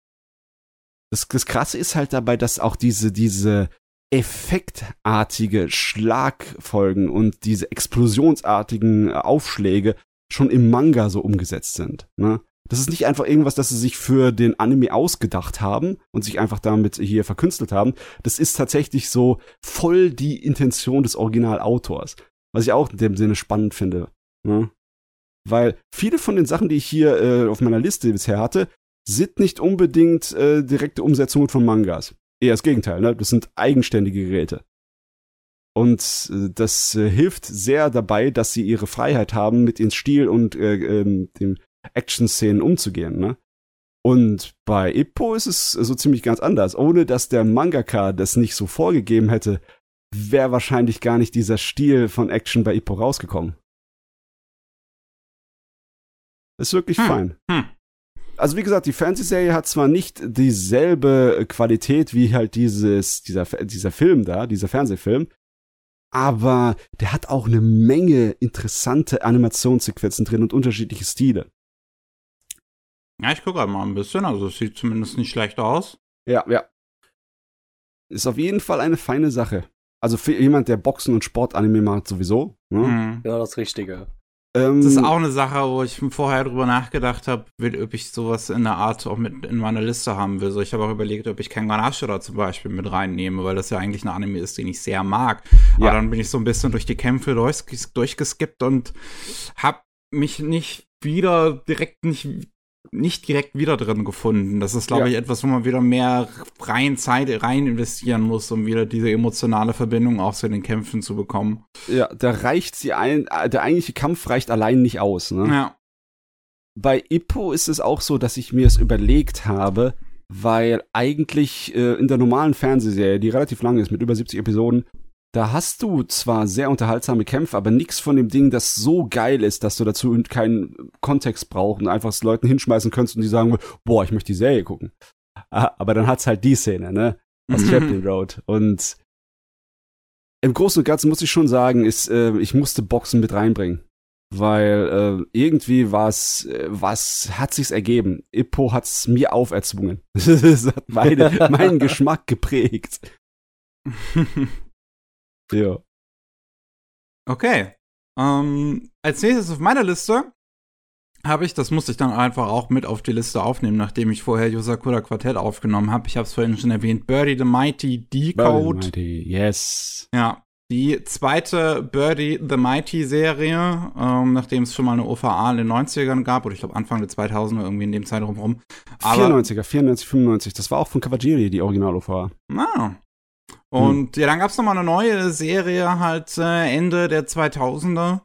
Das Krasse ist halt dabei, dass auch diese effektartige Schlagfolgen und diese explosionsartigen Aufschläge schon im Manga so umgesetzt sind, ne? Das ist nicht einfach irgendwas, das sie sich für den Anime ausgedacht haben und sich einfach damit hier verkünstelt haben. Das ist tatsächlich so voll die Intention des Originalautors, was ich auch in dem Sinne spannend finde, ne? Weil viele von den Sachen, die ich hier auf meiner Liste bisher hatte, sind nicht unbedingt direkte Umsetzungen von Mangas. Eher das Gegenteil, ne? Das sind eigenständige Geräte. Und das hilft sehr dabei, dass sie ihre Freiheit haben, mit ins Stil und den Action-Szenen umzugehen, ne? Und bei Ippo ist es so ziemlich ganz anders. Ohne dass der Mangaka das nicht so vorgegeben hätte, wäre wahrscheinlich gar nicht dieser Stil von Action bei Ippo rausgekommen. Ist wirklich fein. Also wie gesagt, die Fernsehserie hat zwar nicht dieselbe Qualität wie halt dieser Film da, dieser Fernsehfilm, aber der hat auch eine Menge interessante Animationssequenzen drin und unterschiedliche Stile. Ja, ich gucke halt mal ein bisschen, also es sieht zumindest nicht schlecht aus. Ja. Ist auf jeden Fall eine feine Sache. Also für jemand, der Boxen und Sport-Anime macht, sowieso. Ne? Genau das Richtige. Das ist auch eine Sache, wo ich vorher drüber nachgedacht habe, ob ich sowas in der Art auch mit in meiner Liste haben will. So, ich habe auch überlegt, ob ich Kengan Ashura zum Beispiel mit reinnehme, weil das ja eigentlich ein Anime ist, den ich sehr mag. Ja. Aber dann bin ich so ein bisschen durch die Kämpfe durchgeskippt und habe mich nicht direkt wieder drin gefunden. Das ist, glaube ich, etwas, wo man wieder mehr Zeit rein investieren muss, um wieder diese emotionale Verbindung auch zu den Kämpfen zu bekommen. Ja, da reicht der eigentliche Kampf reicht allein nicht aus, ne? Ja. bei Ippo ist es auch so, dass ich mir es überlegt habe, weil eigentlich in der normalen Fernsehserie, die relativ lang ist, mit über 70 Episoden, da hast du zwar sehr unterhaltsame Kämpfe, aber nichts von dem Ding, das so geil ist, dass du dazu keinen Kontext brauchst und einfach es Leuten hinschmeißen könntest und die sagen, boah, ich möchte die Serie gucken. Aber dann hat's halt die Szene, ne? Aus Chaplin Road. Und im Großen und Ganzen muss ich schon sagen, ich musste Boxen mit reinbringen. Weil irgendwie was hat sich's ergeben. Ippo hat's mir auferzwungen. Das hat meinen Geschmack geprägt. Ja. Okay. Als nächstes auf meiner Liste habe ich, das musste ich dann einfach auch mit auf die Liste aufnehmen, nachdem ich vorher Yosakura Quartett aufgenommen habe. Ich habe es vorhin schon erwähnt, Birdie the Mighty Decode. Birdie the Mighty, yes. Ja, die zweite Birdie the Mighty Serie, nachdem es schon mal eine OVA in den 90ern gab, oder ich glaube Anfang der 2000er, irgendwie in dem Zeitraum rum. 94er, 94, 95, das war auch von Kawajiri, die Original-OVA. Und ja, dann gab's noch mal eine neue Serie halt Ende der 2000er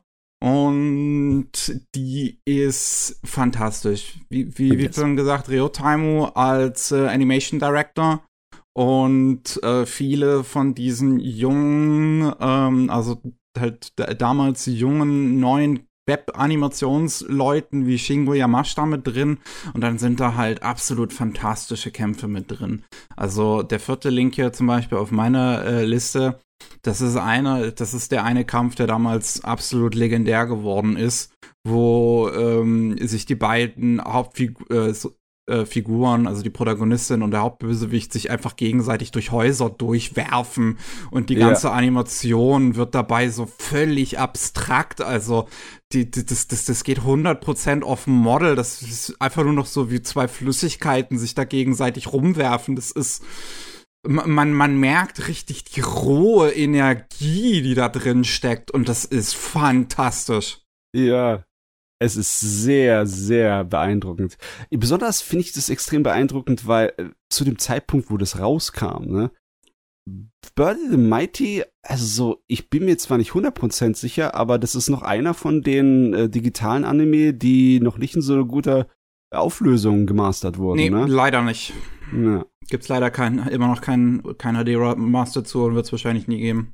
und die ist fantastisch. Wie schon gesagt, Ryo Taimu als Animation Director und viele von diesen jungen, also halt damals jungen, neuen Web-Animationsleuten wie Shingo Yamashita mit drin und dann sind da halt absolut fantastische Kämpfe mit drin. Also der 4. Link hier zum Beispiel auf meiner Liste, das ist der eine Kampf, der damals absolut legendär geworden ist, wo sich die beiden Hauptfiguren, also die Protagonistin und der Hauptbösewicht, sich einfach gegenseitig durch Häuser durchwerfen und die ganze Animation wird dabei so völlig abstrakt, also das geht 100% auf dem Model, das ist einfach nur noch so wie zwei Flüssigkeiten sich da gegenseitig rumwerfen, das ist man merkt richtig die rohe Energie, die da drin steckt und das ist fantastisch. Ja. Es ist sehr, sehr beeindruckend. Besonders finde ich das extrem beeindruckend, weil zu dem Zeitpunkt, wo das rauskam, ne, Birdie the Mighty, also so, ich bin mir zwar nicht 100% sicher, aber das ist noch einer von den digitalen Anime, die noch nicht in so guter Auflösung gemastert wurden, ne? Nee, leider nicht. Ja. Gibt's leider immer noch kein HD-Master zu und wird's wahrscheinlich nie geben.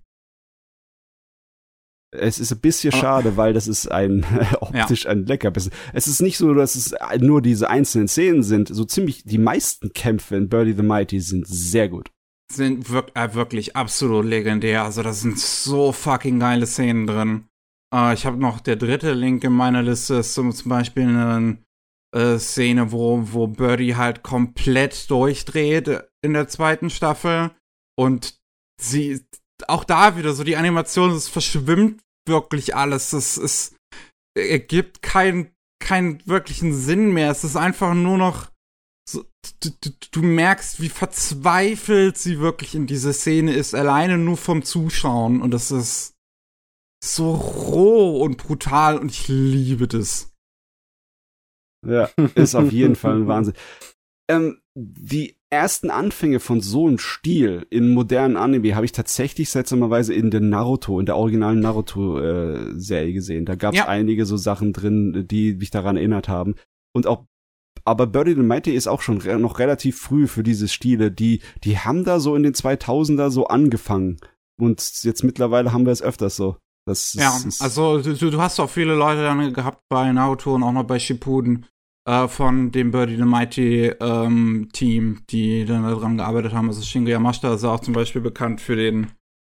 Es ist ein bisschen schade, weil das ist optisch ein Leckerbissen. Es ist nicht so, dass es nur diese einzelnen Szenen sind. So ziemlich die meisten Kämpfe in Birdie the Mighty sind sehr gut. Sind wirklich absolut legendär. Also da sind so fucking geile Szenen drin. Ich habe noch der 3. Link in meiner Liste, ist zum Beispiel eine Szene, wo Birdie halt komplett durchdreht in der 2. Staffel. Und sie auch da wieder so die Animation, es verschwimmt wirklich alles. Es ergibt keinen wirklichen Sinn mehr. Es ist einfach nur noch so, du merkst, wie verzweifelt sie wirklich in dieser Szene ist, alleine nur vom Zuschauen. Und das ist so roh und brutal und ich liebe das. Ja, ist auf jeden Fall ein Wahnsinn. Die ersten Anfänge von so einem Stil in modernen Anime habe ich tatsächlich seltsamerweise in der originalen Naruto-Serie gesehen. Da gab es einige so Sachen drin, die mich daran erinnert haben. Aber Birdie the Mighty ist auch schon noch relativ früh für diese Stile. Die haben da so in den 2000er so angefangen. Und jetzt mittlerweile haben wir es öfters so. Also du hast auch viele Leute dann gehabt bei Naruto und auch noch bei Shippuden von dem Birdie the Mighty Team, die dann daran gearbeitet haben. Also Shingo Yamashita ist ja auch zum Beispiel bekannt für den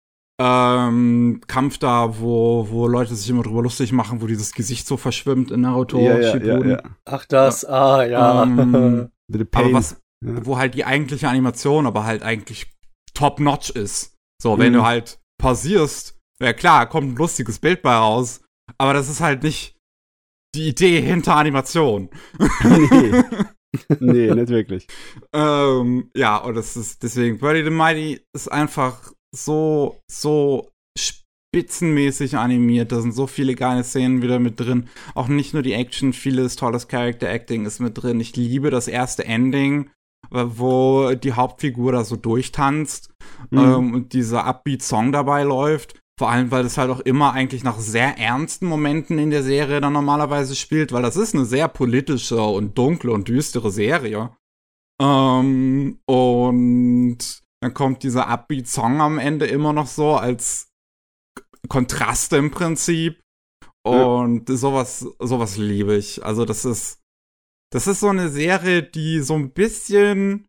Kampf da, wo Leute sich immer drüber lustig machen, wo dieses Gesicht so verschwimmt in Naruto Shippuden. Ja. Ach das, ja. Aber wo halt die eigentliche Animation aber halt eigentlich top-notch ist. So, wenn du halt pausierst, ja klar, kommt ein lustiges Bild bei raus, aber das ist halt nicht die Idee hinter Animation. Nee, nicht wirklich. Ja, und das ist deswegen, Birdie the Mighty ist einfach so spitzenmäßig animiert. Da sind so viele geile Szenen wieder mit drin. Auch nicht nur die Action, vieles tolles Character Acting ist mit drin. Ich liebe das erste Ending, wo die Hauptfigur da so durchtanzt und dieser Upbeat-Song dabei läuft. Vor allem, weil es halt auch immer eigentlich nach sehr ernsten Momenten in der Serie dann normalerweise spielt, weil das ist eine sehr politische und dunkle und düstere Serie. Und dann kommt dieser Upbeat-Song am Ende immer noch so als Kontraste im Prinzip. Und sowas liebe ich. Also das ist so eine Serie, die so ein bisschen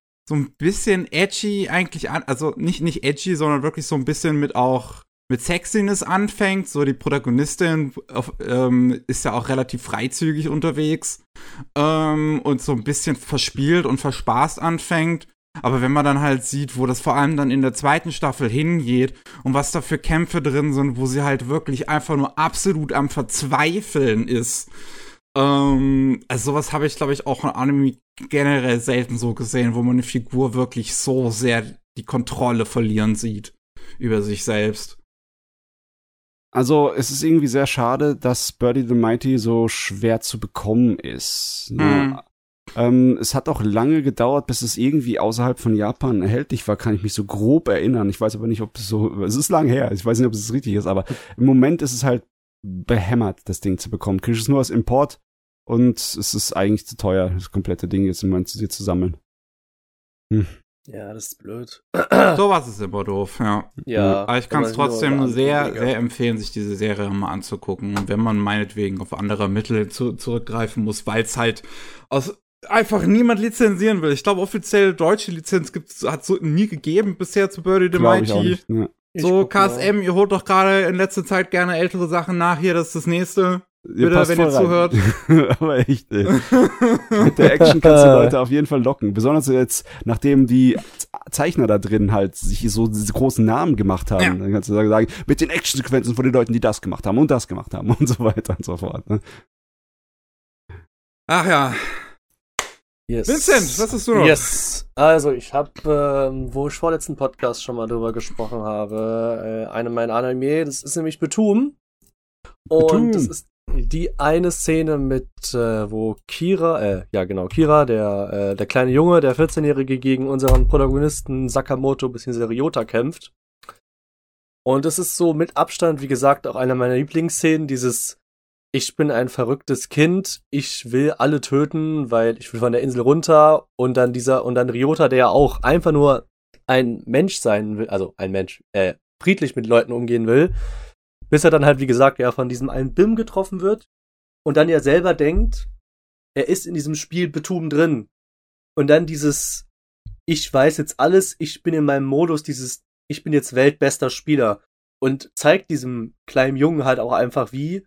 edgy eigentlich also nicht edgy, sondern wirklich so ein bisschen mit Sexiness anfängt. So die Protagonistin ist ja auch relativ freizügig unterwegs und so ein bisschen verspielt und verspaßt anfängt. Aber wenn man dann halt sieht, wo das vor allem dann in der zweiten Staffel hingeht und was da für Kämpfe drin sind, wo sie halt wirklich einfach nur absolut am Verzweifeln ist. Also sowas habe ich, glaube ich, auch in Anime generell selten so gesehen, wo man eine Figur wirklich so sehr die Kontrolle verlieren sieht über sich selbst. Also, es ist irgendwie sehr schade, dass Birdie the Mighty so schwer zu bekommen ist. Es hat auch lange gedauert, bis es irgendwie außerhalb von Japan erhältlich war, kann ich mich so grob erinnern. Ich weiß aber nicht, ob es ist lang her, ich weiß nicht, ob es richtig ist, aber im Moment ist es halt behämmert, das Ding zu bekommen. Kriegst es nur als Import und es ist eigentlich zu teuer, das komplette Ding jetzt im Moment zu sammeln. Ja, das ist blöd. Sowas ist immer doof, ja. Ja. Aber ich kann es trotzdem nur sehr, sehr empfehlen, sich diese Serie mal anzugucken. Und wenn man meinetwegen auf andere Mittel zurückgreifen muss, weil es halt einfach niemand lizenzieren will. Ich glaube, offiziell deutsche Lizenz hat es so nie gegeben bisher zu Birdie the Mighty. Ja. So, KSM, ihr holt doch gerade in letzter Zeit gerne ältere Sachen nach. Hier, das ist das nächste. Bitte, wenn ihr zuhört. Aber echt, ey. Mit der Action kannst du Leute auf jeden Fall locken. Besonders jetzt, nachdem die Zeichner da drin halt sich so diese großen Namen gemacht haben. Ja. Dann kannst du sagen, mit den Action-Sequenzen von den Leuten, die das gemacht haben und das gemacht haben und so weiter und so fort. Ne? Ach ja. Yes. Vincent, was hast du noch? Yes. Also ich habe, wo ich vorletzten Podcast schon mal drüber gesprochen habe, eine meiner Anime, das ist nämlich Betum. Und das ist die eine Szene mit, wo Kira, der kleine Junge, der 14-Jährige gegen unseren Protagonisten Sakamoto bzw. Ryota kämpft. Und es ist so mit Abstand, wie gesagt, auch einer meiner Lieblingsszenen, dieses ich bin ein verrücktes Kind, ich will alle töten, weil ich will von der Insel runter und dann Ryota, der ja auch einfach nur ein Mensch sein will, also ein Mensch, friedlich mit Leuten umgehen will, bis er dann halt, wie gesagt, ja von diesem einen Bim getroffen wird und dann ja selber denkt, er ist in diesem Spiel Betum drin. Und dann dieses, ich weiß jetzt alles, ich bin in meinem Modus, ich bin jetzt weltbester Spieler und zeigt diesem kleinen Jungen halt auch einfach, wie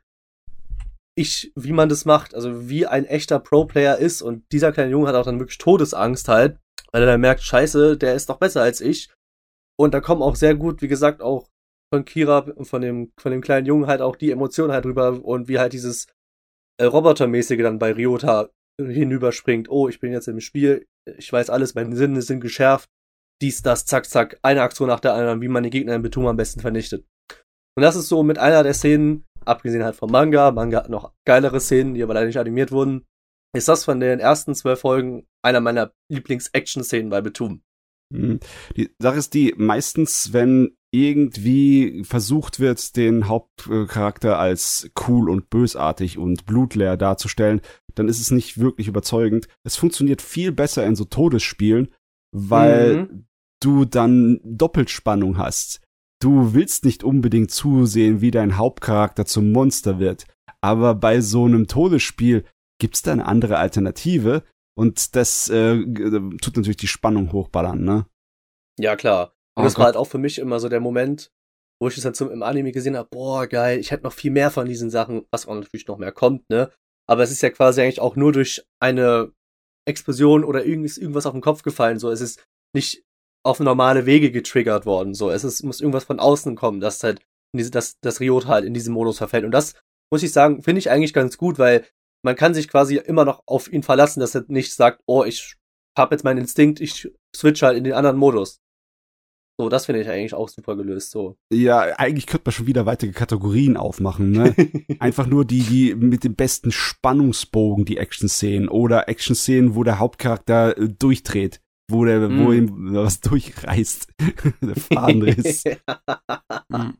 man das macht, also wie ein echter Pro-Player ist und dieser kleine Junge hat auch dann wirklich Todesangst halt, weil er dann merkt, scheiße, der ist doch besser als ich und da kommen auch sehr gut, wie gesagt, auch von Kira, von dem kleinen Jungen halt auch die Emotionen halt rüber und wie halt dieses Robotermäßige dann bei Ryota hinüberspringt, oh, ich bin jetzt im Spiel, ich weiß alles, meine Sinne sind geschärft, dies, das, zack, zack, eine Aktion nach der anderen, wie man die Gegner in Betum am besten vernichtet. Und das ist so mit einer der Szenen, abgesehen halt vom Manga hat noch geilere Szenen, die aber leider nicht animiert wurden, ist das von den ersten 12 Folgen einer meiner Lieblings-Action-Szenen bei Betum. Die Sache ist die, meistens, wenn irgendwie versucht wird, den Hauptcharakter als cool und bösartig und blutleer darzustellen, dann ist es nicht wirklich überzeugend. Es funktioniert viel besser in so Todesspielen, weil du dann Doppelspannung hast. Du willst nicht unbedingt zusehen, wie dein Hauptcharakter zum Monster wird. Aber bei so einem Todesspiel gibt's da eine andere Alternative. Und das tut natürlich die Spannung hochballern, ne? Ja, klar. Und das war halt auch für mich immer so der Moment, wo ich das halt im Anime gesehen habe, boah, geil, ich hätte noch viel mehr von diesen Sachen, was auch natürlich noch mehr kommt, ne? Aber es ist ja quasi eigentlich auch nur durch eine Explosion oder irgendwas auf den Kopf gefallen, so. Es ist nicht auf normale Wege getriggert worden, so. Muss irgendwas von außen kommen, dass halt dass Ryota halt in diesen Modus verfällt. Und das, muss ich sagen, finde ich eigentlich ganz gut, weil man kann sich quasi immer noch auf ihn verlassen, dass er nicht sagt, oh, ich hab jetzt meinen Instinkt, ich switch halt in den anderen Modus. So, das finde ich eigentlich auch super gelöst, so. Ja, eigentlich könnte man schon wieder weitere Kategorien aufmachen, ne? Einfach nur die mit dem besten Spannungsbogen, die Action-Szenen oder Action-Szenen, wo der Hauptcharakter durchdreht, wo ihm was durchreißt. Der Fadenriss.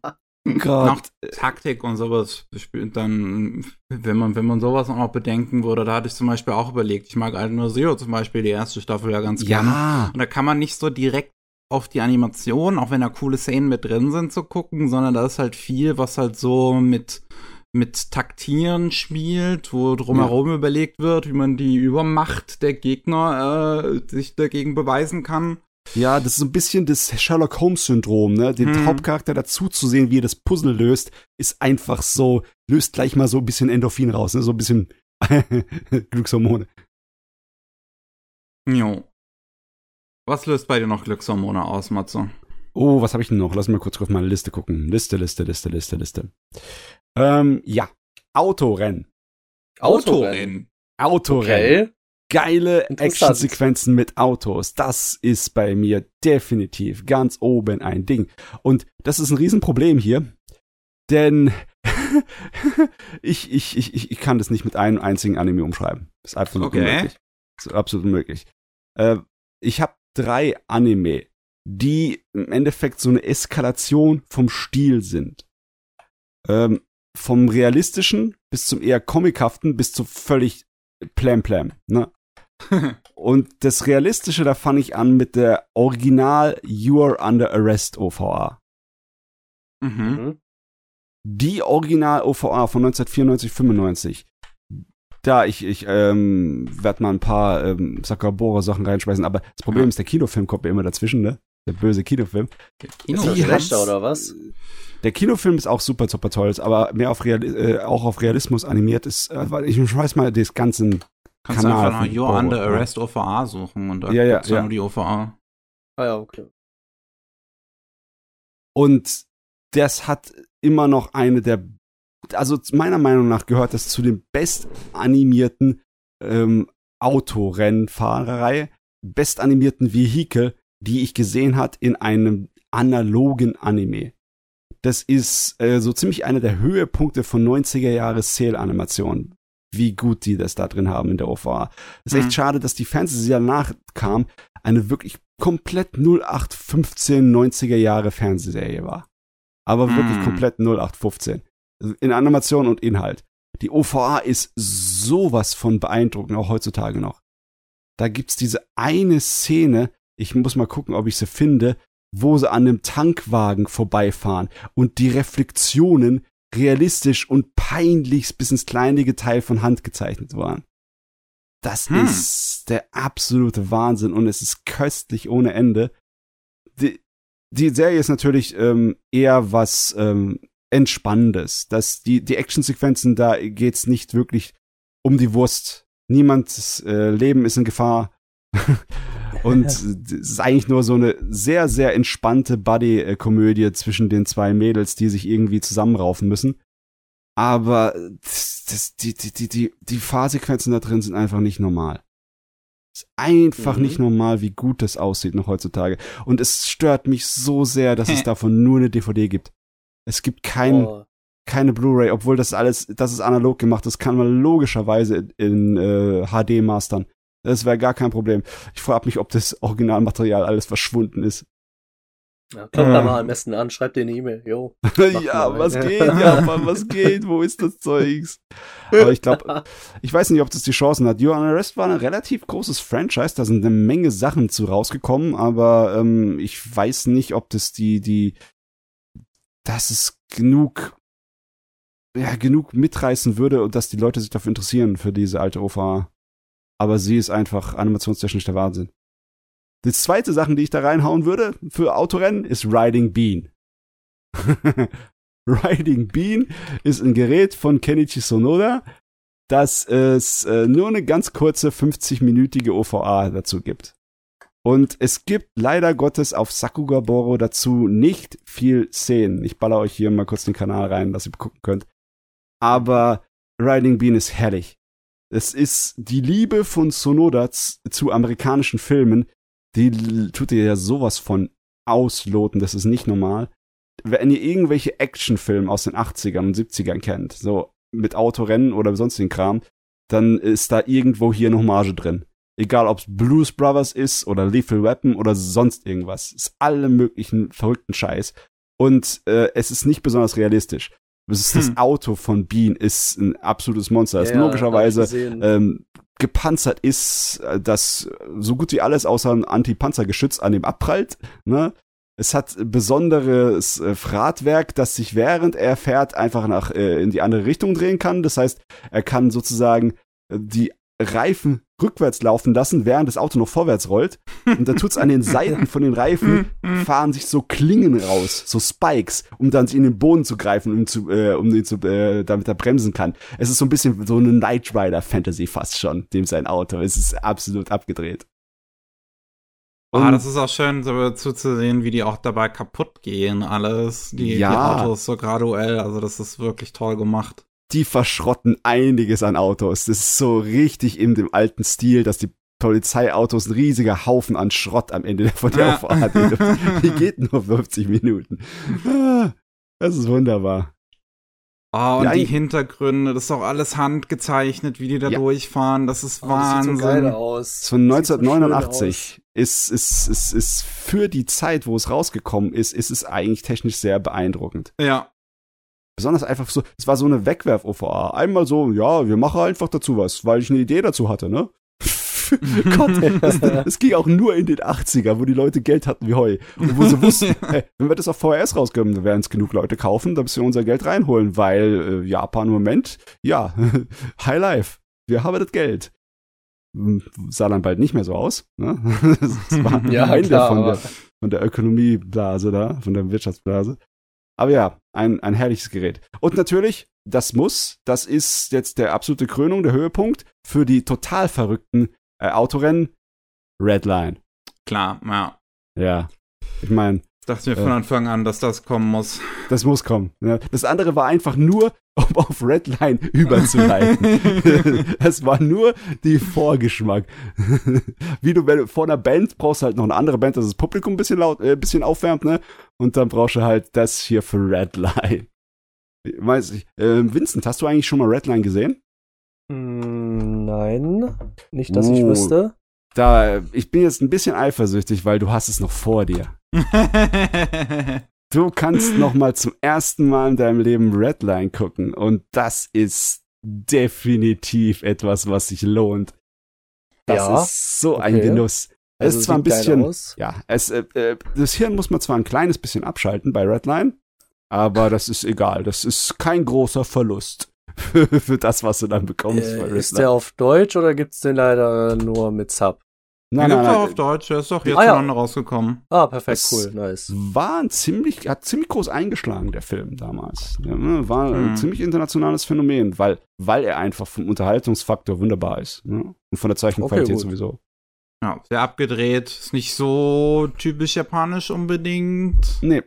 Auch Taktik und sowas spielt dann, wenn man sowas auch noch bedenken würde, da hatte ich zum Beispiel auch überlegt, ich mag Iron Zero zum Beispiel, die erste Staffel ja ganz gerne. Und da kann man nicht so direkt auf die Animation, auch wenn da coole Szenen mit drin sind, zu gucken, sondern da ist halt viel, was halt so mit Taktieren spielt, wo drumherum überlegt wird, wie man die Übermacht der Gegner sich dagegen beweisen kann. Ja, das ist so ein bisschen das Sherlock Holmes-Syndrom, ne? Den Hauptcharakter dazu zu sehen, wie er das Puzzle löst, ist einfach so, löst gleich mal so ein bisschen Endorphin raus, ne? So ein bisschen Glückshormone. Jo. Was löst bei dir noch Glückshormone aus, Matze? Oh, was habe ich denn noch? Lass mal kurz auf meine Liste gucken. Liste. Ja. Autorennen. Okay. Geile Actionsequenzen mit Autos. Das ist bei mir definitiv ganz oben ein Ding. Und das ist ein Riesenproblem hier. Denn ich kann das nicht mit einem einzigen Anime umschreiben. Das ist absolut unmöglich. Das ist absolut unmöglich. Ich habe 3 Anime, die im Endeffekt so eine Eskalation vom Stil sind. Vom realistischen bis zum eher comichaften bis zu völlig Plam, ne? Und das Realistische, da fange ich an mit der Original You Are Under Arrest OVA. Die Original OVA von 1994-95. Da, ich werde mal ein paar Sakabora-Sachen reinschmeißen, aber das Problem ist, der Kinofilm kommt mir immer dazwischen, ne? Der böse Kinofilm. Ist das schlechter, oder was? Der Kinofilm ist auch super toll, aber mehr auf auch auf Realismus animiert ist. Ich schmeiß mal das ganze Kannst Kanal. Kannst einfach nach You're Under Arrest OVA suchen und da gibt's nur die OVA. Ah ja, okay. Und das hat immer noch eine der, also meiner Meinung nach gehört das zu den bestanimierten Autorennfahrerei, bestanimierten Vehikel, die ich gesehen hat in einem analogen Anime. Das ist so ziemlich einer der Höhepunkte von 90er-Jahre-Sale-Animationen, wie gut die das da drin haben in der OVA. Es ist echt schade, dass die Fernsehserie danach kam, eine wirklich komplett 0815 90er-Jahre Fernsehserie war. Aber wirklich komplett 0815. In Animation und Inhalt. Die OVA ist sowas von beeindruckend, auch heutzutage noch. Da gibt's diese eine Szene, ich muss mal gucken, ob ich sie finde, wo sie an einem Tankwagen vorbeifahren und die Reflexionen realistisch und peinlichst bis ins kleine Detail von Hand gezeichnet waren. Das ist der absolute Wahnsinn und es ist köstlich ohne Ende. Die Serie ist natürlich eher was Entspannendes. Die Actionsequenzen, da geht's nicht wirklich um die Wurst. Niemands Leben ist in Gefahr. Und es ist eigentlich nur so eine sehr, sehr entspannte Buddy-Komödie zwischen den 2 Mädels, die sich irgendwie zusammenraufen müssen. Aber die Fahrsequenzen da drin sind einfach nicht normal. Es ist einfach nicht normal, wie gut das aussieht noch heutzutage. Und es stört mich so sehr, dass es davon nur eine DVD gibt. Es gibt keine Blu-ray, obwohl das ist analog gemacht. Das kann man logischerweise in HD mastern. Das wäre gar kein Problem. Ich frage mich, ob das Originalmaterial alles verschwunden ist. Ja, klopft da mal am besten an, schreibt dir eine E-Mail. Jo. Ja, was geht? Ja, Mann, was geht? Wo ist das Zeugs? Aber ich glaube, ich weiß nicht, ob das die Chancen hat. You're Under Arrest war ein relativ großes Franchise. Da sind eine Menge Sachen zu rausgekommen, aber ich weiß nicht, ob das dass es genug mitreißen würde und dass die Leute sich dafür interessieren, für diese alte OVA. Aber sie ist einfach animationstechnisch der Wahnsinn. Die zweite Sache, die ich da reinhauen würde für Autorennen, ist Riding Bean. Riding Bean ist ein Gerät von Kenichi Sonoda, das es nur eine ganz kurze 50-minütige OVA dazu gibt. Und es gibt leider Gottes auf Sakugaboro dazu nicht viel Szenen. Ich baller euch hier mal kurz den Kanal rein, dass ihr gucken könnt. Aber Riding Bean ist herrlich. Es ist die Liebe von Sonoda zu amerikanischen Filmen, die tut ihr ja sowas von ausloten, das ist nicht normal. Wenn ihr irgendwelche Actionfilme aus den 80ern und 70ern kennt, so mit Autorennen oder sonstigen Kram, dann ist da irgendwo hier eine Hommage drin. Egal, ob es Blues Brothers ist oder Lethal Weapon oder sonst irgendwas. Ist alle möglichen verrückten Scheiß. Und es ist nicht besonders realistisch. Das Auto von Bean ist ein absolutes Monster. Es logischerweise gepanzert ist, dass so gut wie alles außer ein Anti-Panzergeschütz an dem abprallt. Ne? Es hat besonderes Radwerk, das sich während er fährt einfach in die andere Richtung drehen kann. Das heißt, er kann sozusagen die Reifen rückwärts laufen lassen, während das Auto noch vorwärts rollt. Und dann tut's an den Seiten von den Reifen, fahren sich so Klingen raus, so Spikes, um dann in den Boden zu greifen, damit er bremsen kann. Es ist so ein bisschen so eine Knight Rider Fantasy fast schon, dem sein Auto. Es ist absolut abgedreht. Das ist auch schön, so zuzusehen, wie die auch dabei kaputt gehen, alles. Die Autos so graduell, also das ist wirklich toll gemacht. Die verschrotten einiges an Autos. Das ist so richtig in dem alten Stil, dass die Polizeiautos ein riesiger Haufen an Schrott am Ende von der Auffahrt hat. Die geht nur 50 Minuten. Das ist wunderbar. Und die Hintergründe, das ist auch alles handgezeichnet, wie die da durchfahren. Das ist Wahnsinn. Das sieht so geil aus. Von 1989 ist für die Zeit, wo es rausgekommen ist es eigentlich technisch sehr beeindruckend. Ja. Besonders einfach so, es war so eine Wegwerf-OVA. Einmal so, ja, wir machen einfach dazu was, weil ich eine Idee dazu hatte, ne? Gott, das ging auch nur in den 80er, wo die Leute Geld hatten wie Heu. Und wo sie wussten, hey, wenn wir das auf VHS rausgeben, dann werden es genug Leute kaufen, dass wir unser Geld reinholen, weil Japan im Moment, High Life, wir haben das Geld. Sah dann bald nicht mehr so aus, ne? Das war Ende von der Ökonomieblase da, von der Wirtschaftsblase. Aber ja, ein herrliches Gerät. Und natürlich, das ist jetzt der absolute Krönung, der Höhepunkt für die total verrückten Autorennen, Redline. Klar, ja. Ja, ich meine. Ich dachte mir von Anfang an, dass das kommen muss. Das muss kommen. Ja. Das andere war einfach nur, um auf Redline überzuleiten. Es war nur die Vorgeschmack. Wenn du vor einer Band brauchst du halt noch eine andere Band, dass das Publikum ein bisschen aufwärmt, ne? Und dann brauchst du halt das hier für Redline. Weiß ich. Vincent, hast du eigentlich schon mal Redline gesehen? Nein, nicht, dass ich wüsste. Ich bin jetzt ein bisschen eifersüchtig, weil du hast es noch vor dir. Du kannst noch mal zum ersten Mal in deinem Leben Redline gucken und das ist definitiv etwas, was sich lohnt. Das ist so ein Genuss. Es ist zwar ein bisschen, das Hirn muss man zwar ein kleines bisschen abschalten bei Redline, aber das ist egal. Das ist kein großer Verlust für das, was du dann bekommst. Ist der auf Deutsch oder gibt's den leider nur mit Sub? Nein, auf Deutsch, der ist doch jetzt zueinander rausgekommen. Perfekt, das cool, nice. Hat ziemlich groß eingeschlagen, der Film damals. Ja, war ein ziemlich internationales Phänomen, weil er einfach vom Unterhaltungsfaktor wunderbar ist. Ja? Und von der Zeichenqualität sowieso. Ja, sehr abgedreht, ist nicht so typisch japanisch unbedingt. Nee.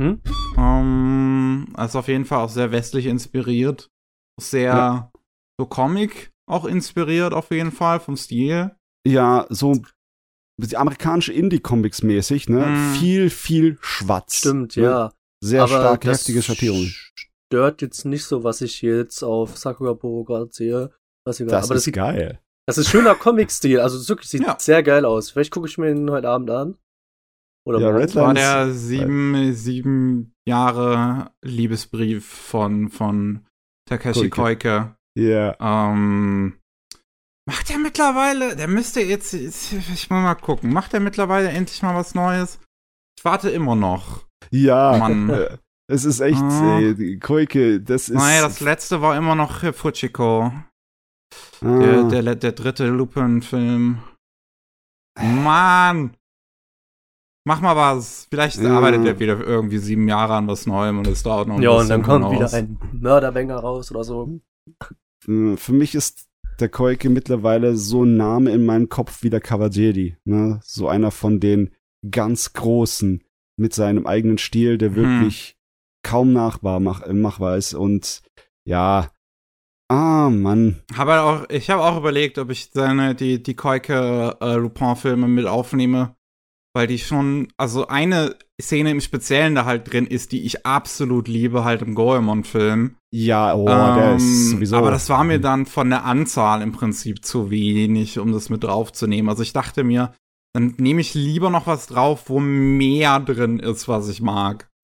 Ist auf jeden Fall auch sehr westlich inspiriert. Sehr so Comic auch inspiriert auf jeden Fall vom Stil. Ja, so die amerikanische Indie-Comics mäßig, ne? Viel Schwarz. Stimmt, ne? ja. Sehr stark, heftige Schattierungen. Stört jetzt nicht so, was ich jetzt auf Sakura-Poro gerade sehe. Das ist geil. Das ist schöner Comic-Stil, also das wirklich sieht sehr geil aus. Vielleicht gucke ich mir den heute Abend an. Oder das war der 7 Jahre Liebesbrief von Takashi Koike. Ja. Macht er mittlerweile, der müsste jetzt, ich muss mal gucken, macht er mittlerweile endlich mal was Neues? Ich warte immer noch. Ja, Mann. Es ist echt, Koike, das ist... Naja, das letzte war immer noch Fujiko. Der dritte Lupin-Film. Mann! Mach mal was. Vielleicht arbeitet er wieder irgendwie 7 Jahre an was Neuem und es dauert noch ein bisschen. Ja, und dann kommt wieder ein Mörderbanger raus oder so. Für mich ist der Koike mittlerweile so ein Name in meinem Kopf wie der Kawajiri. Ne? So einer von den ganz Großen mit seinem eigenen Stil, der wirklich kaum machbar ist. Und ja, Mann. Ich habe auch überlegt, ob ich die Koike Lupin-Filme mit aufnehme, weil die schon, also eine Szene im Speziellen da halt drin ist, die ich absolut liebe, halt im Goemon-Film. Ja, der ist sowieso. Aber das war mir dann von der Anzahl im Prinzip zu wenig, um das mit draufzunehmen. Also ich dachte mir, dann nehme ich lieber noch was drauf, wo mehr drin ist, was ich mag.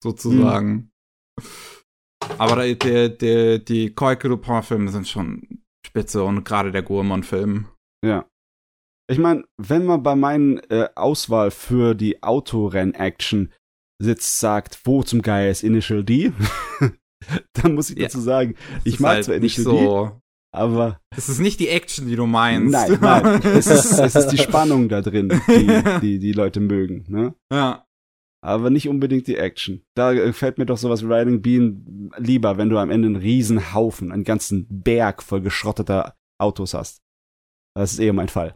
sozusagen. Aber die Koike Dupont-Filme sind schon spitze und gerade der Goemon-Film. Ja. Ich meine, wenn man bei meinen Auswahl für die Autorenn-Action sagt, wo zum Geier ist Initial D, dann muss ich dazu sagen, ich mag halt zwar Initial so, D, aber es ist nicht die Action, die du meinst. Nein, es ist die Spannung da drin, die Leute mögen, ne? Ja. Aber nicht unbedingt die Action. Da gefällt mir doch sowas wie Riding Bean lieber, wenn du am Ende einen riesen Haufen, einen ganzen Berg voll geschrotteter Autos hast. Das ist eher mein Fall.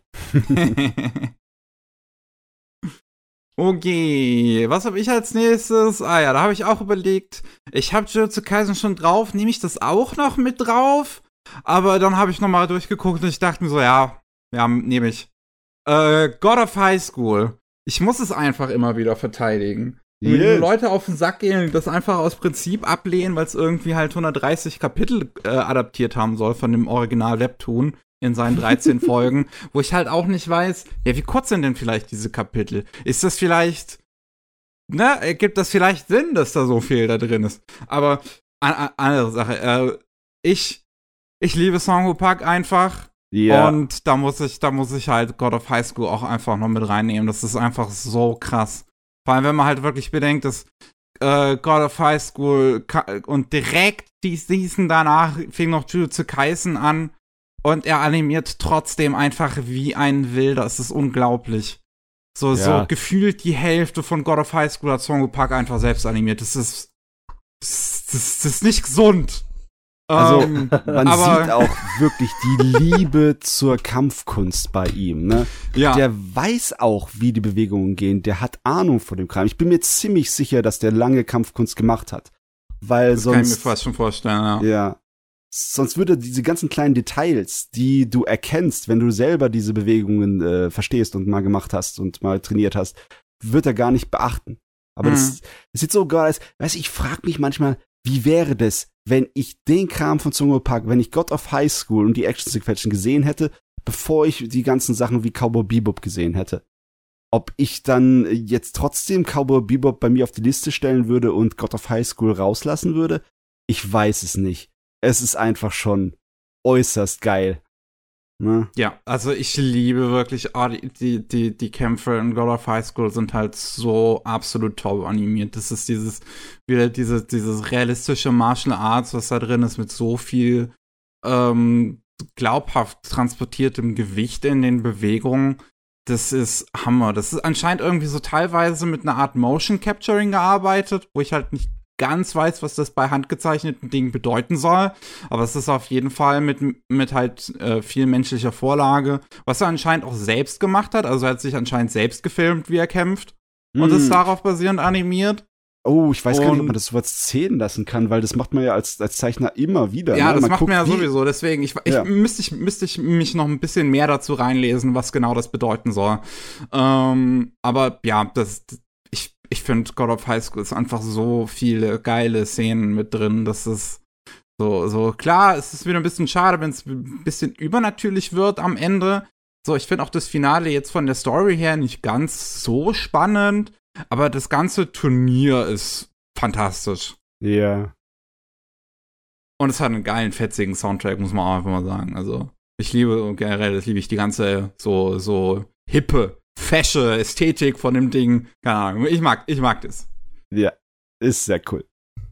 Okay, was habe ich als nächstes? Da habe ich auch überlegt, ich habe Jujutsu Kaisen schon drauf, nehme ich das auch noch mit drauf? Aber dann habe ich nochmal durchgeguckt und ich dachte mir so, ja, nehme ich. God of High School. Ich muss es einfach immer wieder verteidigen. Yes. Wenn Leute auf den Sack gehen und das einfach aus Prinzip ablehnen, weil es irgendwie halt 130 Kapitel adaptiert haben soll von dem Original-Webtoon in seinen 13 Folgen, wo ich halt auch nicht weiß, ja, wie kurz sind denn vielleicht diese Kapitel? Ist das vielleicht, ergibt das vielleicht Sinn, dass da so viel da drin ist? Aber andere Sache, ich liebe Songhoo Park einfach. Ja. Und da muss ich halt God of High School auch einfach noch mit reinnehmen. Das ist einfach so krass. Vor allem, wenn man halt wirklich bedenkt, dass God of High School und direkt die Season danach fing noch Jujutsu Kaisen an und er animiert trotzdem einfach wie ein Wilder. Es ist unglaublich. So gefühlt die Hälfte von God of High School hat Songhoo Park einfach selbst animiert. Das ist nicht gesund. Also, man sieht auch wirklich die Liebe zur Kampfkunst bei ihm, ne? Ja. Der weiß auch, wie die Bewegungen gehen. Der hat Ahnung von dem Kram. Ich bin mir ziemlich sicher, dass der lange Kampfkunst gemacht hat. Weil das sonst. Kann ich mir fast schon vorstellen, ja. Ja. Sonst würde diese ganzen kleinen Details, die du erkennst, wenn du selber diese Bewegungen verstehst und mal gemacht hast und mal trainiert hast, wird er gar nicht beachten. Aber das sieht so geil aus. Weißt du, ich frage mich manchmal, wie wäre das, wenn ich den Kram von Songhoo Park, wenn ich God of High School und die Action-Sequenzen gesehen hätte, bevor ich die ganzen Sachen wie Cowboy Bebop gesehen hätte? Ob ich dann jetzt trotzdem Cowboy Bebop bei mir auf die Liste stellen würde und God of High School rauslassen würde? Ich weiß es nicht. Es ist einfach schon äußerst geil. Ne? Ja, also ich liebe wirklich, die Kämpfe in God of High School sind halt so absolut toll animiert. Das ist dieses realistische Martial Arts, was da drin ist, mit so viel glaubhaft transportiertem Gewicht in den Bewegungen. Das ist Hammer. Das ist anscheinend irgendwie so teilweise mit einer Art Motion Capturing gearbeitet, wo ich halt nicht ganz weiß, was das bei handgezeichneten Dingen bedeuten soll, aber es ist auf jeden Fall mit halt viel menschlicher Vorlage, was er anscheinend auch selbst gemacht hat, also er hat sich anscheinend selbst gefilmt, wie er kämpft und ist darauf basierend animiert. Oh, ich weiß gar nicht, ob man das sowas zählen lassen kann, weil das macht man ja als Zeichner immer wieder. Ja, ne? das macht man ja sowieso, deswegen müsste ich mich noch ein bisschen mehr dazu reinlesen, was genau das bedeuten soll. Aber ja, ich finde, God of High School ist einfach so viele geile Szenen mit drin, dass es so klar, es ist wieder ein bisschen schade, wenn es ein bisschen übernatürlich wird am Ende. So, ich finde auch das Finale jetzt von der Story her nicht ganz so spannend, aber das ganze Turnier ist fantastisch. Ja. Yeah. Und es hat einen geilen, fetzigen Soundtrack, muss man auch einfach mal sagen. Also, ich liebe die ganze so hippe, fesche Ästhetik von dem Ding. Keine Ahnung, ich mag das. Ja, ist sehr cool.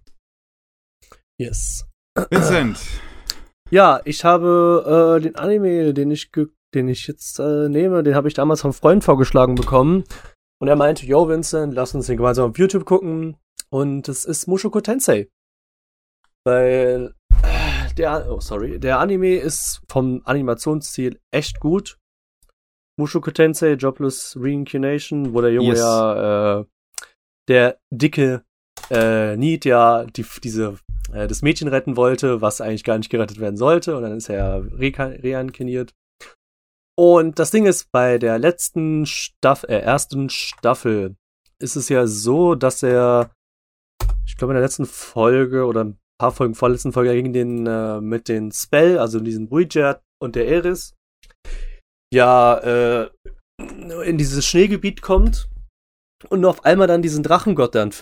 Yes. Vincent. Ja, ich habe den Anime, den ich jetzt nehme, den habe ich damals vom Freund vorgeschlagen bekommen. Und er meinte, yo Vincent, lass uns den gemeinsam auf YouTube gucken. Und es ist Mushoku Tensei. Weil der Anime ist vom Animationsstil echt gut. Mushoku Tensei, Jobless Reincarnation, wo der Junge der dicke Need das Mädchen retten wollte, was eigentlich gar nicht gerettet werden sollte. Und dann ist er reinkarniert. Und das Ding ist, bei der ersten Staffel ist es ja so, dass er, ich glaube in der letzten Folge oder ein paar Folgen vorletzten Folge gegen den mit den Spell, also diesen Bruijer und der Eris, in dieses Schneegebiet kommt und auf einmal dann diesen Drachengott dann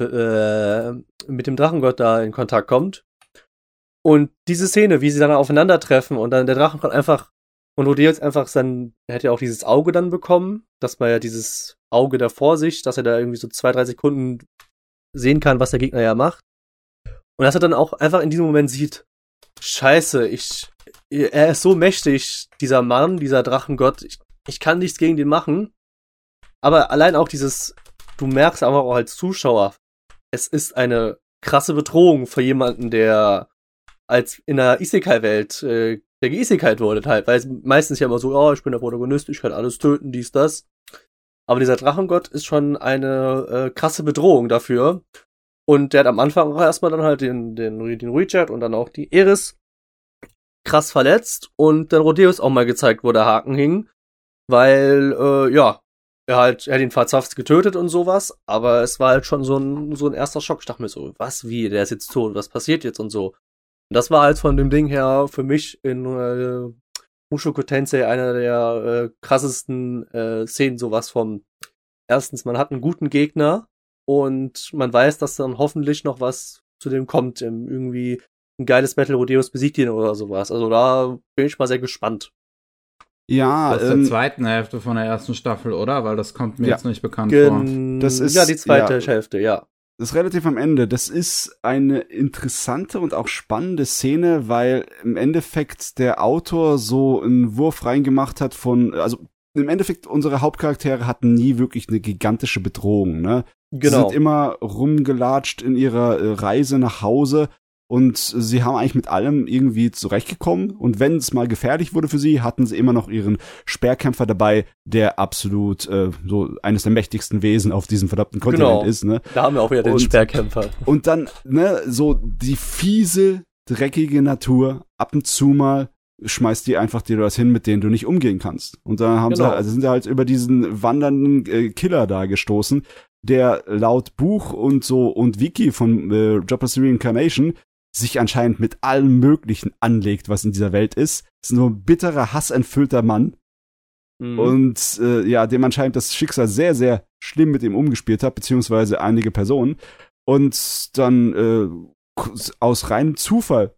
mit dem Drachengott da in Kontakt kommt. Und diese Szene, wie sie dann aufeinandertreffen und dann der Drachengott einfach, und Rodeo einfach er hat ja auch dieses Auge dann bekommen, dass man ja dieses Auge da vor sich, dass er da irgendwie so 2-3 Sekunden sehen kann, was der Gegner ja macht. Und dass er dann auch einfach in diesem Moment sieht, Scheiße, er ist so mächtig, dieser Mann, dieser Drachengott, ich kann nichts gegen den machen. Aber allein auch du merkst einfach auch als Zuschauer, es ist eine krasse Bedrohung für jemanden, der als in der Isekai-Welt, der geisekait wurde halt, weil es meistens ja immer so, ich bin der Protagonist, ich kann alles töten, dies, das. Aber dieser Drachengott ist schon eine krasse Bedrohung dafür. Und der hat am Anfang auch erstmal dann halt den Ruijerd und dann auch die Eris krass verletzt und dann Rodeo ist auch mal gezeigt, wo der Haken hing, weil, er hat ihn verzapft getötet und sowas, aber es war halt schon so ein erster Schock. Ich dachte mir so, was, wie, der ist jetzt tot, was passiert jetzt und so. Und das war halt von dem Ding her für mich in Mushoku Tensei einer der krassesten Szenen, sowas vom, erstens, man hat einen guten Gegner und man weiß, dass dann hoffentlich noch was zu dem kommt, irgendwie ein geiles Battle, Rodeos besiegt ihn oder sowas. Also da bin ich mal sehr gespannt. Ja, aus der zweiten Hälfte von der ersten Staffel, oder? Weil das kommt mir jetzt nicht bekannt vor. Das ist, die zweite Hälfte, ja. Das ist relativ am Ende. Das ist eine interessante und auch spannende Szene, weil im Endeffekt der Autor so einen Wurf reingemacht hat also im Endeffekt unsere Hauptcharaktere hatten nie wirklich eine gigantische Bedrohung, ne? Genau. Sie sind immer rumgelatscht in ihrer Reise nach Hause. Und sie haben eigentlich mit allem irgendwie zurechtgekommen. Und wenn es mal gefährlich wurde für sie, hatten sie immer noch ihren Speerkämpfer dabei, der absolut so eines der mächtigsten Wesen auf diesem verdammten Kontinent ist. Ne? Da haben wir auch wieder den Speerkämpfer. Und dann, ne, so die fiese, dreckige Natur, ab und zu mal schmeißt die einfach dir was hin, mit denen du nicht umgehen kannst. Und da sind sie halt über diesen wandernden Killer da gestoßen, der laut Buch und Wiki von Jobless Reincarnation sich anscheinend mit allem Möglichen anlegt, was in dieser Welt ist. Ist nur ein bitterer, hasserfüllter Mann. Und dem anscheinend das Schicksal sehr, sehr schlimm mit ihm umgespielt hat, beziehungsweise einige Personen. Und dann aus reinem Zufall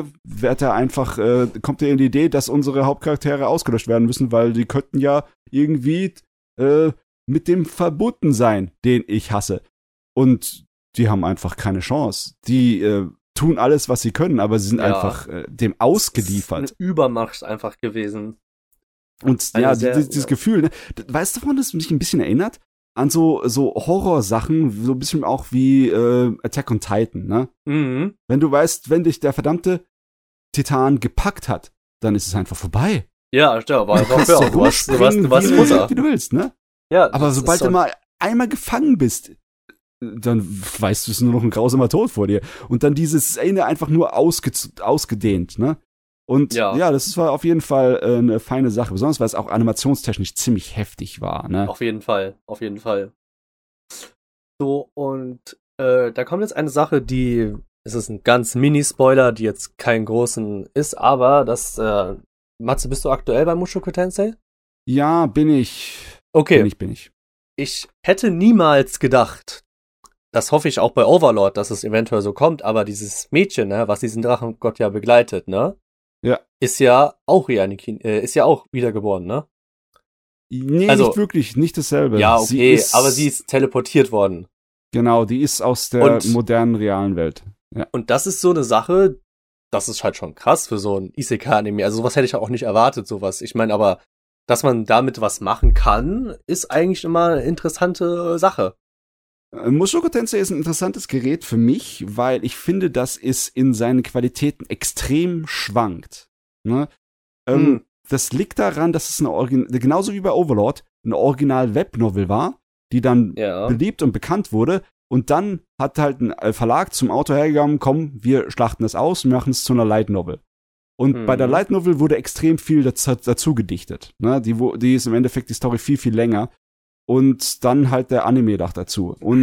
kommt er in die Idee, dass unsere Hauptcharaktere ausgelöscht werden müssen, weil die könnten ja irgendwie mit dem verbunden sein, den ich hasse. Und die haben einfach keine Chance. Die tun alles, was sie können, aber sie sind einfach dem ausgeliefert. Das ist eine Übermacht einfach gewesen. Und dieses Gefühl, ne? Weißt du, woran das mich ein bisschen erinnert? An so Horrorsachen, so ein bisschen auch wie Attack on Titan, ne? Mhm. Wenn du weißt, wenn dich der verdammte Titan gepackt hat, dann ist es einfach vorbei. Ja, stimmt, aber du warst wie du willst, ne? Ja. Aber sobald du mal einmal gefangen bist, dann weißt du, es ist nur noch ein grausamer Tod vor dir. Und dann dieses Ende einfach nur ausgedehnt, ne? Und das war auf jeden Fall eine feine Sache, besonders weil es auch animationstechnisch ziemlich heftig war, ne? Auf jeden Fall. So, und da kommt jetzt eine Sache, es ist ein ganz Mini-Spoiler, die jetzt kein großen ist, aber Matze, bist du aktuell bei Mushoku Tensei? Ja, bin ich. Okay. Bin ich. Ich hätte niemals gedacht, das hoffe ich auch bei Overlord, dass es eventuell so kommt, aber dieses Mädchen, ne, was diesen Drachengott ja begleitet, ne? Ja. Ist ja auch wiedergeboren, ne? Nee, also, nicht wirklich, nicht dasselbe. Ja, okay, aber sie ist teleportiert worden. Genau, die ist aus der modernen, realen Welt. Ja. Und das ist so eine Sache, das ist halt schon krass für so ein Isekai-Anime. Also sowas hätte ich auch nicht erwartet, sowas. Ich meine, aber dass man damit was machen kann, ist eigentlich immer eine interessante Sache. Mushoku Tensei ist ein interessantes Gerät für mich, weil ich finde, dass es in seinen Qualitäten extrem schwankt. Ne? Das liegt daran, dass es genauso wie bei Overlord, eine Original-Webnovel war, die dann beliebt und bekannt wurde. Und dann hat halt ein Verlag zum Autor hergegangen, komm, wir schlachten das aus und machen es zu einer Light Novel. Und bei der Light Novel wurde extrem viel dazu gedichtet. Ne? Die ist im Endeffekt die Story viel, viel länger. Und dann halt der Anime dazu. Und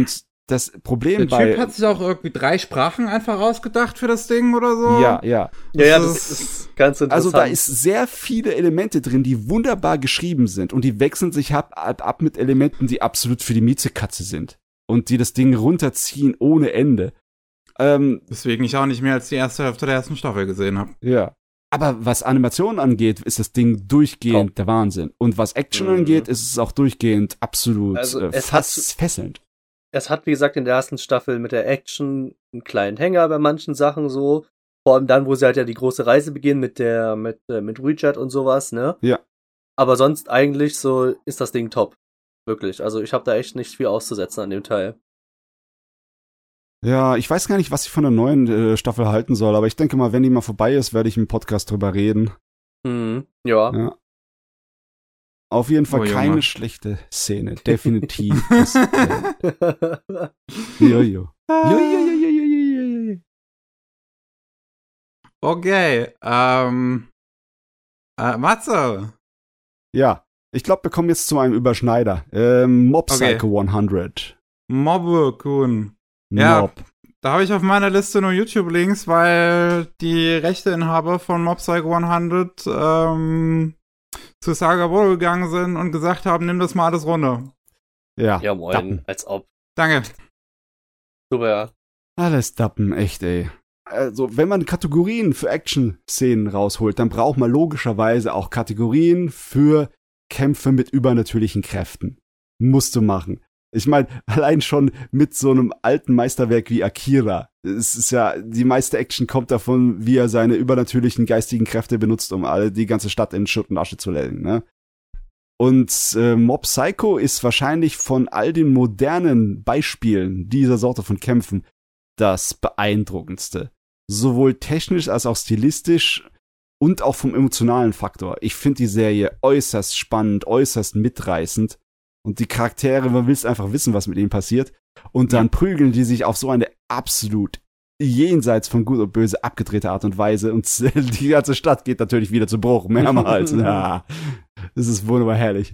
das Problem der Typ hat sich auch irgendwie 3 Sprachen einfach ausgedacht für das Ding oder so. Ja. Ja, das ist ganz interessant. Also da ist sehr viele Elemente drin, die wunderbar geschrieben sind und die wechseln sich ab mit Elementen, die absolut für die Miezekatze sind und die das Ding runterziehen ohne Ende. Deswegen ich auch nicht mehr als die erste Hälfte der ersten Staffel gesehen habe. Ja. Aber was Animationen angeht, ist das Ding durchgehend der Wahnsinn. Und was Action angeht, ist es auch durchgehend absolut fast fesselnd. Es hat, wie gesagt, in der ersten Staffel mit der Action einen kleinen Hänger bei manchen Sachen so. Vor allem dann, wo sie halt ja die große Reise beginnen mit Richard und sowas, ne? Ja. Aber sonst eigentlich so ist das Ding top. Wirklich. Also ich habe da echt nicht viel auszusetzen an dem Teil. Ja, ich weiß gar nicht, was ich von der neuen Staffel halten soll, aber ich denke mal, wenn die mal vorbei ist, werde ich im Podcast drüber reden. Ja. Auf jeden Fall keine schlechte Szene, definitiv. Jojo. Okay, Matze. Ja, ich glaube, wir kommen jetzt zu einem Überschneider. Mob Psycho 100. Mobbe-Kun. Ja, da habe ich auf meiner Liste nur YouTube-Links, weil die Rechteinhaber von Mob Psycho 100 zu Saga Bodo gegangen sind und gesagt haben, nimm das mal alles runter. Ja, moin, Dappen. Als ob. Danke. Super. Alles Dappen, echt, ey. Also, wenn man Kategorien für Action-Szenen rausholt, dann braucht man logischerweise auch Kategorien für Kämpfe mit übernatürlichen Kräften. Musst du machen. Ich meine, allein schon mit so einem alten Meisterwerk wie Akira. Es ist ja, die meiste Action kommt davon, wie er seine übernatürlichen geistigen Kräfte benutzt, um die ganze Stadt in Schutt und Asche zu legen, ne? Und Mob Psycho ist wahrscheinlich von all den modernen Beispielen dieser Sorte von Kämpfen das beeindruckendste. Sowohl technisch als auch stilistisch und auch vom emotionalen Faktor. Ich finde die Serie äußerst spannend, äußerst mitreißend. Und die Charaktere, man will einfach wissen, was mit ihnen passiert. Und dann prügeln die sich auf so eine absolut jenseits von Gut und Böse abgedrehte Art und Weise. Und die ganze Stadt geht natürlich wieder zu Bruch, mehrmals. Ja, das ist wunderbar herrlich.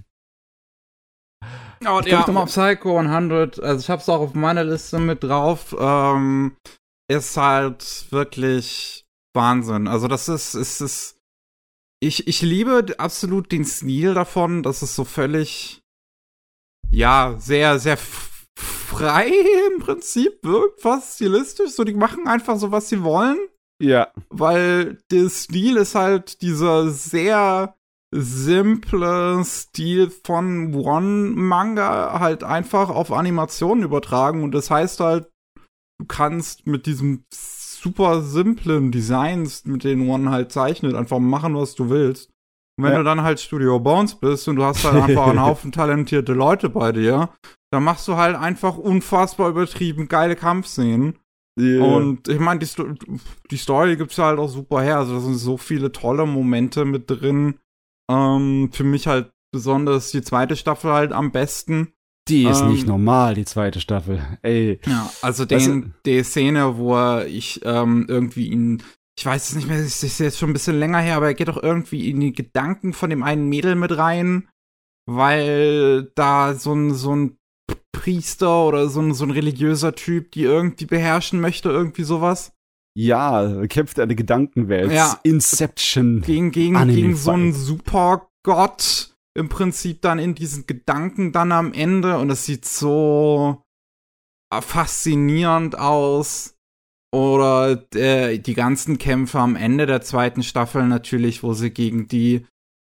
Und ja, Mob Psycho 100, also ich hab's auch auf meiner Liste mit drauf, ist halt wirklich Wahnsinn. Also das ist ich liebe absolut den Stil davon, dass es so völlig ja, sehr, sehr frei im Prinzip wirkt, fast stilistisch. So, die machen einfach so, was sie wollen. Ja. Weil der Stil ist halt dieser sehr simple Stil von One-Manga halt einfach auf Animationen übertragen. Und das heißt halt, du kannst mit diesem super simplen Designs, mit denen One halt zeichnet, einfach machen, was du willst. Und wenn du dann halt Studio Bones bist und du hast halt einfach einen Haufen talentierte Leute bei dir, dann machst du halt einfach unfassbar übertrieben geile Kampfszenen. Yeah. Und ich meine, die Story gibt's halt auch super her. Also da sind so viele tolle Momente mit drin. Für mich halt besonders die zweite Staffel halt am besten. Die ist nicht normal, die zweite Staffel. Ey. Ja, also die Szene, wo ich irgendwie ihn, ich weiß es nicht mehr, es ist jetzt schon ein bisschen länger her, aber er geht doch irgendwie in die Gedanken von dem einen Mädel mit rein, weil da so ein Priester oder so ein religiöser Typ, die irgendwie beherrschen möchte, irgendwie sowas. Ja, kämpft eine Gedankenwelt. Ja. Inception. Gegen so einen Supergott im Prinzip dann in diesen Gedanken dann am Ende. Und es sieht so faszinierend aus. Oder die ganzen Kämpfe am Ende der zweiten Staffel natürlich, wo sie gegen die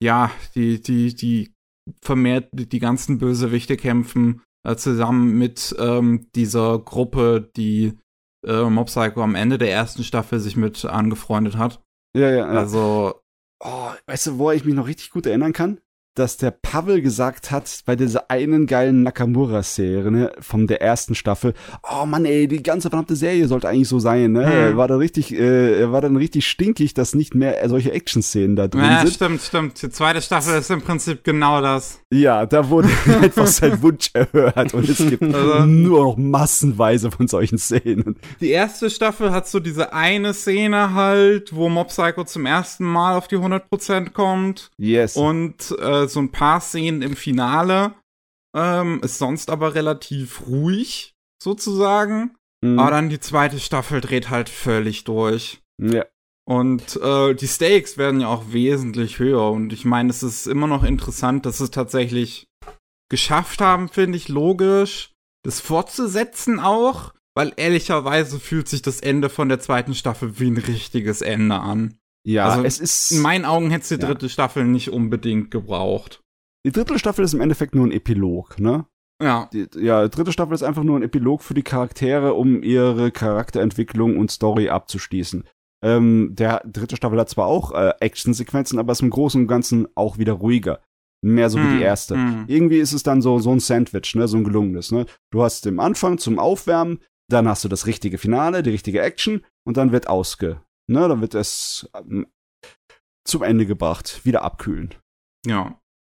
vermehrt die ganzen Bösewichte kämpfen, zusammen mit dieser Gruppe, die Mob Psycho am Ende der ersten Staffel sich mit angefreundet hat. Ja. Also, weißt du, wo ich mich noch richtig gut erinnern kann? Dass der Pavel gesagt hat, bei dieser einen geilen Nakamura-Serie, ne, von der ersten Staffel, oh Mann, ey, die ganze verdammte Serie sollte eigentlich so sein, ne? Er war dann richtig stinkig, dass nicht mehr solche Action-Szenen da drin sind. Ja, stimmt. Die zweite Staffel ist im Prinzip genau das. Ja, da wurde einfach sein Wunsch erhört und es gibt nur noch massenweise von solchen Szenen. Die erste Staffel hat so diese eine Szene halt, wo Mob Psycho zum ersten Mal auf die 100% kommt. Yes. Und so ein paar Szenen im Finale, ist sonst aber relativ ruhig. sozusagen. Aber dann die zweite Staffel dreht halt völlig durch. Ja. Und die Stakes werden ja auch wesentlich höher. Und ich meine, es ist immer noch interessant, dass sie es tatsächlich geschafft haben, finde ich, logisch, das fortzusetzen auch. Weil ehrlicherweise fühlt sich das Ende von der zweiten Staffel wie ein richtiges Ende an. Ja, also es ist. In meinen Augen hätte es die dritte Staffel nicht unbedingt gebraucht. Die dritte Staffel ist im Endeffekt nur ein Epilog, ne? Ja. Die dritte Staffel ist einfach nur ein Epilog für die Charaktere, um ihre Charakterentwicklung und Story abzuschließen. Der dritte Staffel hat zwar auch Actionsequenzen, aber ist im Großen und Ganzen auch wieder ruhiger. Mehr so wie die erste. Irgendwie ist es dann so ein Sandwich, ne? So ein gelungenes, ne? Du hast den Anfang zum Aufwärmen, dann hast du das richtige Finale, die richtige Action und dann wird dann wird es zum Ende gebracht, wieder abkühlen. Ja.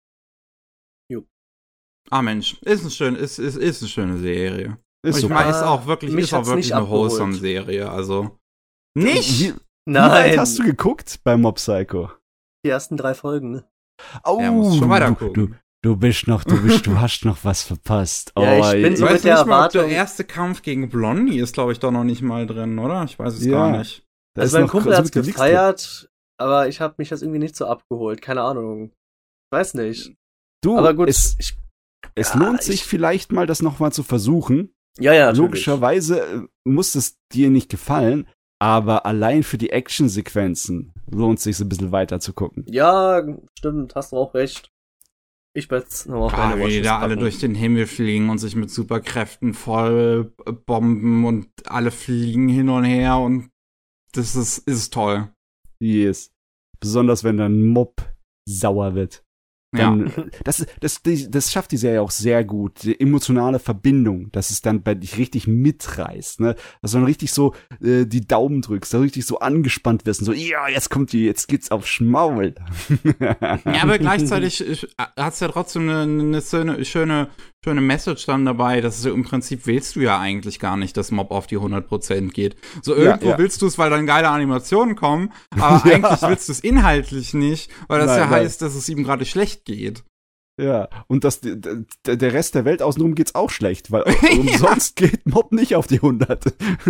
Jo. Ah Mensch, ist eine schöne Serie. Ist ich meine, ist auch wirklich eine Wholesome-Serie, also. Nicht? Wie weit hast du geguckt bei Mob Psycho? Die ersten 3 Folgen, ne? Oh, muss schon weiter gucken. Du hast noch was verpasst. Ja, ich bin so mit der Erwartung. Der erste Kampf gegen Blondie ist, glaube ich, doch noch nicht mal drin, oder? Ich weiß es gar nicht. Also mein Kumpel hat's gefeiert, aber ich habe mich das irgendwie nicht so abgeholt. Keine Ahnung. Ich weiß nicht. Aber gut, es lohnt sich vielleicht mal, das noch mal zu versuchen. Ja, natürlich. Logischerweise muss es dir nicht gefallen, aber allein für die Actionsequenzen lohnt es sich, so ein bisschen weiter zu gucken. Ja, stimmt, hast du auch recht. Ich werde es noch auf wie die da alle durch den Himmel fliegen und sich mit Superkräften voll bomben und alle fliegen hin und her und das ist toll. Yes. Besonders wenn dann Mob sauer wird. Dann, das schafft die Serie auch sehr gut. Die emotionale Verbindung, dass es dann bei dich richtig mitreißt, ne? Dass du dann richtig so die Daumen drückst, da richtig so angespannt wirst und so, ja, jetzt geht's aufs Schmaul. Ja, aber gleichzeitig hat's ja trotzdem eine schöne Message dann dabei, dass du im Prinzip willst du ja eigentlich gar nicht, dass Mob auf die 100% geht. So irgendwo willst du es, weil dann geile Animationen kommen, aber eigentlich willst du es inhaltlich nicht, weil das heißt, dass es ihm gerade schlecht geht. Ja, und der Rest der Welt außenrum geht's auch schlecht, weil umsonst geht Mob nicht auf die 100.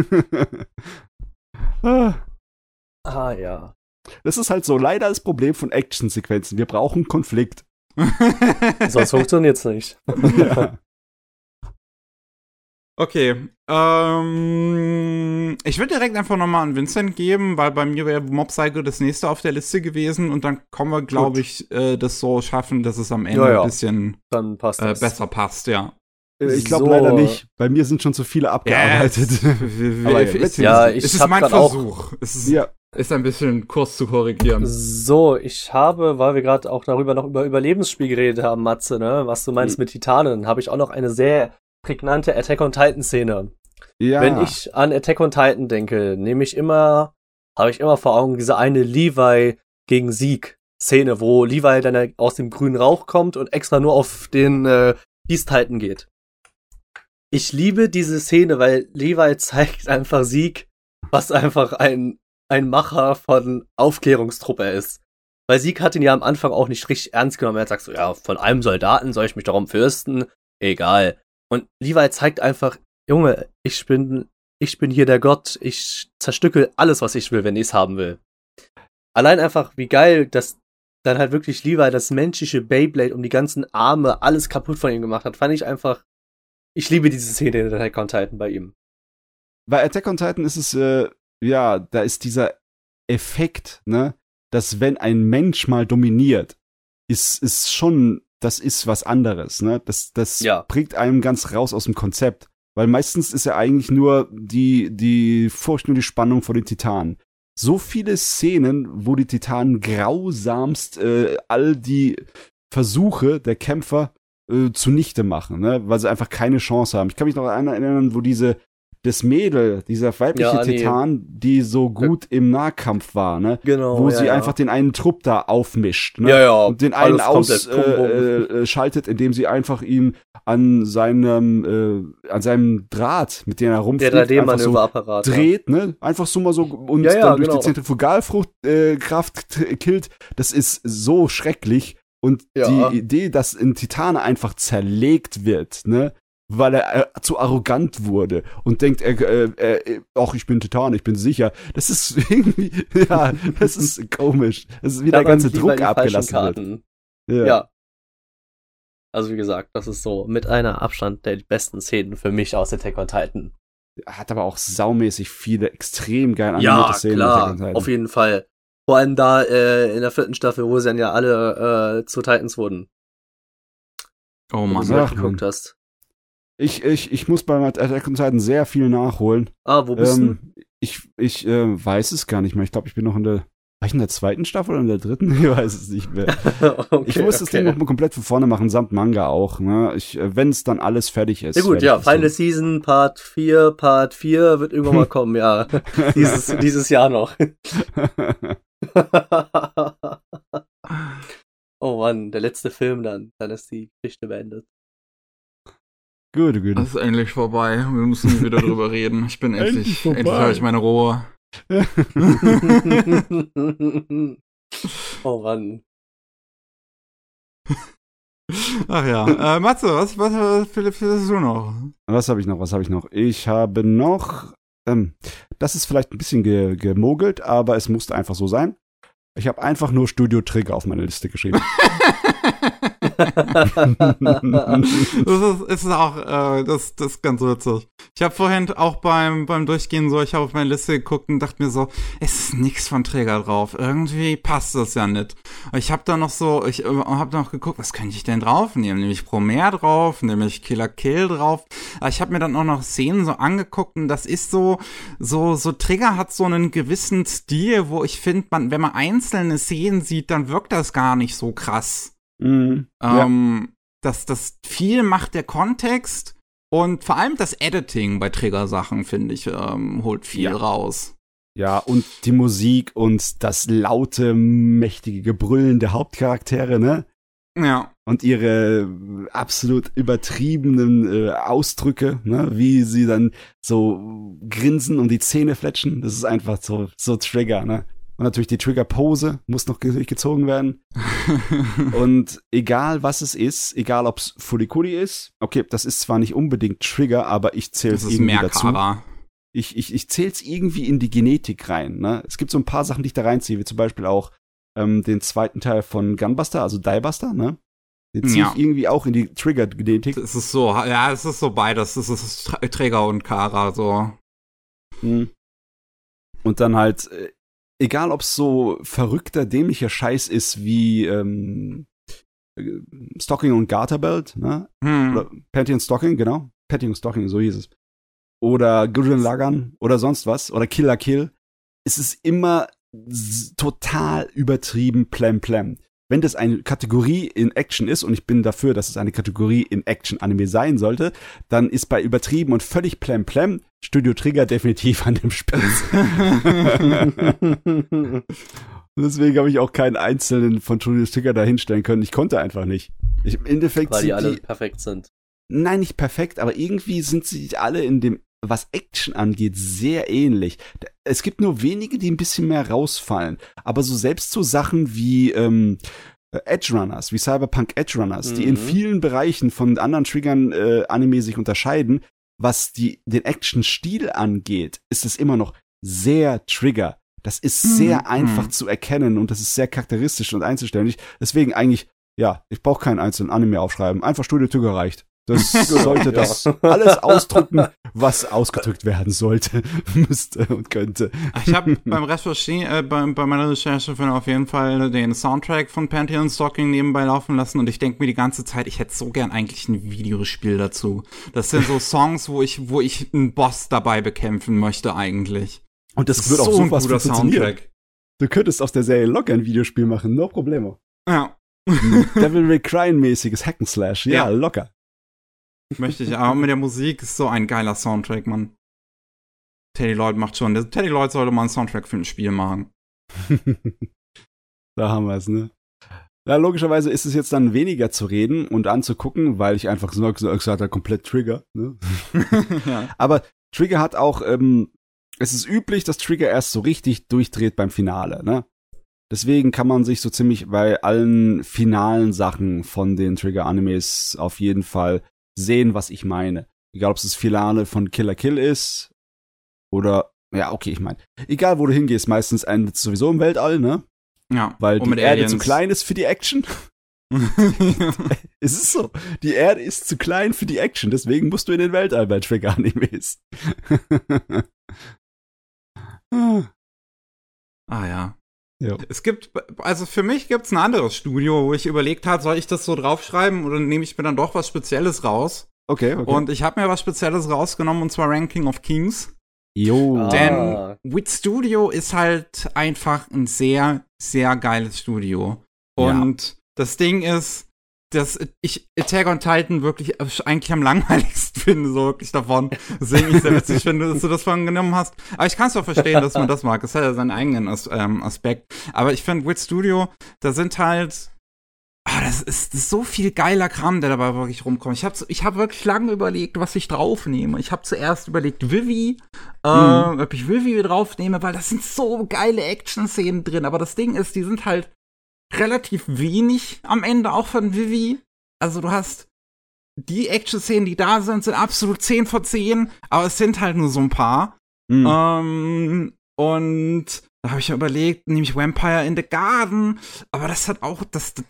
Ja. Das ist halt so leider das Problem von Actionsequenzen. Wir brauchen Konflikt. Sonst funktioniert's nicht. Ja. Okay, ich würde direkt einfach nochmal an Vincent geben, weil bei mir wäre Mob Psycho das nächste auf der Liste gewesen und dann können wir, glaube ich, das so schaffen, dass es am Ende ein bisschen dann passt besser passt, ja. Ich glaube leider nicht. Bei mir sind schon zu viele abgearbeitet. Es ist mein Versuch. Es ist ein bisschen Kurs zu korrigieren. So, ich habe, weil wir gerade auch noch über Überlebensspiel geredet haben, Matze, ne, was du meinst mit Titanen, habe ich auch noch eine sehr prägnante Attack on Titan Szene. Ja. Wenn ich an Attack on Titan denke, habe ich immer vor Augen diese eine Levi gegen Zeke Szene, wo Levi dann aus dem grünen Rauch kommt und extra nur auf den Beast Titan geht. Ich liebe diese Szene, weil Levi zeigt einfach Zeke, was einfach ein Macher von Aufklärungstruppe ist. Weil Zeke hat ihn ja am Anfang auch nicht richtig ernst genommen. Er sagt so, ja, von einem Soldaten soll ich mich darum fürchten? Egal. Und Levi zeigt einfach, Junge, ich bin hier der Gott, ich zerstücke alles, was ich will, wenn ich es haben will. Allein einfach, wie geil, dass dann halt wirklich Levi das menschliche Beyblade um die ganzen Arme alles kaputt von ihm gemacht hat, fand ich einfach, ich liebe diese Szene in Attack on Titan bei ihm. Bei Attack on Titan ist es, da ist dieser Effekt, ne, dass wenn ein Mensch mal dominiert, ist schon, das ist was anderes, ne? Das bringt einem ganz raus aus dem Konzept. Weil meistens ist ja eigentlich nur die Furcht und die Spannung vor den Titanen. So viele Szenen, wo die Titanen grausamst all die Versuche der Kämpfer zunichte machen, ne? Weil sie einfach keine Chance haben. Ich kann mich noch an erinnern, wo das Mädel, dieser weibliche Titan, die so gut im Nahkampf war, ne? Genau, wo sie einfach den einen Trupp da aufmischt, ne? Und den einen ausschaltet, indem sie einfach ihm an seinem Draht, mit dem er rumfliegt, der 3D-Manöverapparat dreht, ne? Einfach so mal so und dann durch die Zentrifugalkraft killt. Das ist so schrecklich. Und die Idee, dass ein Titan einfach zerlegt wird, ne? weil er zu arrogant wurde und denkt, ach, ich bin Titan, ich bin sicher. Das ist irgendwie, ja, das ist komisch. Das ist wie der ganze Druck abgelassen wird. Ja. Also wie gesagt, das ist so mit einer Abstand der besten Szenen für mich aus Attack on Titan. Hat aber auch saumäßig viele extrem geil animierte Szenen. Ja, klar, auf jeden Fall. Vor allem da in der 4. Staffel, wo sie dann ja alle zu Titans wurden. Oh Mann, wo du geguckt hast. Ich muss bei Attack on Titan sehr viel nachholen. Wo bist du? Ich weiß es gar nicht mehr. Ich glaube, ich bin noch war ich in der 2. Staffel oder in der 3.? Ich weiß es nicht mehr. Ich muss das Ding noch mal komplett von vorne machen, samt Manga auch. Ne? Wenn es dann alles fertig ist. Ja gut, ja, Final Season, Part 4 wird irgendwann mal kommen, ja. dieses Jahr noch. Oh Mann, der letzte Film dann ist die Geschichte beendet. Gut. Das ist endlich vorbei. Wir müssen wieder drüber reden. Ich bin endlich habe ich meine Ruhe. Oh Mann. Ach ja. Matze, was hast du noch? Was habe ich noch? Ich habe noch, das ist vielleicht ein bisschen gemogelt, aber es musste einfach so sein. Ich habe einfach nur Studio Trigger auf meine Liste geschrieben. Das ist ganz witzig. Ich habe vorhin auch beim Durchgehen so, ich habe auf meine Liste geguckt und dachte mir so, es ist nichts von Träger drauf. Irgendwie passt das ja nicht. Aber ich habe da noch geguckt, was könnte ich denn draufnehmen? Nämlich Promare drauf, nämlich Killer Kill drauf. Aber ich habe mir dann auch noch Szenen so angeguckt und das ist so Trigger hat so einen gewissen Stil, wo ich finde, wenn man einzelne Szenen sieht, dann wirkt das gar nicht so krass. Das viel macht der Kontext und vor allem das Editing bei Trigger-Sachen, finde ich, holt viel raus. Ja, und die Musik und das laute, mächtige Gebrüllen der Hauptcharaktere, ne? Ja. Und ihre absolut übertriebenen Ausdrücke, ne? Wie sie dann so grinsen und die Zähne fletschen. Das ist einfach so Trigger, ne? Und natürlich die Trigger-Pose muss noch durchgezogen werden. Und egal was es ist, egal ob es Furikuri ist, okay, das ist zwar nicht unbedingt Trigger, aber ich zähle es irgendwie dazu. Ich zähle es irgendwie in die Genetik rein. Ne? Es gibt so ein paar Sachen, die ich da reinziehe, wie zum Beispiel auch den 2. Teil von Gunbuster, also Diebuster, ne? Den ziehe ich irgendwie auch in die Trigger-Genetik. Es ist so, ja, es ist so beides. Es ist Träger und Kara, so. Und dann halt egal, ob es so verrückter, dämlicher Scheiß ist wie Stocking und Garterbelt, ne? Oder Panty und Stocking, genau. Panty und Stocking, so hieß es. Oder Gurren Lagann oder sonst was. Oder Killer Kill. Es ist immer total übertrieben Plam. Wenn das eine Kategorie in Action ist, und ich bin dafür, dass es eine Kategorie in Action-Anime sein sollte, dann ist bei übertrieben und völlig Plam Studio Trigger definitiv an dem Spitz. Deswegen habe ich auch keinen einzelnen von Studio Trigger da hinstellen können. Ich konnte einfach nicht. Im Endeffekt weil die alle perfekt sind. Nein, nicht perfekt, aber irgendwie sind sie alle in dem, was Action angeht, sehr ähnlich. Es gibt nur wenige, die ein bisschen mehr rausfallen. Aber selbst so Sachen wie Edge Runners, wie Cyberpunk Edge Runners, die in vielen Bereichen von anderen Triggern Anime sich unterscheiden, was den Action-Stil angeht, ist es immer noch sehr Trigger. Das ist sehr einfach zu erkennen und das ist sehr charakteristisch und einzustellen. Deswegen eigentlich, ich brauche keinen einzelnen Anime aufschreiben. Einfach Studio Trigger reicht. Das sollte das alles ausdrücken, was ausgedrückt werden sollte, müsste und könnte. Ich habe bei meiner Recherche auf jeden Fall den Soundtrack von Panty und Stocking nebenbei laufen lassen und ich denke mir die ganze Zeit, ich hätte so gern eigentlich ein Videospiel dazu. Das sind so Songs, wo ich einen Boss dabei bekämpfen möchte eigentlich. Und das wird auch so was funktionieren. Du könntest aus der Serie locker ein Videospiel machen, no problemo. Ja. Devil May Cry-mäßiges Hack'n'Slash, ja, locker. Möchte ich, aber mit der Musik ist so ein geiler Soundtrack, Mann. Teddy Lloyd macht schon. Teddy Lloyd sollte mal einen Soundtrack für ein Spiel machen. Da haben wir es, ne? Ja, logischerweise ist es jetzt dann weniger zu reden und anzugucken, weil ich einfach so gesagt habe, komplett Trigger, ne? Ja. Aber Trigger hat auch, es ist üblich, dass Trigger erst so richtig durchdreht beim Finale, ne? Deswegen kann man sich so ziemlich bei allen finalen Sachen von den Trigger-Animes auf jeden Fall sehen, was ich meine. Egal, ob es das Finale von Kill la Kill ist oder, ja, okay, ich meine, egal, wo du hingehst, meistens endet es sowieso im Weltall, ne? Ja. Weil und die Erde Aliens. zu klein ist für die Action. Es ist so. Die Erde ist zu klein für die Action, deswegen musst du in den Weltall bei Trick-Animes. Ja. Ja. Es gibt, also für mich gibt's ein anderes Studio, wo ich überlegt habe, soll ich das so draufschreiben oder nehme ich mir dann doch was Spezielles raus? Okay. Und ich habe mir was Spezielles rausgenommen, und zwar Ranking of Kings. Jo. Denn Wit Studio ist halt einfach ein sehr, sehr geiles Studio. Und das Ding ist, dass ich Attack on Titan wirklich eigentlich am langweiligsten finde, so wirklich davon. Deswegen ich sehr witzig finde, dass du das von genommen hast. Aber ich kann es doch verstehen, dass man das mag. Es hat ja seinen eigenen Aspekt. Aber ich finde, Wit Studio, da sind halt das ist so viel geiler Kram, der dabei wirklich rumkommt. Ich hab wirklich lange überlegt, was ich draufnehme. Ich habe zuerst überlegt, Vivi, ob ich Vivi draufnehme, weil das sind so geile Action-Szenen drin. Aber das Ding ist, die sind halt relativ wenig am Ende auch von Vivi. Also du hast die Action-Szenen, die da sind absolut 10 von 10, aber es sind halt nur so ein paar. Und da habe ich mir überlegt, nehme ich Vampire in the Garden, aber das hat auch,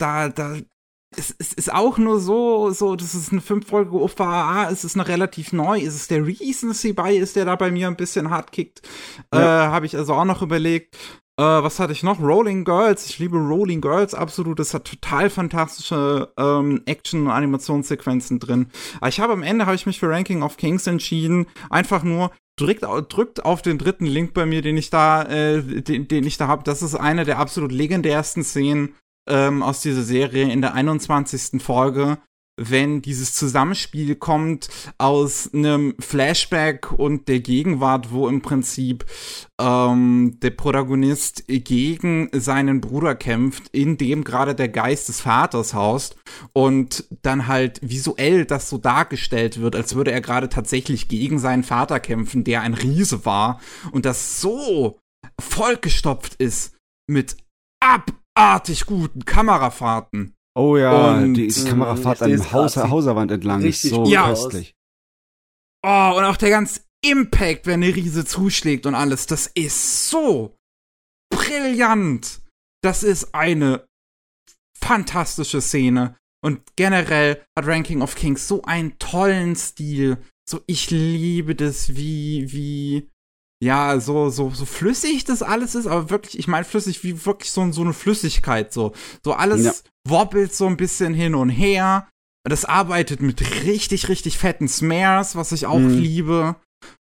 es ist auch nur so, das ist eine 5-folgige OVA, es ist noch relativ neu, ist es der Recency bei ist, der da bei mir ein bisschen hart kickt, habe ich also auch noch überlegt. Was hatte ich noch? Rolling Girls. Ich liebe Rolling Girls absolut. Das hat total fantastische Action- und Animationssequenzen drin. Aber am Ende habe ich mich für Ranking of Kings entschieden. Einfach nur drückt auf den dritten Link bei mir, den ich da habe. Das ist eine der absolut legendärsten Szenen aus dieser Serie in der 21. Folge. Wenn dieses Zusammenspiel kommt aus einem Flashback und der Gegenwart, wo im Prinzip der Protagonist gegen seinen Bruder kämpft, in dem gerade der Geist des Vaters haust und dann halt visuell das so dargestellt wird, als würde er gerade tatsächlich gegen seinen Vater kämpfen, der ein Riese war und das so vollgestopft ist mit abartig guten Kamerafahrten. Oh ja, und die Kamerafahrt an dem Hauswand entlang ist so köstlich. Oh, und auch der ganze Impact, wenn der Riese zuschlägt und alles, das ist so brillant. Das ist eine fantastische Szene. Und generell hat Ranking of Kings so einen tollen Stil. So, ich liebe das, wie so flüssig das alles ist, aber wirklich, ich meine flüssig, wie wirklich so eine Flüssigkeit, so alles wobbelt so ein bisschen hin und her. Das arbeitet mit richtig, richtig fetten Smears, was ich auch liebe.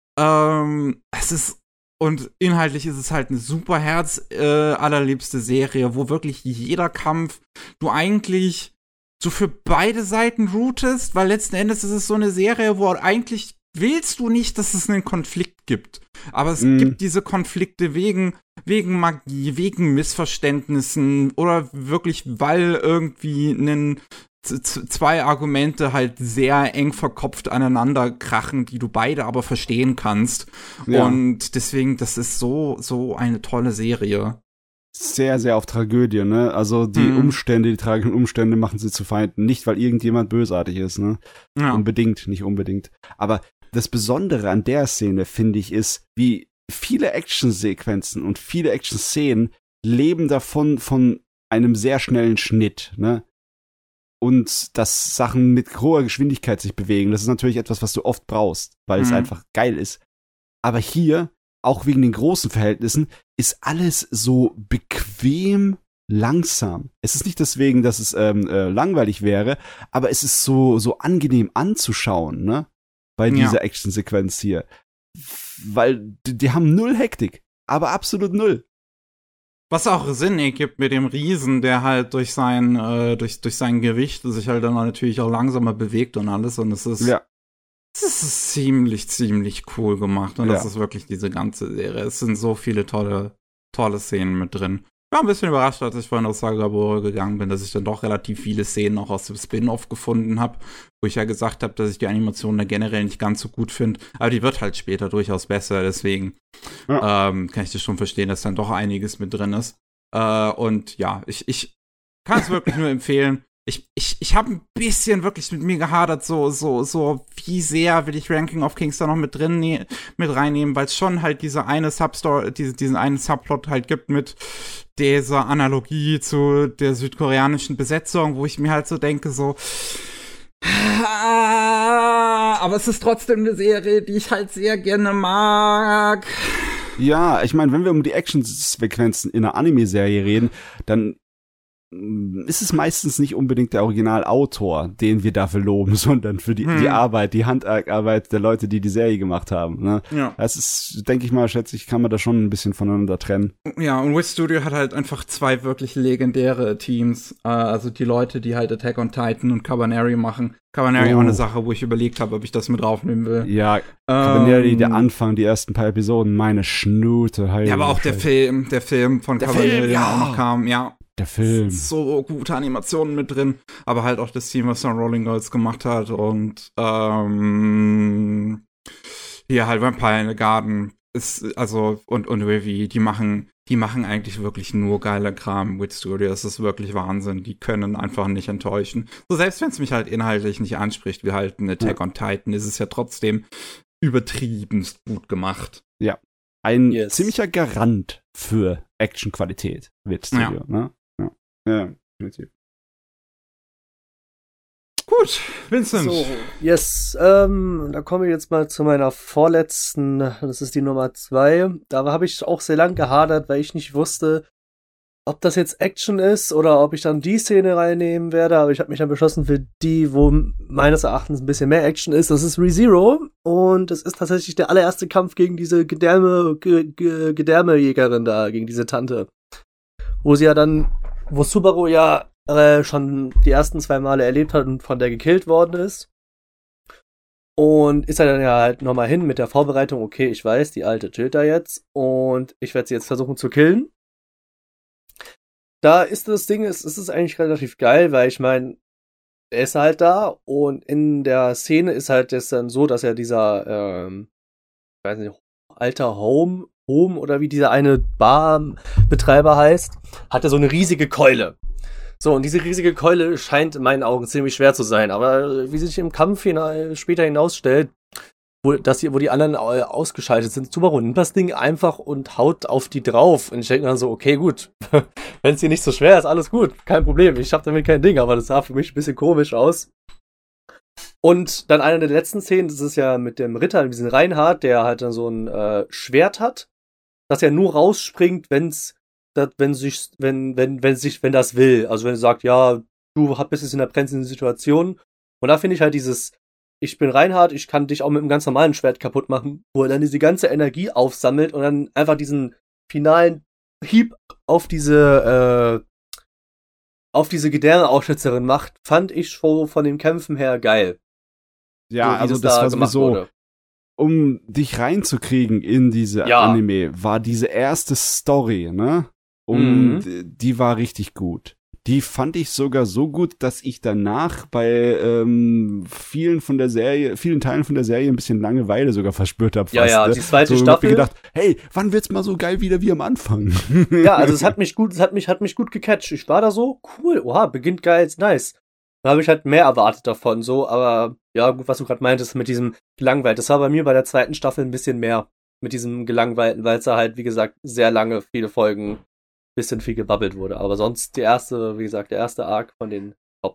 Es ist, und inhaltlich ist es halt eine super allerliebste Serie, wo wirklich jeder Kampf du eigentlich so für beide Seiten rootest, weil letzten Endes ist es so eine Serie, wo eigentlich willst du nicht, dass es einen Konflikt gibt. Aber es gibt diese Konflikte wegen Magie, wegen Missverständnissen oder wirklich, weil irgendwie zwei Argumente halt sehr eng verkopft aneinander krachen, die du beide aber verstehen kannst. Ja. Und deswegen, das ist so eine tolle Serie. Sehr, sehr auf Tragödie, ne? Also die Umstände, die tragischen Umstände machen sie zu Feinden. Nicht, weil irgendjemand bösartig ist, ne? Ja. Nicht unbedingt. Aber das Besondere an der Szene, finde ich, ist, wie viele Actionsequenzen und viele Action-Szenen leben davon von einem sehr schnellen Schnitt, ne? Und dass Sachen mit hoher Geschwindigkeit sich bewegen. Das ist natürlich etwas, was du oft brauchst, weil es einfach geil ist. Aber hier, auch wegen den großen Verhältnissen, ist alles so bequem langsam. Es ist nicht deswegen, dass es langweilig wäre, aber es ist so angenehm anzuschauen, ne? Bei dieser Actionsequenz hier. Weil die haben null Hektik, aber absolut null. Was auch Sinn ergibt mit dem Riesen, der halt durch sein Gewicht sich halt dann natürlich auch langsamer bewegt und alles. Und es ist ziemlich, ziemlich cool gemacht. Und das ist wirklich diese ganze Serie. Es sind so viele tolle Szenen mit drin. Ich war ein bisschen überrascht, als ich vorhin aus Sagaburo gegangen bin, dass ich dann doch relativ viele Szenen auch aus dem Spin-Off gefunden habe, wo ich ja gesagt habe, dass ich die Animation da generell nicht ganz so gut finde. Aber die wird halt später durchaus besser, deswegen kann ich das schon verstehen, dass dann doch einiges mit drin ist. Und ja, ich kann es wirklich nur empfehlen. ich habe ein bisschen wirklich mit mir gehadert, so wie sehr will ich Ranking of Kings da noch mit reinnehmen, weil es schon halt diese eine Substory, diesen einen Subplot halt gibt mit dieser Analogie zu der südkoreanischen Besetzung, wo ich mir halt so denke, so aber es ist trotzdem eine Serie, die ich halt sehr gerne mag. Ja, ich meine, wenn wir um die Action-Sequenzen in einer Anime-Serie reden, dann ist es meistens nicht unbedingt der Originalautor, den wir dafür loben, sondern für die Arbeit, die Handarbeit der Leute, die Serie gemacht haben. Ne? Ja. Das ist, denke ich mal, schätze ich, kann man da schon ein bisschen voneinander trennen. Ja, und Wit Studio hat halt einfach 2 wirklich legendäre Teams. Also die Leute, die halt Attack on Titan und Cabaneri machen. Cabaneri auch eine Sache, wo ich überlegt habe, ob ich das mit draufnehmen will. Ja, Cabaneri, der Anfang, die ersten paar Episoden, meine Schnute. Ja, aber auch der Film von Cabaneri, der auch noch kam, ja. Der Film. So gute Animationen mit drin, aber halt auch das Team, was dann Rolling Girls gemacht hat und hier halt Vampire in the Garden ist, also und Revy, die machen eigentlich wirklich nur geile Kram mit Studio. Das ist wirklich Wahnsinn. Die können einfach nicht enttäuschen. So, selbst wenn es mich halt inhaltlich nicht anspricht, wie halt ein Attack on Titan, ist es ja trotzdem übertriebenst gut gemacht. Ja. Ein ziemlicher Garant für Actionqualität wird Studio, ne? Ja, definitiv. Gut, Vincent. So, yes, da komme ich jetzt mal zu meiner vorletzten, das ist die Nummer 2. Da habe ich auch sehr lang gehadert, weil ich nicht wusste, ob das jetzt Action ist oder ob ich dann die Szene reinnehmen werde, aber ich habe mich dann beschlossen für die, wo meines Erachtens ein bisschen mehr Action ist. Das ist ReZero und es ist tatsächlich der allererste Kampf gegen diese Gedärmejägerin da, gegen diese Tante. Wo Subaru ja schon die ersten 2 Male erlebt hat und von der gekillt worden ist. Und ist er dann ja halt nochmal hin mit der Vorbereitung, okay, ich weiß, die Alte chillt da jetzt und ich werde sie jetzt versuchen zu killen. Da ist das Ding, es ist eigentlich relativ geil, weil ich meine, er ist halt da und in der Szene ist halt das dann so, dass er dieser, ich weiß nicht, alter Home oder wie dieser eine Barbetreiber heißt, hat er so eine riesige Keule. So, und diese riesige Keule scheint in meinen Augen ziemlich schwer zu sein, aber wie sich im Kampf später hinausstellt, wo die anderen ausgeschaltet sind, Subaru nimmt das Ding einfach und haut auf die drauf. Und ich denke dann so, okay, gut, wenn es hier nicht so schwer ist, alles gut, kein Problem, ich hab damit kein Ding, aber das sah für mich ein bisschen komisch aus. Und dann eine der letzten Szenen, das ist ja mit dem Ritter, diesen Reinhard, der halt dann so ein Schwert hat, dass er nur rausspringt, wenn das will. Also wenn er sagt, ja, du bist jetzt in einer brenzlichen Situation. Und da finde ich halt dieses, ich bin Reinhard, ich kann dich auch mit einem ganz normalen Schwert kaputt machen, wo er dann diese ganze Energie aufsammelt und dann einfach diesen finalen Hieb auf diese Gedärme-Ausschnitzerin macht, fand ich schon von den Kämpfen her geil. Ja, so, also das war sowieso, um dich reinzukriegen in diese Anime, war diese erste Story, ne? Und die war richtig gut. Die fand ich sogar so gut, dass ich danach bei vielen Teilen von der Serie ein bisschen Langeweile sogar verspürt habe. Ja, die zweite Staffel. Ich gedacht, hey, wann wird's mal so geil wieder wie am Anfang? Ja, also es hat mich gut gecatcht. Ich war da so, cool, oha, beginnt geil, ist nice. Da habe ich halt mehr erwartet davon, so, aber ja, gut, was du gerade meintest mit diesem Gelangweilt. Das war bei mir bei der zweiten Staffel ein bisschen mehr mit diesem Gelangweilten, weil es da halt, wie gesagt, sehr lange, viele Folgen, bisschen viel gebabbelt wurde. Aber sonst der erste Arc von den Top.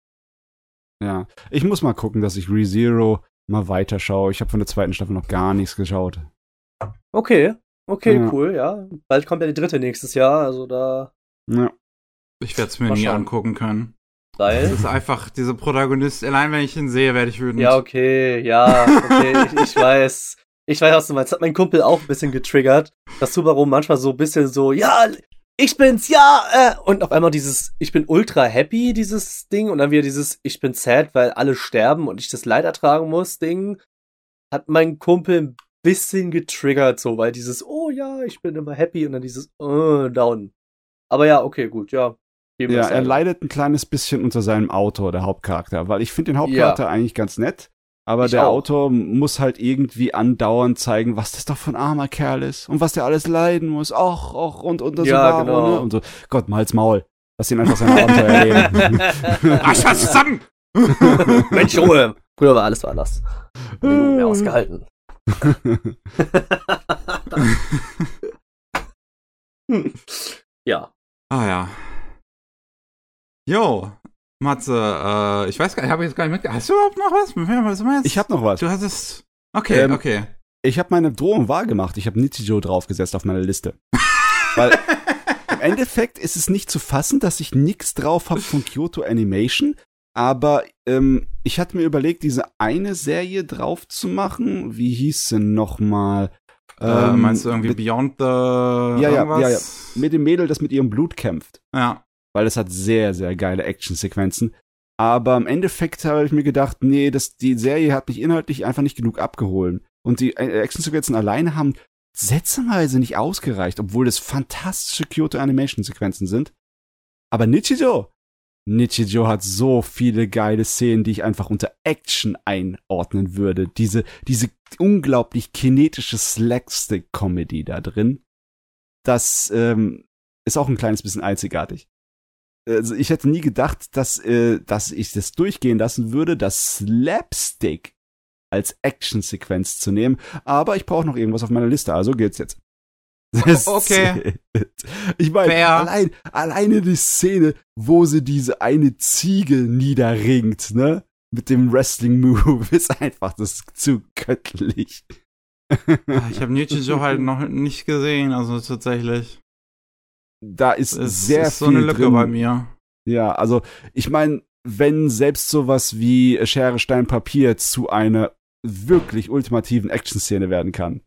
Ja, ich muss mal gucken, dass ich ReZero mal weiterschaue. Ich habe von der zweiten Staffel noch gar nichts geschaut. Okay, ja. Cool, ja. Bald kommt ja die 3. nächstes Jahr, also da... Ja. Ich werde es mir nie angucken können. Weil? Das ist einfach, diese Protagonist, allein wenn ich ihn sehe, werde ich wütend. Ja, okay, ich weiß. Ich weiß, was du meinst. Das hat mein Kumpel auch ein bisschen getriggert, dass Subaru manchmal so ein bisschen so, ja, ich bin's, und auf einmal dieses, ich bin ultra happy, dieses Ding, und dann wieder dieses, ich bin sad, weil alle sterben und ich das Leid ertragen muss, Ding, hat mein Kumpel ein bisschen getriggert, so, weil dieses, oh ja, ich bin immer happy, und dann dieses, down. Aber ja, okay, gut, ja. Ja, er leidet ein kleines bisschen unter seinem Autor, der Hauptcharakter, weil ich finde den Hauptcharakter eigentlich ganz nett, aber der Autor muss halt irgendwie andauernd zeigen, was das doch für ein armer Kerl ist und was der alles leiden muss, und so ja, genau. Ne? Und so, Gott, mal's Maul. Lass ihn einfach seine Abenteuer erleben. Rasch was zusammen! Mensch, Ruhe! Früher war alles anders. Mehr ausgehalten. Ja. Ah ja. Jo, Matze, ich weiß gar nicht, habe ich jetzt gar nicht mitgekriegt. Hast du überhaupt noch was? Was meinst du? Ich hab noch was. Du hattest. Okay, okay. Ich habe meine Drohung wahrgemacht. Ich habe Nichijou draufgesetzt auf meine Liste. Weil im Endeffekt ist es nicht zu fassen, dass ich nichts drauf habe von Kyoto Animation. Aber ich hatte mir überlegt, diese eine Serie drauf zu machen. Wie hieß sie nochmal? Meinst du irgendwie Beyond the ja. Mit dem Mädel, das mit ihrem Blut kämpft. Ja. Weil es hat sehr, sehr geile Actionsequenzen. Aber im Endeffekt habe ich mir gedacht, nee, die Serie hat mich inhaltlich einfach nicht genug abgeholt. Und die Actionsequenzen alleine haben sätzeweise nicht ausgereicht, obwohl das fantastische Kyoto Animation Sequenzen sind. Aber Nichijou hat so viele geile Szenen, die ich einfach unter Action einordnen würde. Diese unglaublich kinetische Slapstick-Comedy da drin, das ist auch ein kleines bisschen einzigartig. Also ich hätte nie gedacht, dass ich das durchgehen lassen würde, das Slapstick als Actionsequenz zu nehmen. Aber ich brauche noch irgendwas auf meiner Liste, also geht's jetzt. Okay. Ich meine, alleine die Szene, wo sie diese eine Ziege niederringt, ne? Mit dem Wrestling-Move ist einfach das zu göttlich. Ich habe Nichijou halt noch nicht gesehen, also tatsächlich. Da ist sehr ist viel so eine Lücke drin. bei mir. Ja, also ich meine, wenn selbst sowas wie Schere, Stein, Papier zu einer wirklich ultimativen Action-Szene werden kann.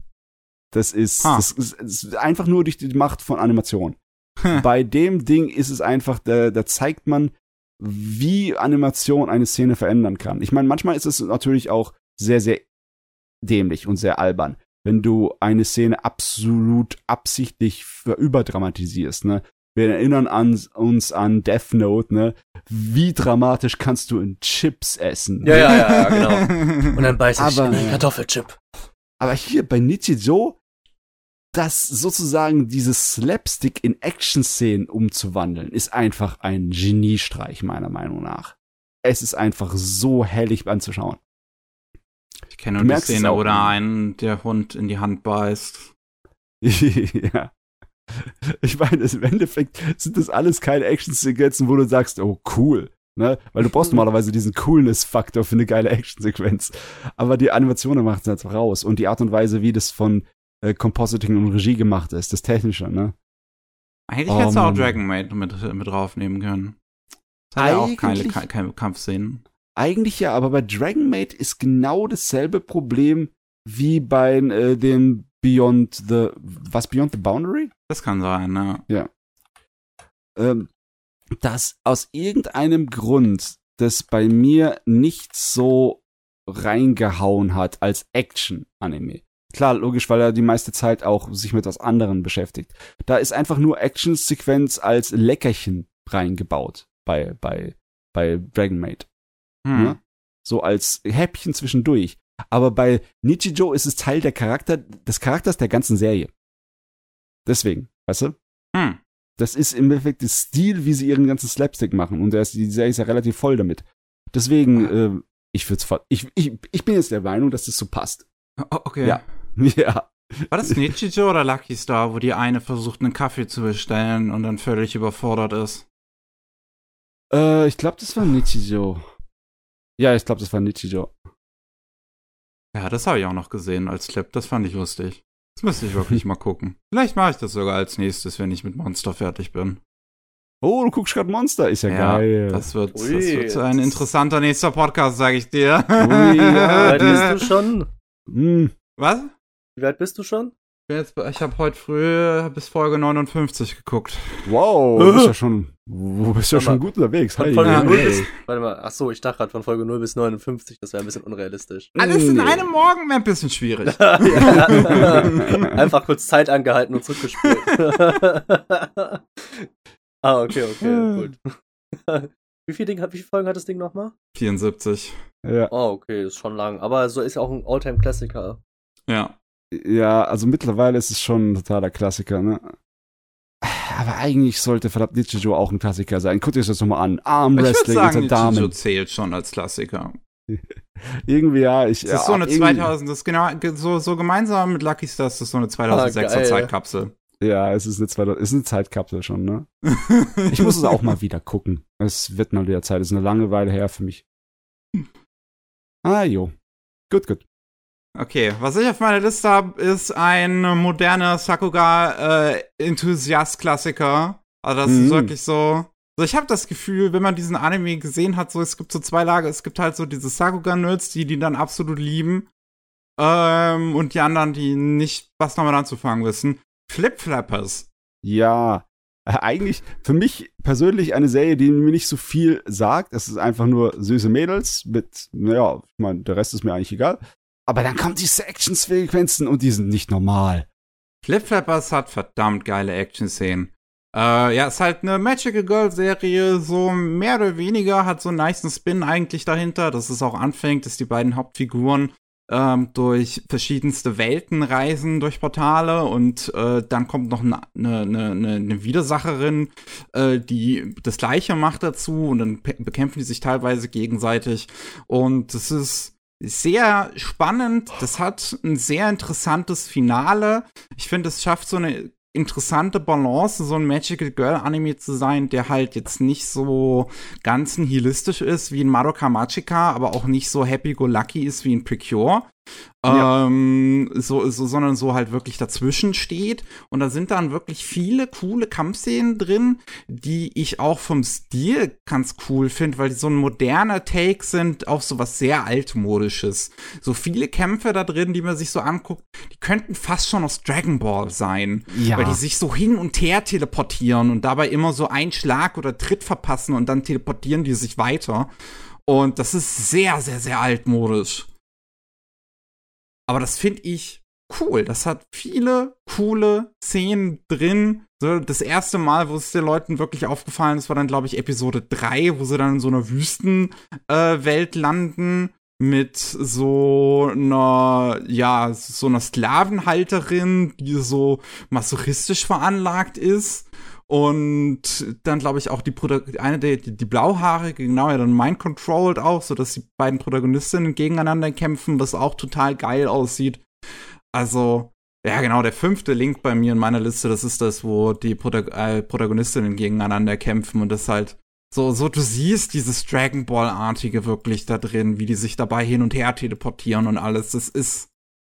Das ist einfach nur durch die Macht von Animation. Bei dem Ding ist es einfach, da zeigt man, wie Animation eine Szene verändern kann. Ich meine, manchmal ist es natürlich auch sehr, sehr dämlich und sehr albern, wenn du eine Szene absolut absichtlich überdramatisierst, ne? Wir erinnern uns an Death Note, ne? Wie dramatisch kannst du in Chips essen? Ja, genau. Und dann beiß ich in einen Kartoffelchip. Aber hier bei Nichijou, das sozusagen dieses Slapstick in Action-Szenen umzuwandeln, ist einfach ein Geniestreich, meiner Meinung nach. Es ist einfach so herrlich anzuschauen. Ich kenne nur die Szene, wo der Hund in die Hand beißt. Ja. Ich meine, im Endeffekt sind das alles keine Action-Sequenzen, wo du sagst, oh, cool. Ne? Weil du brauchst normalerweise diesen Coolness-Faktor für eine geile Action-Sequenz. Aber die Animationen machen es halt raus. Und die Art und Weise, wie das von Compositing und Regie gemacht ist, das Technische, ne? Eigentlich hättest du auch Dragon Maid mit draufnehmen können. Das hat ja auch keine Kampfszenen. Eigentlich ja, aber bei Dragon Maid ist genau dasselbe Problem wie bei dem Beyond the Boundary? Das kann sein, ne? Ja. Dass aus irgendeinem Grund das bei mir nicht so reingehauen hat als Action-Anime. Klar, logisch, weil er die meiste Zeit auch sich mit was anderem beschäftigt. Da ist einfach nur Action-Sequenz als Leckerchen reingebaut bei Dragon Maid. Ne? So als Häppchen zwischendurch. Aber bei Nichijou ist es Teil des Charakters der ganzen Serie. Deswegen, weißt du? Das ist im Endeffekt der Stil, wie sie ihren ganzen Slapstick machen. Und die Serie ist ja relativ voll damit. Deswegen, ich bin jetzt der Meinung, dass das so passt. Okay. Ja. War das Nichijou oder Lucky Star, wo die eine versucht, einen Kaffee zu bestellen und dann völlig überfordert ist? Ich glaube, das war Nichijou. Ja, ich glaube, das war Nichijou. Ja, das habe ich auch noch gesehen als Clip. Das fand ich lustig. Das müsste ich wirklich mal gucken. Vielleicht mache ich das sogar als nächstes, wenn ich mit Monster fertig bin. Oh, du guckst gerade Monster. Ist ja geil. Das wird ein interessanter nächster Podcast, sage ich dir. Ui, wie weit bist du schon? Was? Wie weit bist du schon? Ich habe heute früh bis Folge 59 geguckt. Wow, du bist ja schon gut unterwegs. Von Folge 0 bis, warte mal, achso, ich dachte gerade von Folge 0 bis 59, das wäre ein bisschen unrealistisch. Alles in einem Morgen wäre ein bisschen schwierig. Einfach kurz Zeit angehalten und zurückgespult. Okay, gut. Wie viele Folgen hat das Ding nochmal? 74. Ja. Oh, okay, das ist schon lang. Aber so ist ja auch ein Alltime-Klassiker. Ja. Ja, also mittlerweile ist es schon ein totaler Klassiker, ne? Aber eigentlich sollte verdammt Nichijou auch ein Klassiker sein. Guckt euch das nochmal an. Ich Armwrestling würde sagen, unter Damen. Nichijou zählt schon als Klassiker. Irgendwie, ja. Das ist so eine 2000, das ist genau, so gemeinsam mit Lucky Stars, das ist so eine 2006er Zeitkapsel. Ja, es ist eine Zeitkapsel schon, ne? Ich muss es auch mal wieder gucken. Es wird mal wieder Zeit. Es ist eine lange Weile her für mich. Jo. Gut. Okay, was ich auf meiner Liste habe, ist ein moderner Sakuga-Enthusiast-Klassiker. Also das ist wirklich so. Also ich habe das Gefühl, wenn man diesen Anime gesehen hat, so es gibt so zwei Lager. Es gibt halt so diese Sakuga-Nerds, die dann absolut lieben. Und die anderen, die nicht was damit anzufangen wissen. Flip-Flappers. Ja. Eigentlich für mich persönlich eine Serie, die mir nicht so viel sagt. Es ist einfach nur süße Mädels mit, naja, ich meine, der Rest ist mir eigentlich egal. Aber dann kommen diese Action-Sequenzen und die sind nicht normal. Flip-Flappers hat verdammt geile Action-Szenen. Ja, ist halt eine Magical Girl-Serie, so mehr oder weniger, hat so einen nicen Spin eigentlich dahinter, dass es auch anfängt, dass die beiden Hauptfiguren durch verschiedenste Welten reisen, durch Portale und dann kommt noch eine Widersacherin, die das Gleiche macht dazu und dann bekämpfen die sich teilweise gegenseitig und das ist sehr spannend, das hat ein sehr interessantes Finale. Ich finde, es schafft so eine interessante Balance, so ein Magical Girl Anime zu sein, der halt jetzt nicht so ganz nihilistisch ist wie in Madoka Magica, aber auch nicht so happy-go-lucky ist wie in Precure. Ja. Sondern so halt wirklich dazwischen steht. Und da sind dann wirklich viele coole Kampfszenen drin, die ich auch vom Stil ganz cool finde, weil die so ein moderner Take sind auf so was sehr altmodisches. So viele Kämpfe da drin, die man sich so anguckt, die könnten fast schon aus Dragon Ball sein. Ja. Weil die sich so hin und her teleportieren und dabei immer so einen Schlag oder Tritt verpassen und dann teleportieren die sich weiter. Und das ist sehr, sehr, sehr altmodisch. Aber das finde ich cool. Das hat viele coole Szenen drin. So, das erste Mal, wo es den Leuten wirklich aufgefallen ist, war dann, glaube ich, Episode 3, wo sie dann in so einer Wüstenwelt landen mit so einer Sklavenhalterin, die so masochistisch veranlagt ist. Und dann, glaube ich, auch die Blauhaarige, genau, ja, dann mind-controlled auch, sodass die beiden Protagonistinnen gegeneinander kämpfen, was auch total geil aussieht. Also, ja, genau, der 5. Link bei mir in meiner Liste, das ist das, wo die Protagonistinnen gegeneinander kämpfen und das halt so du siehst dieses Dragon Ball-artige wirklich da drin, wie die sich dabei hin und her teleportieren und alles. Das ist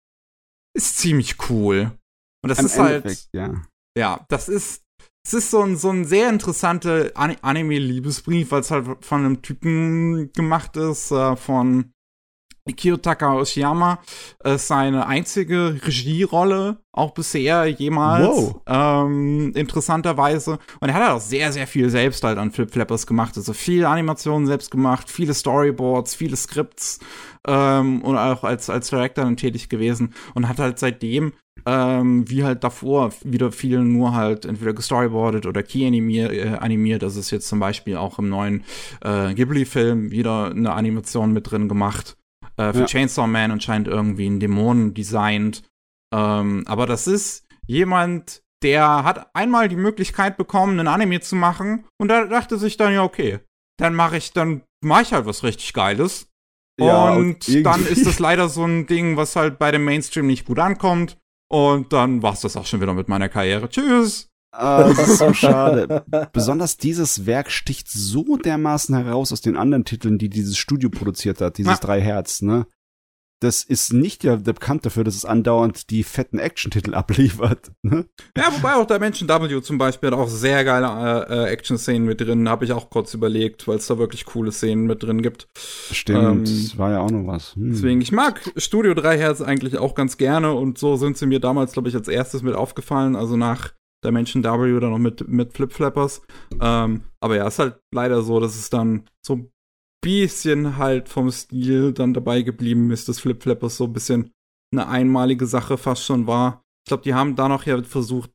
ziemlich cool. Und das ist halt, ja, das ist so ein sehr interessanter Anime-Liebesbrief, weil es halt von einem Typen gemacht ist, von Kiyotaka Oshiyama. Seine einzige Regierolle, auch bisher jemals. Wow. Interessanterweise. Und er hat halt auch sehr, sehr viel selbst halt an Flip-Flappers gemacht. Also viele Animationen selbst gemacht, viele Storyboards, viele Skripts und auch als Director dann tätig gewesen. Und hat halt seitdem wie halt davor wieder viel nur halt entweder gestoryboardet oder animiert. Das ist jetzt zum Beispiel auch im neuen Ghibli-Film wieder eine Animation mit drin gemacht. Für Chainsaw Man anscheinend irgendwie einen Dämonen designt. Aber das ist jemand, der hat einmal die Möglichkeit bekommen, einen Anime zu machen und da dachte sich dann, ja, okay, dann mache ich halt was richtig Geiles. Ja, und dann ist das leider so ein Ding, was halt bei dem Mainstream nicht gut ankommt. Und dann war's das auch schon wieder mit meiner Karriere. Tschüss! Das ist so schade. Besonders dieses Werk sticht so dermaßen heraus aus den anderen Titeln, die dieses Studio produziert hat, dieses 3 Hertz, ne? Das ist nicht bekannt dafür, dass es andauernd die fetten Action-Titel abliefert, ne? Ja, wobei auch Dimension W zum Beispiel hat auch sehr geile Action-Szenen mit drin, habe ich auch kurz überlegt, weil es da wirklich coole Szenen mit drin gibt. Stimmt, war ja auch noch was. Deswegen, ich mag Studio 3 Hertz eigentlich auch ganz gerne und so sind sie mir damals, glaube ich, als erstes mit aufgefallen, also nach Dimension W oder noch mit Flip-Flappers. Aber ja, ist halt leider so, dass es dann so ein bisschen halt vom Stil dann dabei geblieben ist, dass Flip-Flappers so ein bisschen eine einmalige Sache fast schon war. Ich glaube, die haben da noch ja versucht,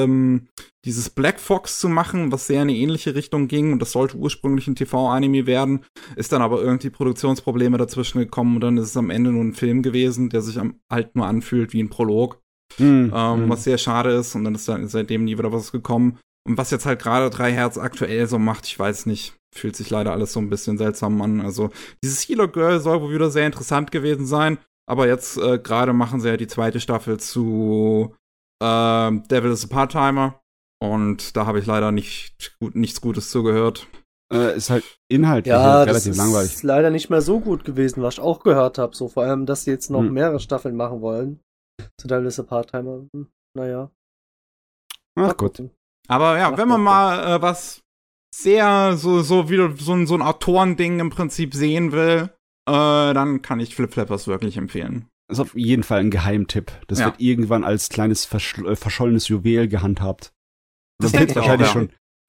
dieses Black Fox zu machen, was sehr in eine ähnliche Richtung ging und das sollte ursprünglich ein TV-Anime werden, ist dann aber irgendwie Produktionsprobleme dazwischen gekommen und dann ist es am Ende nur ein Film gewesen, der sich halt nur anfühlt wie ein Prolog. Was sehr schade ist und dann ist seitdem nie wieder was gekommen. Und was jetzt halt gerade 3 Hertz aktuell so macht, ich weiß nicht. Fühlt sich leider alles so ein bisschen seltsam an. Also, dieses Healer Girl soll wohl wieder sehr interessant gewesen sein. Aber jetzt gerade machen sie ja die 2. Staffel zu Devil is a Part-Timer. Und da habe ich leider nichts Gutes zugehört. Ist halt inhaltlich relativ langweilig. Ist leider nicht mehr so gut gewesen, was ich auch gehört habe. So vor allem, dass sie jetzt noch mehrere Staffeln machen wollen. Zu Devil is a Part-Timer. Naja. Ach gut. Aber ja, wenn man mal was sehr so wieder so ein Autorending im Prinzip sehen will, dann kann ich Flip Flappers wirklich empfehlen. Das ist auf jeden Fall ein Geheimtipp. Das wird irgendwann als kleines verschollenes Juwel gehandhabt. Das wird wahrscheinlich schon.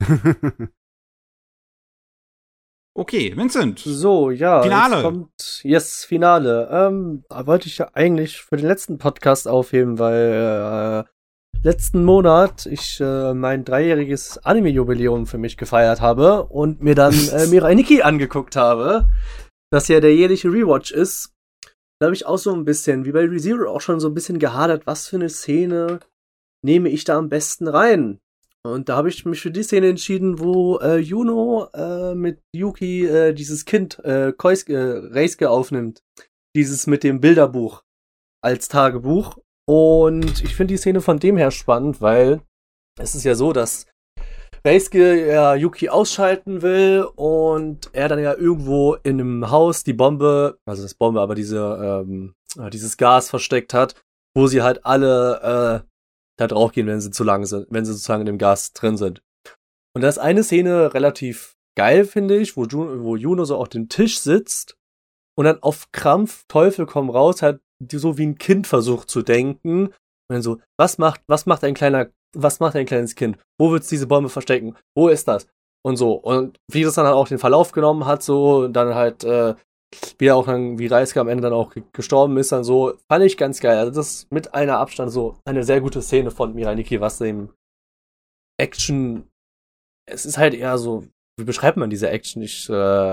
Okay, Vincent. So, ja. Finale. Finale. Wollte ich ja eigentlich für den letzten Podcast aufheben, weil letzten Monat ich mein 3-jähriges Anime-Jubiläum für mich gefeiert habe und mir dann Mirai Nikki angeguckt habe, das ja der jährliche Rewatch ist. Da habe ich auch so ein bisschen, wie bei ReZero, auch schon so ein bisschen gehadert, was für eine Szene nehme ich da am besten rein. Und da habe ich mich für die Szene entschieden, wo Juno mit Yuki dieses Kind Reisuke aufnimmt. Dieses mit dem Bilderbuch als Tagebuch. Und ich finde die Szene von dem her spannend, weil es ist ja so, dass Reisuke ja Yuki ausschalten will und er dann ja irgendwo in einem Haus die Bombe, also das Bombe, aber dieses Gas versteckt hat, wo sie halt alle da draufgehen, wenn sie sozusagen in dem Gas drin sind. Und da ist eine Szene relativ geil, finde ich, wo Juno so auf dem Tisch sitzt und dann auf Krampf, Teufel komm raus, halt so wie ein Kind versucht zu denken. Und dann so, was macht ein kleines Kind? Wo wird's diese Bombe verstecken? Wo ist das? Und so. Und wie das dann halt auch den Verlauf genommen hat, so, dann halt, wie Reisuke am Ende dann auch gestorben ist, dann so, fand ich ganz geil. Also das ist mit einer Abstand so eine sehr gute Szene von Mirai Nikki, was dem Action, es ist halt eher so, wie beschreibt man diese Action? Ich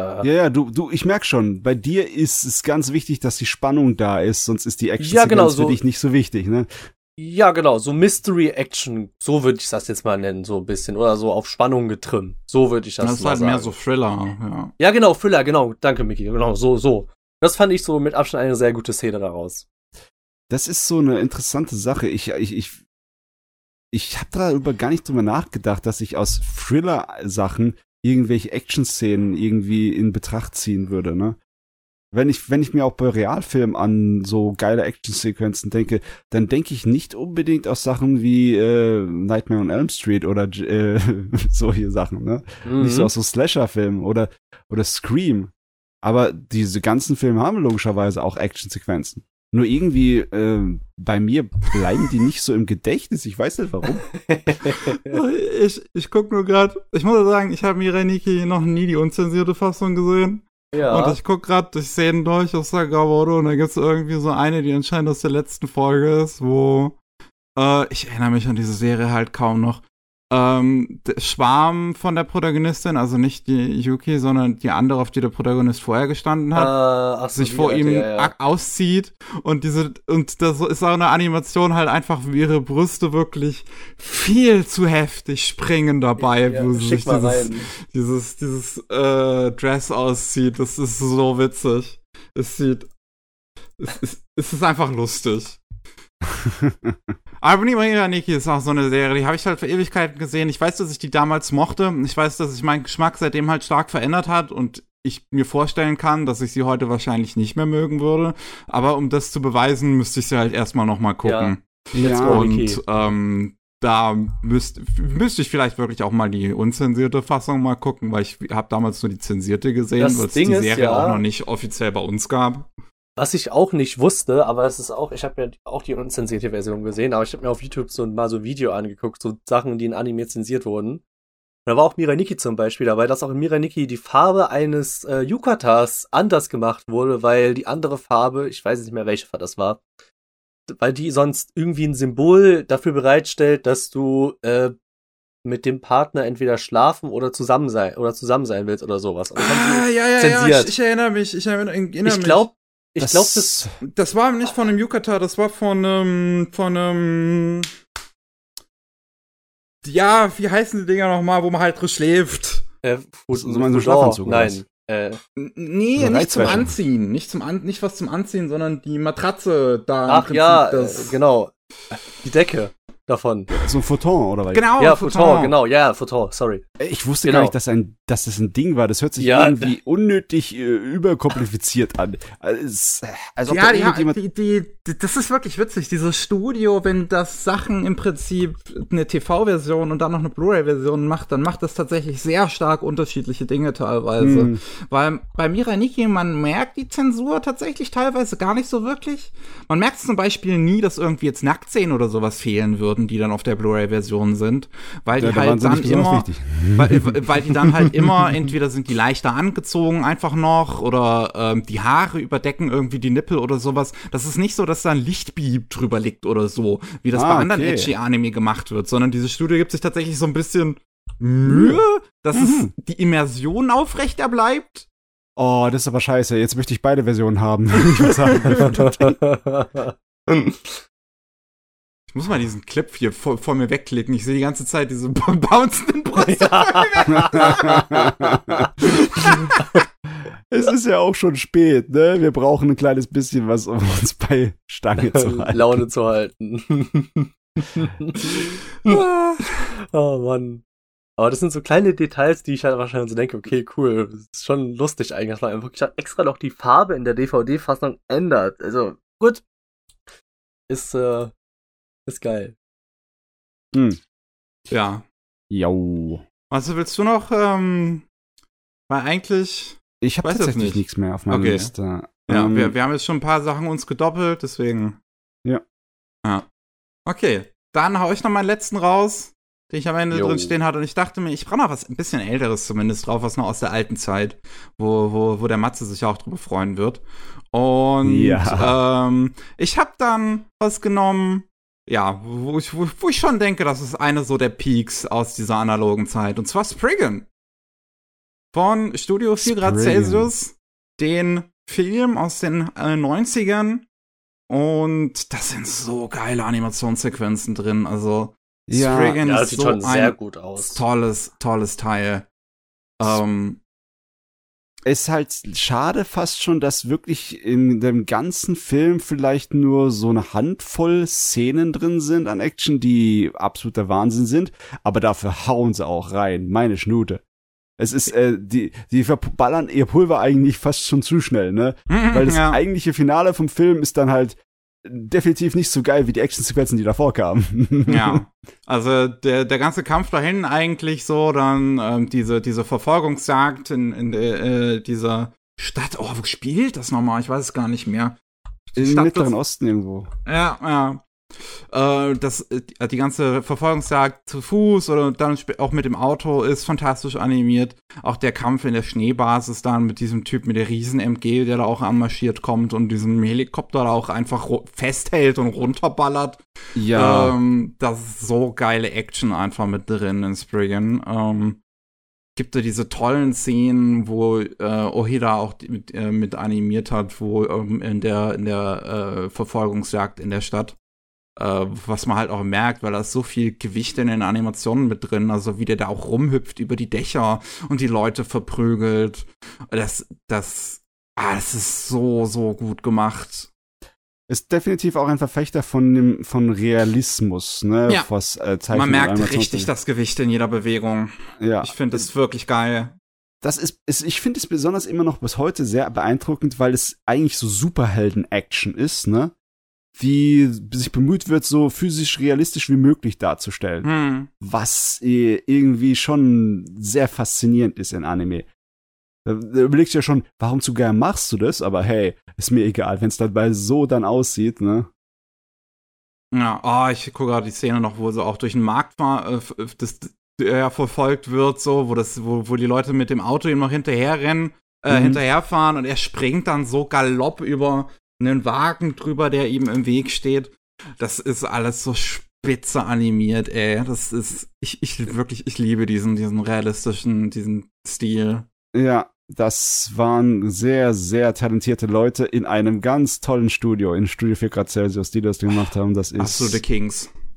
merk schon, bei dir ist es ganz wichtig, dass die Spannung da ist, sonst ist die Action für dich nicht so wichtig, ne? Ja, genau, so Mystery-Action, so würde ich das jetzt mal nennen, so ein bisschen, oder so auf Spannung getrimmt, so würde ich das mal sagen. Das ist halt mehr so Thriller, ja. Ja, genau, Thriller, genau, danke, Miki, genau, so. Das fand ich so mit Abstand eine sehr gute Szene daraus. Das ist so eine interessante Sache, ich habe darüber gar nicht drüber nachgedacht, dass ich aus Thriller-Sachen irgendwelche Action-Szenen irgendwie in Betracht ziehen würde, ne? Wenn ich mir auch bei Realfilmen an so geile Action-Sequenzen denke, dann denke ich nicht unbedingt aus Sachen wie Nightmare on Elm Street oder solche Sachen, ne? Nicht so aus so Slasher-Filmen oder Scream. Aber diese ganzen Filme haben logischerweise auch Action-Sequenzen. Nur irgendwie bei mir bleiben die nicht so im Gedächtnis. Ich weiß nicht warum. Ich guck nur gerade. Ich muss sagen, ich habe Mirai Nikki noch nie die unzensierte Fassung gesehen. Ja. Und ich guck gerade durch Szenen durch aus Sagabodo und da gibt's irgendwie so eine, die anscheinend aus der letzten Folge ist, wo ich erinnere mich an diese Serie halt kaum noch. Der Schwarm von der Protagonistin, also nicht die Yuki, sondern die andere, auf die der Protagonist vorher gestanden hat, sich vor ihm auszieht und das ist auch eine Animation halt einfach, wie ihre Brüste wirklich viel zu heftig springen dabei, wo sie sich dieses Dress auszieht. Das ist so witzig. Es ist einfach lustig. Aber Mirai Nikki ist auch so eine Serie, die habe ich halt für Ewigkeiten gesehen. Ich weiß, dass ich die damals mochte. Ich weiß, dass sich mein Geschmack seitdem halt stark verändert hat und ich mir vorstellen kann, dass ich sie heute wahrscheinlich nicht mehr mögen würde. Aber um das zu beweisen, müsste ich sie halt erstmal noch mal gucken. Ja. Und da müsste ich vielleicht wirklich auch mal die unzensierte Fassung mal gucken, weil ich habe damals nur die zensierte gesehen, weil es die Serie auch noch nicht offiziell bei uns gab. Was ich auch nicht wusste, aber es ist auch, ich habe mir auch die unzensierte Version gesehen, aber ich habe mir auf YouTube mal so ein Video angeguckt, so Sachen, die in Anime zensiert wurden. Und da war auch Mirai Nikki zum Beispiel dabei, dass auch in Mirai Nikki die Farbe eines Yukatas anders gemacht wurde, weil die andere Farbe, ich weiß nicht mehr, welche Farbe das war, weil die sonst irgendwie ein Symbol dafür bereitstellt, dass du mit dem Partner entweder schlafen oder zusammen sein willst oder sowas. Und zensiert. Ich erinnere mich. Ich glaube, das war nicht von einem Yukata, das war von einem Ja, wie heißen die Dinger nochmal, wo man halt drin schläft? So meinst du Schlafanzug? Nein. Nee, nicht zum Anziehen. Nicht was zum Anziehen, sondern die Matratze da. Ach ja, genau. Die Decke davon. So ein Futon oder was? Genau, ja, Futon, genau. Ja, Futon, sorry. Ich wusste gar nicht, dass das ein Ding war. Das hört sich irgendwie unnötig überkompliziert an. Als ob ja, das ist wirklich witzig. Dieses Studio, wenn das Sachen im Prinzip eine TV-Version und dann noch eine Blu-ray-Version macht, dann macht das tatsächlich sehr stark unterschiedliche Dinge teilweise. Weil bei Mirai Nikki, man merkt die Zensur tatsächlich teilweise gar nicht so wirklich. Man merkt zum Beispiel nie, dass irgendwie jetzt Nacktszenen oder sowas fehlen würden, die dann auf der Blu-ray-Version sind, weil die halt dann immer, weil die dann halt immer, entweder sind die leichter angezogen einfach noch oder die Haare überdecken irgendwie die Nippel oder sowas. Das ist nicht so, dass da ein Lichtbeam drüber liegt oder so, wie das bei anderen Edgy-Anime gemacht wird, sondern dieses Studio gibt sich tatsächlich so ein bisschen Mühe, dass es die Immersion aufrechter bleibt. Oh, das ist aber scheiße. Jetzt möchte ich beide Versionen haben. Ich muss sagen, ich muss mal diesen Clip hier vor mir wegklicken. Ich sehe die ganze Zeit diese bouncenden Brüste. Es ist ja auch schon spät, ne? Wir brauchen ein kleines bisschen was, um uns bei Stange zu halten. Laune zu halten. Oh Mann. Aber das sind so kleine Details, die ich halt wahrscheinlich so denke, okay, cool, das ist schon lustig eigentlich, dass man wirklich extra noch die Farbe in der DVD-Fassung ändert. Also, gut. Ist geil. Ja. Jau. Also willst du noch, weil eigentlich... Ich habe tatsächlich nichts mehr auf meiner Liste. Ja, wir haben jetzt schon ein paar Sachen uns gedoppelt, deswegen... Ja. Okay, dann hau ich noch meinen letzten raus, den ich am Ende drin stehen hatte. Und ich dachte mir, ich brauche noch was ein bisschen Älteres zumindest drauf, was noch aus der alten Zeit, wo der Matze sich auch drüber freuen wird. Und ich habe dann was genommen... Ja, wo ich schon denke, das ist eine so der Peaks aus dieser analogen Zeit. Und zwar Spriggan. Von Studio 4 Grad Celsius. Den Film aus den 90ern. Und das sind so geile Animationssequenzen drin. Also Spriggan ist sieht so schon sehr ein gut aus. Tolles Teil. Ist halt schade fast schon, dass wirklich in dem ganzen Film vielleicht nur so eine Handvoll Szenen drin sind an Action, die absoluter Wahnsinn sind, aber dafür hauen sie auch rein, meine Schnute. Es ist, die verballern ihr Pulver eigentlich fast schon zu schnell, ne? Weil das eigentliche Finale vom Film ist dann halt definitiv nicht so geil wie die Actionsequenzen, die davor kamen. Ja, also der ganze Kampf dahin eigentlich so, dann diese Verfolgungsjagd in dieser Stadt. Oh, wo spielt das nochmal? Ich weiß es gar nicht mehr. Im Mittleren Osten irgendwo. Ja. Die ganze Verfolgungsjagd zu Fuß oder dann auch mit dem Auto ist fantastisch animiert. Auch der Kampf in der Schneebasis dann mit diesem Typ mit der Riesen-MG, der da auch anmarschiert kommt und diesem Helikopter da auch einfach festhält und runterballert. Ja. Das ist so geile Action einfach mit drin in Spriggan. Gibt es diese tollen Szenen, wo Oheda auch mit animiert hat, wo in der Verfolgungsjagd in der Stadt. Was man halt auch merkt, weil da ist so viel Gewicht in den Animationen mit drin, also wie der da auch rumhüpft über die Dächer und die Leute verprügelt. Das ist so gut gemacht. Ist definitiv auch ein Verfechter von Realismus, ne? Ja. Was, man merkt richtig das Gewicht in jeder Bewegung. Ja. Ich finde es wirklich geil. Ich finde es besonders immer noch bis heute sehr beeindruckend, weil es eigentlich so Superhelden-Action ist, ne? Die sich bemüht wird, so physisch realistisch wie möglich darzustellen. Was irgendwie schon sehr faszinierend ist in Anime. Da überlegst du ja schon, warum zu gern machst du das? Aber hey, ist mir egal, wenn es dabei so dann aussieht, ne? Ja, ich gucke gerade die Szene noch, wo sie auch durch den Markt verfolgt wird, so, wo die Leute mit dem Auto ihm noch hinterherfahren und er springt dann so galopp über einen Wagen drüber, der ihm im Weg steht. Das ist alles so spitze animiert, ey. Das ist, ich liebe diesen realistischen, diesen Stil. Ja, das waren sehr, sehr talentierte Leute in einem ganz tollen Studio, in Studio 4 Grad Celsius, die das gemacht haben. Das ist absolute Kings.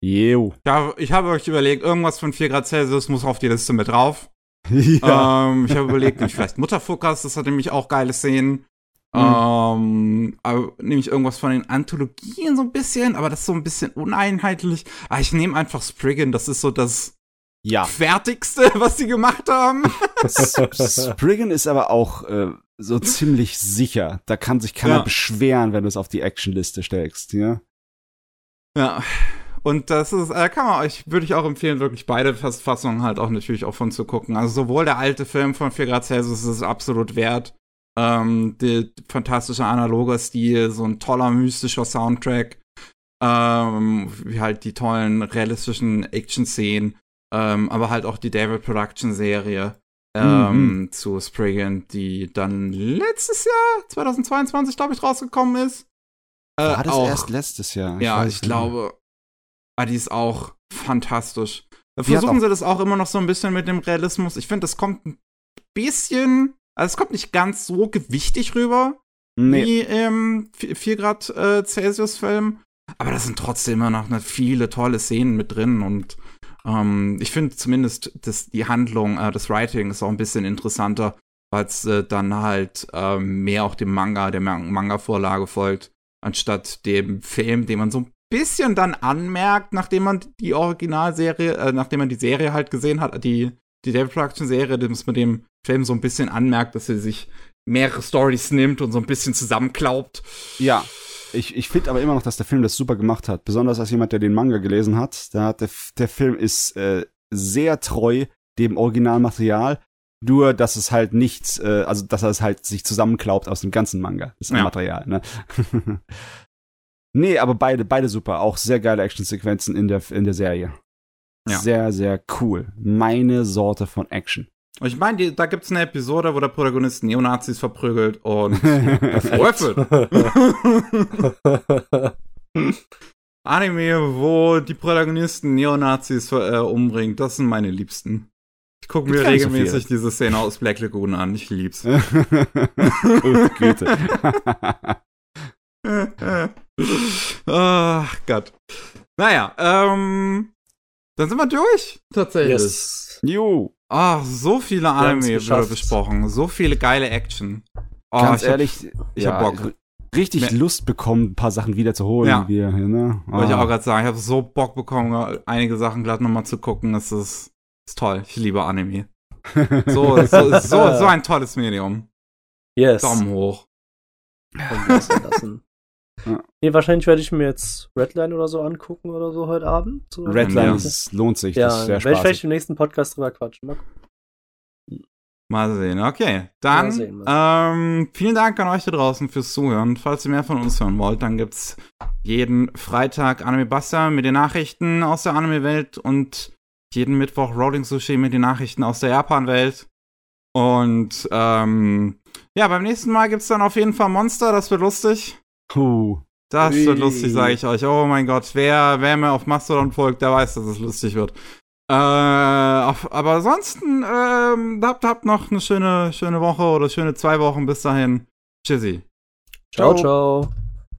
Jo. Ich habe euch überlegt, irgendwas von 4 Grad Celsius muss auf die Liste mit drauf. Ja. Ich habe überlegt, nämlich vielleicht Mutterfuckers, das hat nämlich auch geile Szenen. Aber nehme ich irgendwas von den Anthologien so ein bisschen, aber das ist so ein bisschen uneinheitlich. Aber ich nehme einfach Spriggan, das ist so das Fertigste, was sie gemacht haben. Spriggan ist aber auch so ziemlich sicher. Da kann sich keiner beschweren, wenn du es auf die Actionliste steckst, ja? Ja. Und das ist, würde ich auch empfehlen, wirklich beide Fassungen halt auch natürlich auch von zu gucken. Also sowohl der alte Film von 4 Grad Celsius ist es absolut wert. Der fantastische analoge Stil, so ein toller, mystischer Soundtrack, wie halt die tollen, realistischen Action-Szenen, aber halt auch die David Production-Serie zu Spriggan, die dann letztes Jahr, 2022, glaube ich, rausgekommen ist. War das erst letztes Jahr? Ich glaube, die ist auch fantastisch. Da versuchen sie das auch immer noch so ein bisschen mit dem Realismus. Ich finde, das kommt ein bisschen. Also es kommt nicht ganz so gewichtig rüber wie im 4 Grad Celsius Film, aber da sind trotzdem immer noch viele tolle Szenen mit drin und ich finde zumindest die Handlung, das Writing ist auch ein bisschen interessanter, weil es dann halt mehr auch dem Manga, der Manga-Vorlage folgt, anstatt dem Film, den man so ein bisschen dann anmerkt, nachdem man die Originalserie, nachdem man die Serie halt gesehen hat, die David Production-Serie, dass man dem Film so ein bisschen anmerkt, dass er sich mehrere Storys nimmt und so ein bisschen zusammenklaubt. Ja, ich finde aber immer noch, dass der Film das super gemacht hat. Besonders als jemand, der den Manga gelesen hat. Der Film ist sehr treu dem Originalmaterial. Nur, dass es halt nichts, dass er es halt sich zusammenklaubt aus dem ganzen Manga. Das Material, ne? Nee, aber beide super. Auch sehr geile Actionsequenzen in der Serie. Ja. Sehr, sehr cool. Meine Sorte von Action. Ich meine, da gibt's eine Episode, wo der Protagonist Neonazis verprügelt und erfreut wird. Anime, wo die Protagonisten Neonazis umbringen, das sind meine Liebsten. Ich gucke mir regelmäßig diese Szene aus Black Lagoon an. Ich lieb's. Güte. Ach Gott. Naja, dann sind wir durch, tatsächlich. Yes. Jo. Ach, so viele Anime besprochen, so viele geile Action. Oh, ganz ehrlich, ich hab Bock. Richtig Lust bekommen, ein paar Sachen wiederzuholen. Ja. Ne? Wollte ich auch gerade sagen, ich habe so Bock bekommen, einige Sachen glatt nochmal zu gucken. Das ist toll. Ich liebe Anime. So ein tolles Medium. Yes. Daumen hoch. Lassen. Ja. Nee, wahrscheinlich werde ich mir jetzt Redline oder so angucken oder so heute Abend. So. Redline lohnt sich, das ist sehr spaßig. Werde ich vielleicht im nächsten Podcast drüber quatschen. Mal sehen, okay. Dann vielen Dank an euch da draußen fürs Zuhören. Falls ihr mehr von uns hören wollt, dann gibt's jeden Freitag Anime Buster mit den Nachrichten aus der Anime-Welt und jeden Mittwoch Rolling Sushi mit den Nachrichten aus der Japan-Welt. Und beim nächsten Mal gibt's dann auf jeden Fall Monster, das wird lustig. Das wird lustig, sage ich euch. Oh mein Gott, wer mir auf Mastodon folgt, der weiß, dass es lustig wird. Aber ansonsten habt noch eine schöne Woche oder schöne 2 Wochen. Bis dahin. Tschüssi. Ciao, ciao.